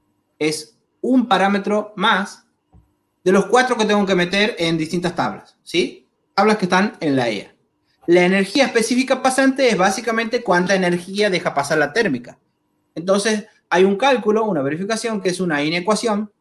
es un parámetro más de los cuatro que tengo que meter en distintas tablas, ¿sí? Tablas que están en la E A. La energía específica pasante es básicamente cuánta energía deja pasar la térmica. Entonces, hay un cálculo, una verificación, que es una inecuación,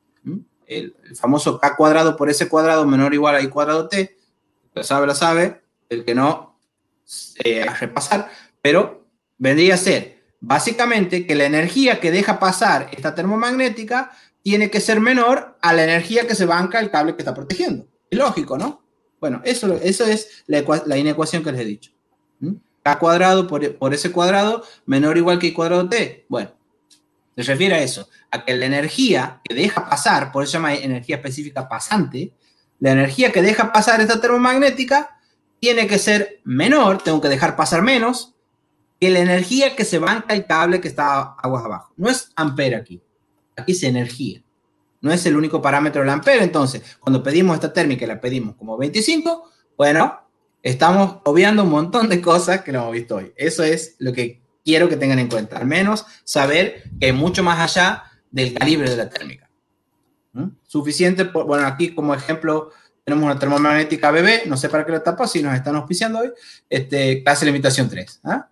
el, el famoso K cuadrado por S cuadrado menor o igual a I cuadrado T. El que sabe, lo sabe. El que no, eh, a repasar. Pero vendría a ser, básicamente, que la energía que deja pasar esta termomagnética tiene que ser menor a la energía que se banca el cable que está protegiendo. Es lógico, ¿no? Bueno, eso, eso es la, la inecuación que les he dicho. ¿Mm? K cuadrado por, por S cuadrado menor o igual que I cuadrado T. Bueno, se refiere a eso, a que la energía que deja pasar, por eso se llama energía específica pasante, la energía que deja pasar esta termomagnética tiene que ser menor, tengo que dejar pasar menos, que la energía que se banca el cable que está aguas abajo. No es ampere aquí, aquí es energía. No es el único parámetro del ampere. Entonces, cuando pedimos esta térmica y la pedimos como veinticinco, bueno, estamos obviando un montón de cosas que no hemos visto hoy. Eso es lo que quiero que tengan en cuenta. Al menos saber que hay mucho más allá del calibre de la térmica. ¿Mm? Suficiente, por, bueno, aquí como ejemplo tenemos una termomagnética B B, no sé para qué la tapa, si nos están auspiciando hoy, este, clase de limitación tres. ¿Ah?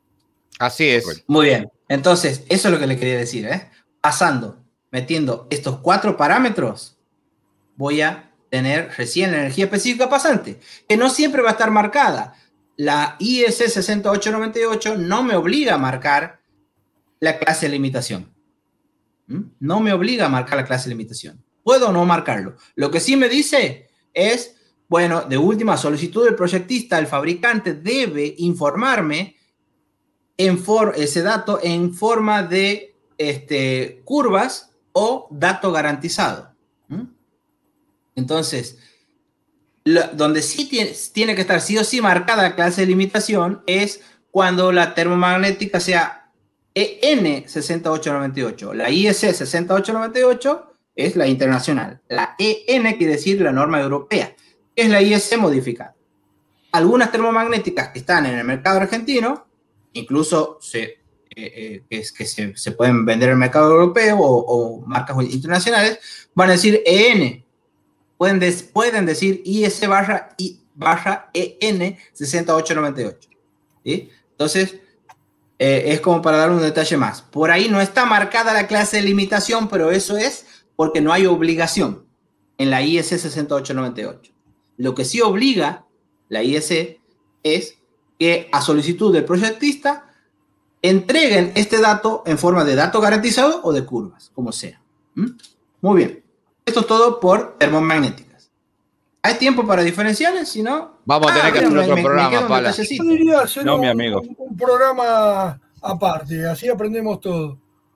Así es. Muy bien. Entonces, eso es lo que le quería decir, ¿eh? Pasando, metiendo estos cuatro parámetros, voy a tener recién la energía específica pasante, que no siempre va a estar marcada. La I E C seis ocho nueve ocho no me obliga a marcar la clase de limitación. ¿Mm? No me obliga a marcar la clase de limitación. Puedo no marcarlo. Lo que sí me dice es, bueno, de última solicitud del proyectista, el fabricante debe informarme en for ese dato en forma de este, curvas o dato garantizado. ¿Mm? Entonces, lo, donde sí tiene, tiene que estar sí o sí marcada la clase de limitación es cuando la termomagnética sea E N seis ocho nueve ocho. La I E C seis ocho nueve ocho es la internacional. La E N quiere decir la norma europea, que es la I E C modificada. Algunas termomagnéticas que están en el mercado argentino, incluso se... Eh, eh, que, que se, se pueden vender en el mercado europeo o, o marcas internacionales, van a decir E N. Pueden, des, pueden decir I E C barra, I, barra E N seis ocho nueve ocho. ¿Sí? Entonces, eh, es como para dar un detalle más. Por ahí no está marcada la clase de limitación, pero eso es porque no hay obligación en la I E C seis ocho nueve ocho. Lo que sí obliga la I E C es que a solicitud del proyectista entreguen este dato en forma de dato garantizado o de curvas, como sea. ¿Mm? Muy bien. Esto es todo por termomagnéticas. ¿Hay tiempo para diferenciales? Si no... Vamos a ah, tener que hacer me, otro me, programa, me Pala. Yo diría hacer No, un, mi amigo. Un, un programa aparte, así aprendemos todo.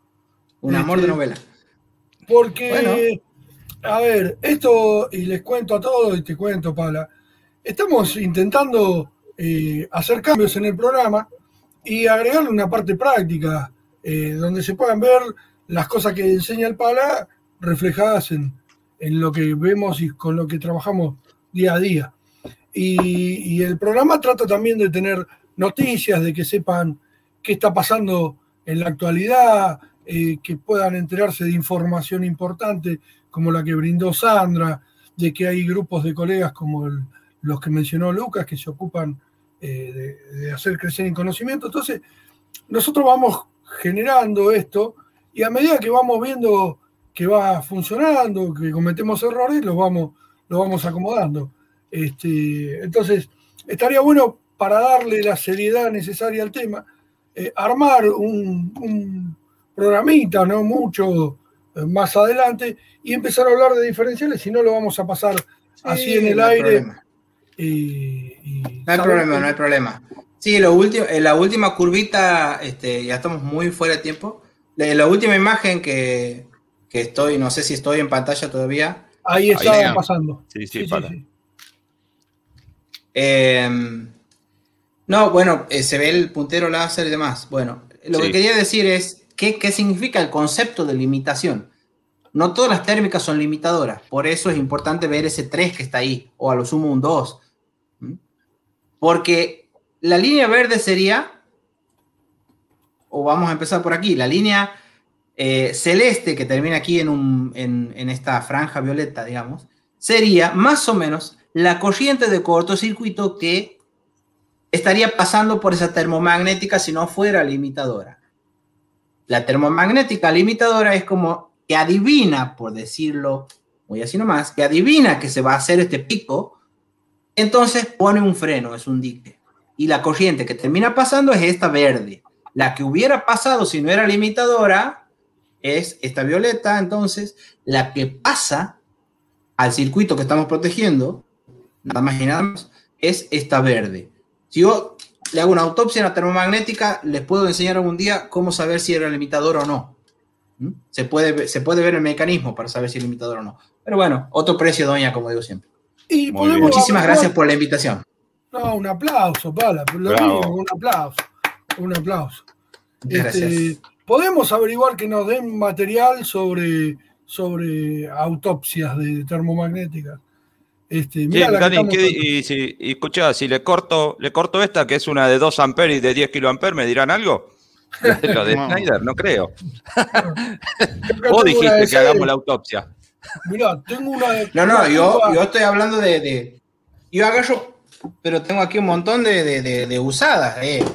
Un amor este, de novela. Porque, bueno. a ver, esto, y les cuento a todos, y te cuento, Pala, estamos intentando eh, hacer cambios en el programa y agregarle una parte práctica, eh, donde se puedan ver las cosas que enseña el Pala reflejadas en, en lo que vemos y con lo que trabajamos día a día. Y, y el programa trata también de tener noticias, de que sepan qué está pasando en la actualidad, eh, que puedan enterarse de información importante como la que brindó Sandra, de que hay grupos de colegas como el, los que mencionó Lucas, que se ocupan eh, de, de hacer crecer en conocimiento. Entonces, nosotros vamos generando esto y a medida que vamos viendo que va funcionando, que cometemos errores, los vamos, los vamos acomodando. Este, entonces, estaría bueno, para darle la seriedad necesaria al tema, eh, armar un, un programita, no mucho eh, más adelante, y empezar a hablar de diferenciales, si no lo vamos a pasar así sí, en el no aire. Y, y no hay problema, que... no hay problema. Sí, lo último, en la última curvita, este, ya estamos muy fuera de tiempo. La última imagen que, que estoy, no sé si estoy en pantalla todavía. Ahí está pasando. Sí, sí, Sí, para. sí, sí. Eh, no, bueno, eh, se ve el puntero láser y demás. Bueno, lo Sí. que quería decir es, ¿qué, ¿qué significa el concepto de limitación? No todas las térmicas son limitadoras, por eso es importante ver ese tres que está ahí, o a lo sumo un dos. ¿Mm? Porque la línea verde sería, o vamos a empezar por aquí, la línea eh, celeste que termina aquí en, un, en, en esta franja violeta, digamos, sería más o menos la corriente de cortocircuito que estaría pasando por esa termomagnética si no fuera limitadora. La termomagnética limitadora es como que adivina, por decirlo muy así nomás, que adivina que se va a hacer este pico, entonces pone un freno, es un dique. Y la corriente que termina pasando es esta verde. La que hubiera pasado si no era limitadora es esta violeta, entonces la que pasa al circuito que estamos protegiendo, nada más y nada más, es esta verde. Si yo le hago una autopsia en la termomagnética, les puedo enseñar algún día cómo saber si era limitador o no. ¿Mm? Se puede, se puede ver el mecanismo para saber si es limitador o no. Pero bueno, otro precio, doña, como digo siempre. Y Muchísimas gracias por la invitación. No, un aplauso, Pala, por lo Bravo. mínimo, un aplauso. Un aplauso. Muchas Este, gracias. podemos averiguar que nos den material sobre, sobre autopsias de termomagnéticas. Este, Sí, mirá la que Dani, estamos ¿qué- y, si, y escuchá, si le corto, le corto esta, que es una de dos amperes y de diez kiloamperes, ¿me dirán algo? Lo de No. Schneider, no creo. Acá Vos tengo una dijiste de que seis. hagamos la autopsia. Mirá, tengo una de. No, no, una yo, curva- yo estoy hablando de, de- Yo agarro, pero tengo aquí un montón de, de, de- de usadas. Eh.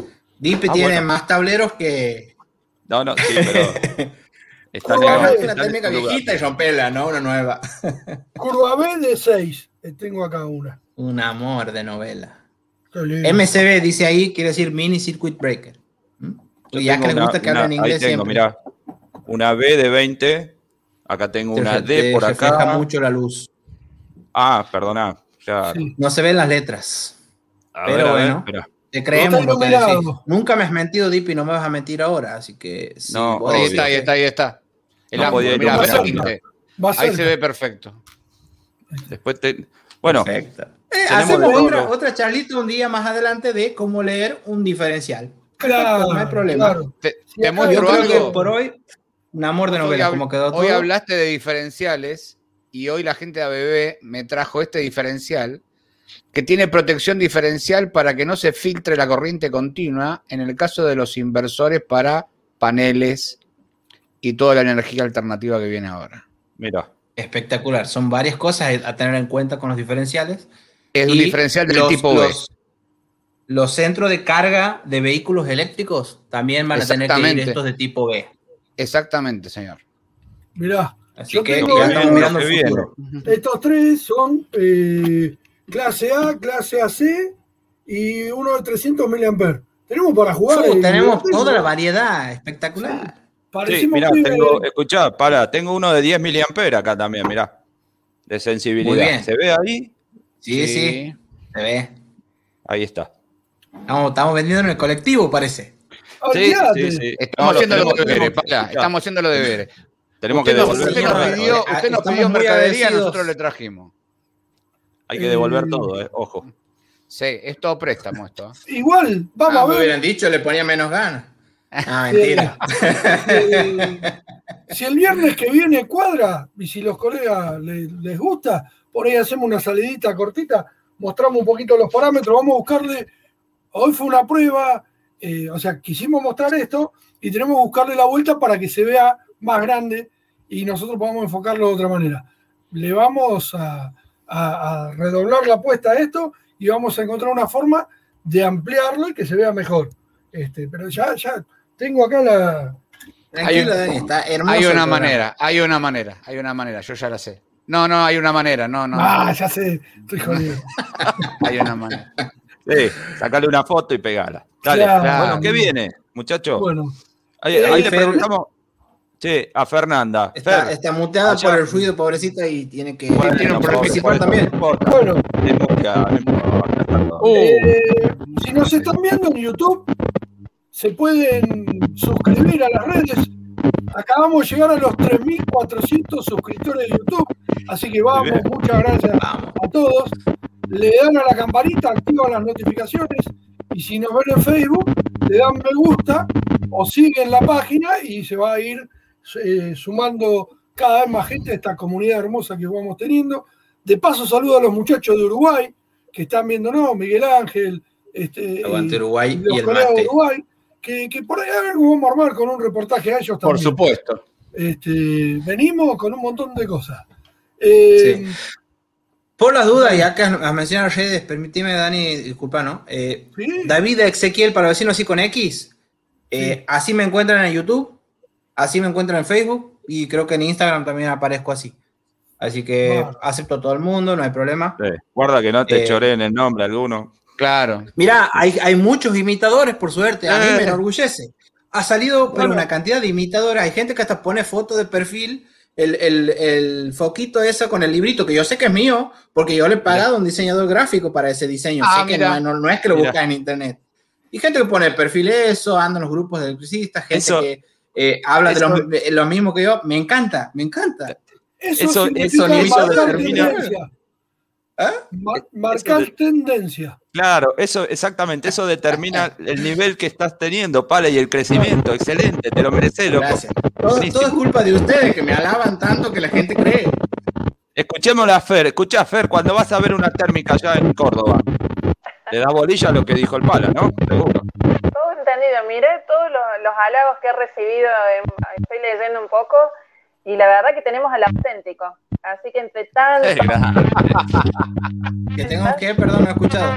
Dipe Ah, tiene bueno. más tableros que... No, no, sí, pero. Está Curva en- B, una está en técnica su lugar. viejita y romperla, ¿no? Una nueva. Curva B de seis. Eh, Tengo acá una. Un amor de novela. Qué lindo. M C B dice ahí, quiere decir Mini Circuit Breaker. ¿Mm? Yo Ya tengo que les una- gusta que una- hablen ahí inglés tengo, siempre. mirá, una B de veinte. Acá tengo Te una re- D te por refleja acá. mucho la luz. Ah, perdona. Claro. Sí. No se ven las letras. A Pero ver, a ver, bueno, espera. te creemos Está lo que iluminado. decís. Nunca me has mentido, Dipi, y no me vas a mentir ahora, así que... sí, No, vos Ahí obvio. decís está, ahí que- está, ahí está. El No ángulo, podía mira, iluminar. fíjate. Va Ahí cerca. se ve perfecto. Después te. Bueno, Perfecto. Eh, tenemos hacemos de otra, todo. otra charlita un día más adelante de cómo leer un diferencial. Claro, no hay problema. claro. Te, Sí, te acá Yo muestro creo que algo. por hoy, un amor de Hoy novela, hab- como quedó todo. Hoy hablaste de diferenciales y hoy la gente de A B B me trajo este diferencial que tiene protección diferencial para que no se filtre la corriente continua en el caso de los inversores para paneles y toda la energía alternativa que viene ahora. mira. Espectacular. Son varias cosas a tener en cuenta con los diferenciales. Es un Y diferencial del los- tipo B. los, los centros de carga de vehículos eléctricos también van a tener que ir Exactamente. estos de tipo B. Exactamente, señor. Mirá, Así yo que tengo ya bien, estamos mirando qué el bien. futuro. estos tres son eh, clase A, clase A C y uno de trescientos miliamperes. Tenemos para jugar. Fu, eh, tenemos tengo. toda la variedad. Espectacular. Sí, Parecimos mirá, muy tengo, bien. escuchá, para, tengo uno de diez miliamperes acá también, mirá. De sensibilidad. Muy bien. ¿Se ve ahí? Sí, sí, se ve. Ahí está. Estamos, estamos vendiendo en el colectivo, parece. Sí, Olvídate. sí, sí. Estamos No, haciendo tenemos- los deberes, tenemos- Pala, estamos haciendo los deberes. Tenemos que Usted nos, devolver usted señor, nos todo. pidió, eh, usted nos estamos pidió muy mercadería, agradecidos. nosotros le trajimos. Hay que devolver Eh, todo, eh. Ojo. Sí, es todo préstamo esto. ¿eh? Igual, vamos Ah, a me ver. hubieran dicho, le ponía menos ganas. Ah, mentira. Eh, si el viernes que viene cuadra y si los colegas le- les gusta, por ahí hacemos una salidita cortita, mostramos un poquito los parámetros, vamos a buscarle. Hoy fue una prueba, eh, o sea, quisimos mostrar esto y tenemos que buscarle la vuelta para que se vea más grande y nosotros podamos enfocarlo de otra manera. Le vamos a, a- a redoblar la apuesta a esto y vamos a encontrar una forma de ampliarlo y que se vea mejor. Este, pero ya, ya tengo acá la. Tranquilo, Dani, está hermoso. Hay el una programa. manera, hay una manera, hay una manera, yo ya la sé. No, no, hay una manera, no, no. Ah, ya sé, estoy jodido. Hay una manera. Sí, sacale una foto y pegala. Dale. Claro. Bueno, ¿qué viene, muchachos? Bueno, Ahí, eh, ahí le Fer- preguntamos. Sí, a Fernanda. Está, Fer, está muteada allá. por el ruido, pobrecita, y tiene que Bueno, tiene que por- participar por- también. No importa, bueno. no importa, no importa, perdón. Uh, Eh, si nos están viendo en YouTube, se pueden suscribir a las redes, acabamos de llegar a los tres mil cuatrocientos suscriptores de YouTube. Así que vamos, muchas gracias a todos. Le dan a la campanita, activan las notificaciones. Y si nos ven en Facebook, le dan me gusta o siguen la página y se va a ir eh, sumando cada vez más gente a esta comunidad hermosa que vamos teniendo. De paso, saludo a los muchachos de Uruguay que están viéndonos, Miguel Ángel, este, Aguante Uruguay y los y el colegas de mate. Uruguay, que, que por ahí a ver cómo vamos a armar con un reportaje a ellos también. Por supuesto. Este, venimos con un montón de cosas. Eh, Sí. Por las dudas, y acá a mencionar redes, permíteme, Dani, disculpa, ¿no? Eh, Sí. David Ezequiel para vecinos así con X. Eh, Sí. Así me encuentran en YouTube, así me encuentran en Facebook y creo que en Instagram también aparezco así. Así que Bueno. acepto a todo el mundo, no hay problema. Sí, guarda que no te Eh, choreen el nombre alguno. Claro. Mirá, hay, hay muchos imitadores, por suerte, a mí me Eh. enorgullece. Ha salido pero Bueno. una cantidad de imitadores, hay gente que hasta pone foto de perfil, el, el, el foquito ese con el librito, que yo sé que es mío, porque yo le he pagado a un diseñador gráfico para ese diseño, Ah, sé que mira. no, no, no es que lo Mira. buscas en internet. Y gente que pone el perfil eso, anda en los grupos de electricistas, gente Eso- que eh, habla eso- de lo, de lo mismo que yo, me encanta, me encanta. Eso, Eso- significa eso- eso marcar determina- tendencia. ¿Eh? Mar- marcar de- tendencia. Claro, eso exactamente, eso determina el nivel que estás teniendo, Pale, y el crecimiento. Excelente, te lo mereces, loco. Gracias. Todo, Buenísimo. todo es culpa de ustedes, que me alaban tanto que la gente cree. Escuchémosla a Fer, escuchá Fer, cuando vas a ver una térmica allá en Córdoba, le da bolilla a lo que dijo el Pala, ¿no? Seguro. Todo entendido. Miré todos los, los halagos que he recibido, en- estoy leyendo un poco, y la verdad que tenemos al auténtico. Así que entre tanto, Qué grande. Que tengo que, perdón, no he escuchado.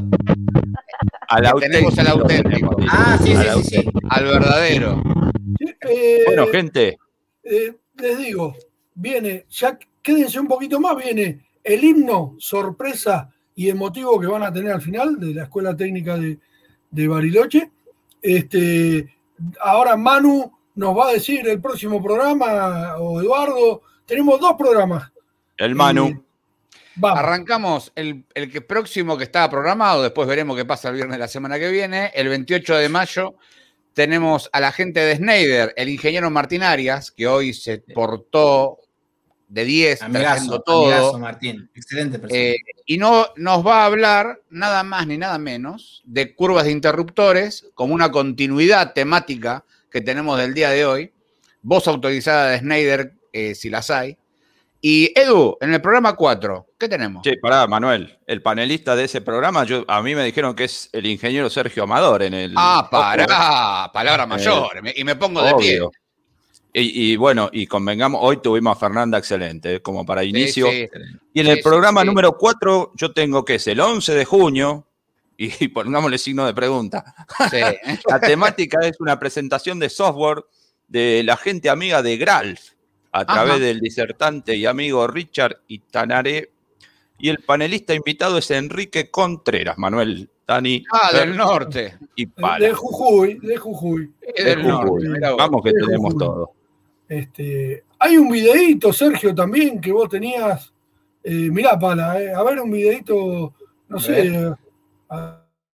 Al Tenemos al auténtico. tenemos. Ah, sí, Al sí, sí, auténtico. sí. Al verdadero. Sí, eh, Bueno, gente, eh, les digo, viene, ya quédense un poquito más, viene el himno sorpresa y emotivo que van a tener al final de la Escuela Técnica de, de Bariloche. Este, ahora Manu nos va a decir el próximo programa, o Eduardo, tenemos dos programas. el Manu. Eh, vamos. Arrancamos el, el que próximo que estaba programado, después veremos qué pasa el viernes de la semana que viene. El veintiocho de mayo tenemos a la gente de Schneider, el ingeniero Martín Arias, que hoy se portó de diez, trayendo Amigazo, todo. amigazo, Martín. Excelente persona. Eh, y no nos va a hablar nada más ni nada menos de curvas de interruptores como una continuidad temática que tenemos del día de hoy. Voz autorizada de Schneider, eh, si las hay. Y Edu, en el programa cuatro, ¿qué tenemos? Che, pará, Manuel, el panelista de ese programa, yo, a mí me dijeron que es el ingeniero Sergio Amador en el... Ah, pará, Ojo, palabra Eh, mayor, me- y me pongo de pie. obvio. Y, y bueno, y convengamos, hoy tuvimos a Fernanda excelente, eh, como para inicio. Sí, sí. Y en Sí, el sí, programa sí. número cuatro, yo tengo que es el once de junio, y pongámosle signo de pregunta. Sí. La temática es una presentación de software de la gente amiga de Gralf, a través Ajá. del disertante y amigo Richard Itanare. Y el panelista invitado es Enrique Contreras, Manuel, Dani Ah, Fer del norte. y Pala. De Jujuy, de Jujuy. Es De del norte. Jujuy. mirá vos. Vamos que De tenemos Jujuy. todo. Este, hay un videíto, Sergio, también que vos tenías. Eh, mirá, Pala, eh, a ver un videíto, no sé. eh, a-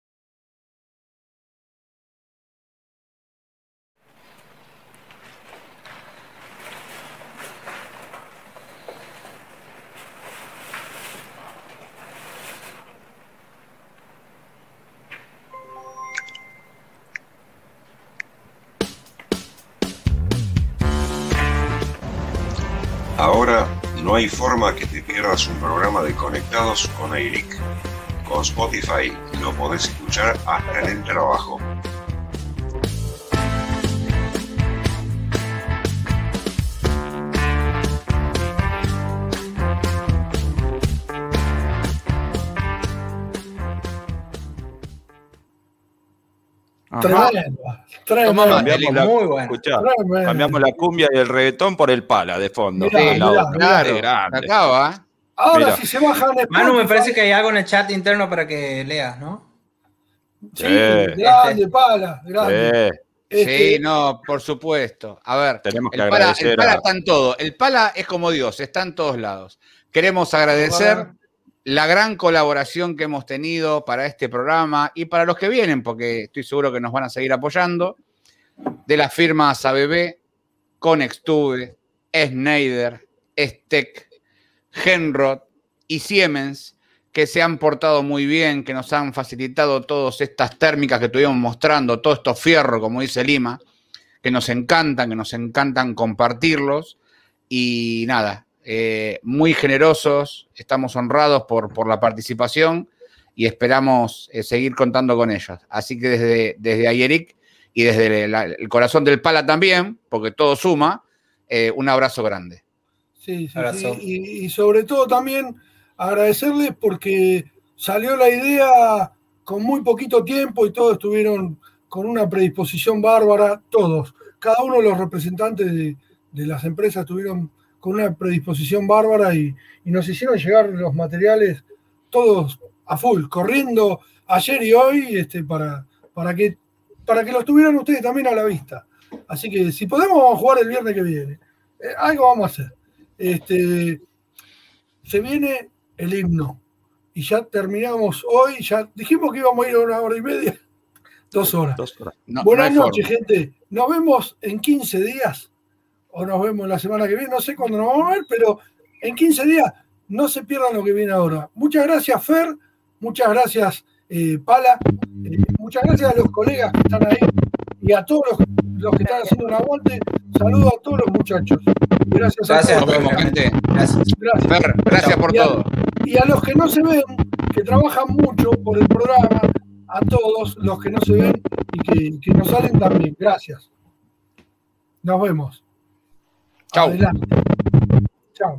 Ahora no hay forma que te pierdas un programa de Conectados con Eric. Con Spotify lo podés escuchar hasta en el trabajo. Ajá. Tremendo, Toma, tremendo. Cambiamos la, Muy bueno. escuchá, tremendo. cambiamos la cumbia y el reggaetón por el Pala de fondo. Mirá, al lado. mirá, Claro, Qué grande. se acaba. ¿eh? Ahora, Mira. si se bajan en Manu, me Spotify, parece que hay algo en el chat interno para que leas, ¿no? sí, Sí. grande, Pala, grande. Eh, Este, Sí, no, por supuesto. A ver, tenemos que el pala, agradecer el pala a- está en todo. El pala es como Dios, está en todos lados. Queremos agradecer Bueno. la gran colaboración que hemos tenido para este programa y para los que vienen, porque estoy seguro que nos van a seguir apoyando, de las firmas A B B, Conextube, Schneider, Stec, Genrod y Siemens, que se han portado muy bien, que nos han facilitado todas estas térmicas que estuvimos mostrando, todos estos fierros, como dice Lima, que nos encantan, que nos encantan compartirlos. Y nada, eh, muy generosos, estamos honrados por, por la participación y esperamos eh, seguir contando con ellos. Así que desde, desde Ayeric y desde la, el corazón del Pala también, porque todo suma, eh, un abrazo grande. Sí, sí, sí. Y, y sobre todo también agradecerles porque salió la idea con muy poquito tiempo y todos estuvieron con una predisposición bárbara, todos. Cada uno de los representantes de, de las empresas estuvieron con una predisposición bárbara y, y nos hicieron llegar los materiales todos a full, corriendo ayer y hoy este, para, para, que, para que los tuvieran ustedes también a la vista. Así que si podemos vamos a jugar el viernes que viene. Eh, algo vamos a hacer. Este, se viene el himno y ya terminamos hoy, ya dijimos que íbamos a ir a una hora y media, dos horas. Dos horas. No, Buenas no noches, forma. Gente. Nos vemos en quince días o nos vemos la semana que viene, no sé cuándo nos vamos a ver, pero en quince días no se pierdan lo que viene ahora. Muchas gracias, Fer, muchas gracias, eh, Pala, eh, muchas gracias a los colegas que están ahí y a todos los, los que están haciendo un aguante. Saludos a todos los muchachos. Gracias, gracias a todos. Nos vemos, gente. Gracias. Gracias, Fer, gracias por y a, todo. Y a los que no se ven, que trabajan mucho por el programa, a todos los que no se ven y que, que nos salen también. Gracias. Nos vemos. Chao. Adelante. Chao.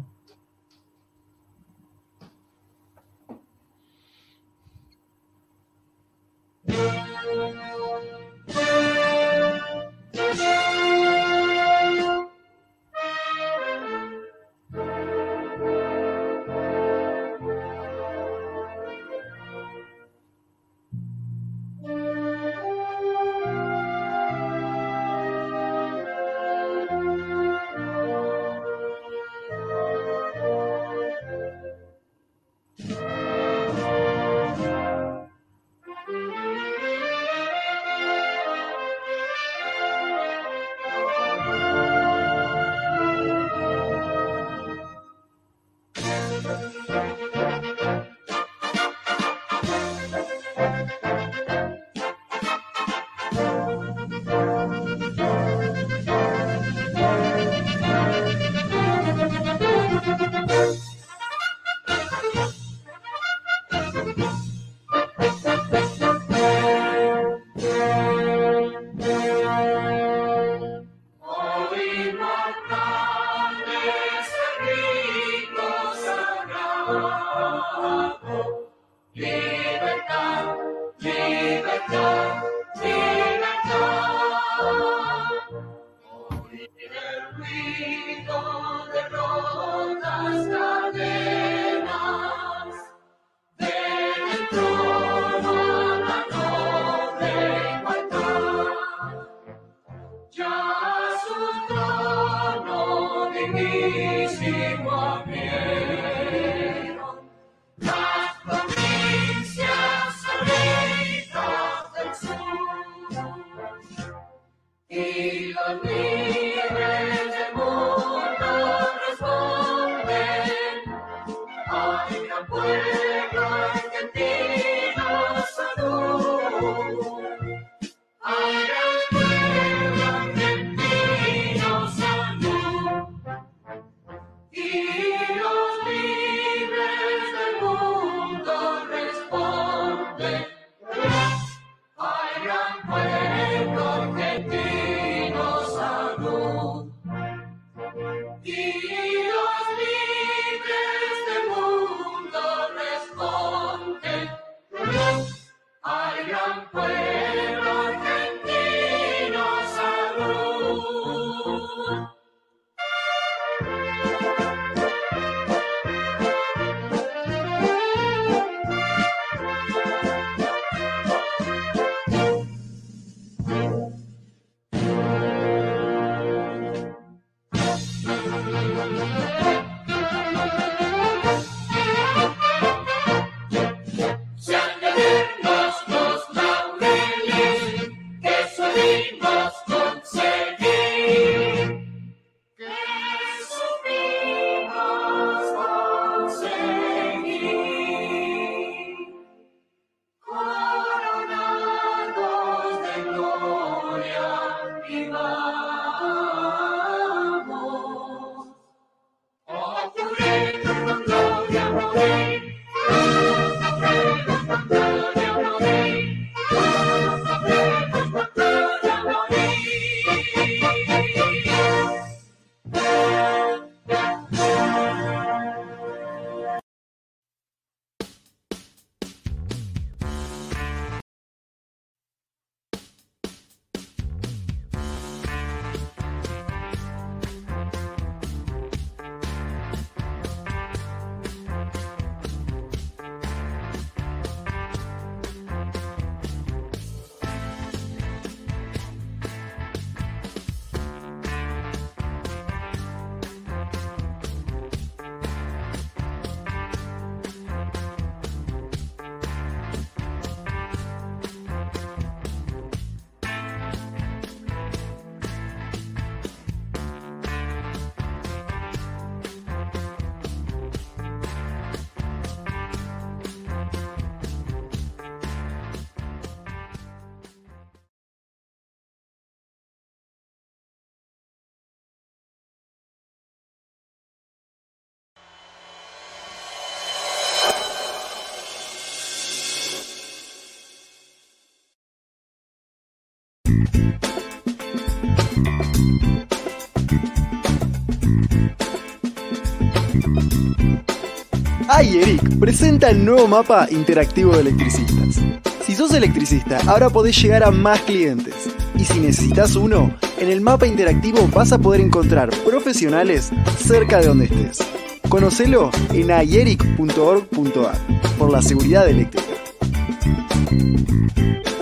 iEric presenta el nuevo mapa interactivo de electricistas. Si sos electricista, ahora podés llegar a más clientes. Y si necesitas uno, en el mapa interactivo vas a poder encontrar profesionales cerca de donde estés. Conocelo en ieric punto org punto ar por la seguridad eléctrica.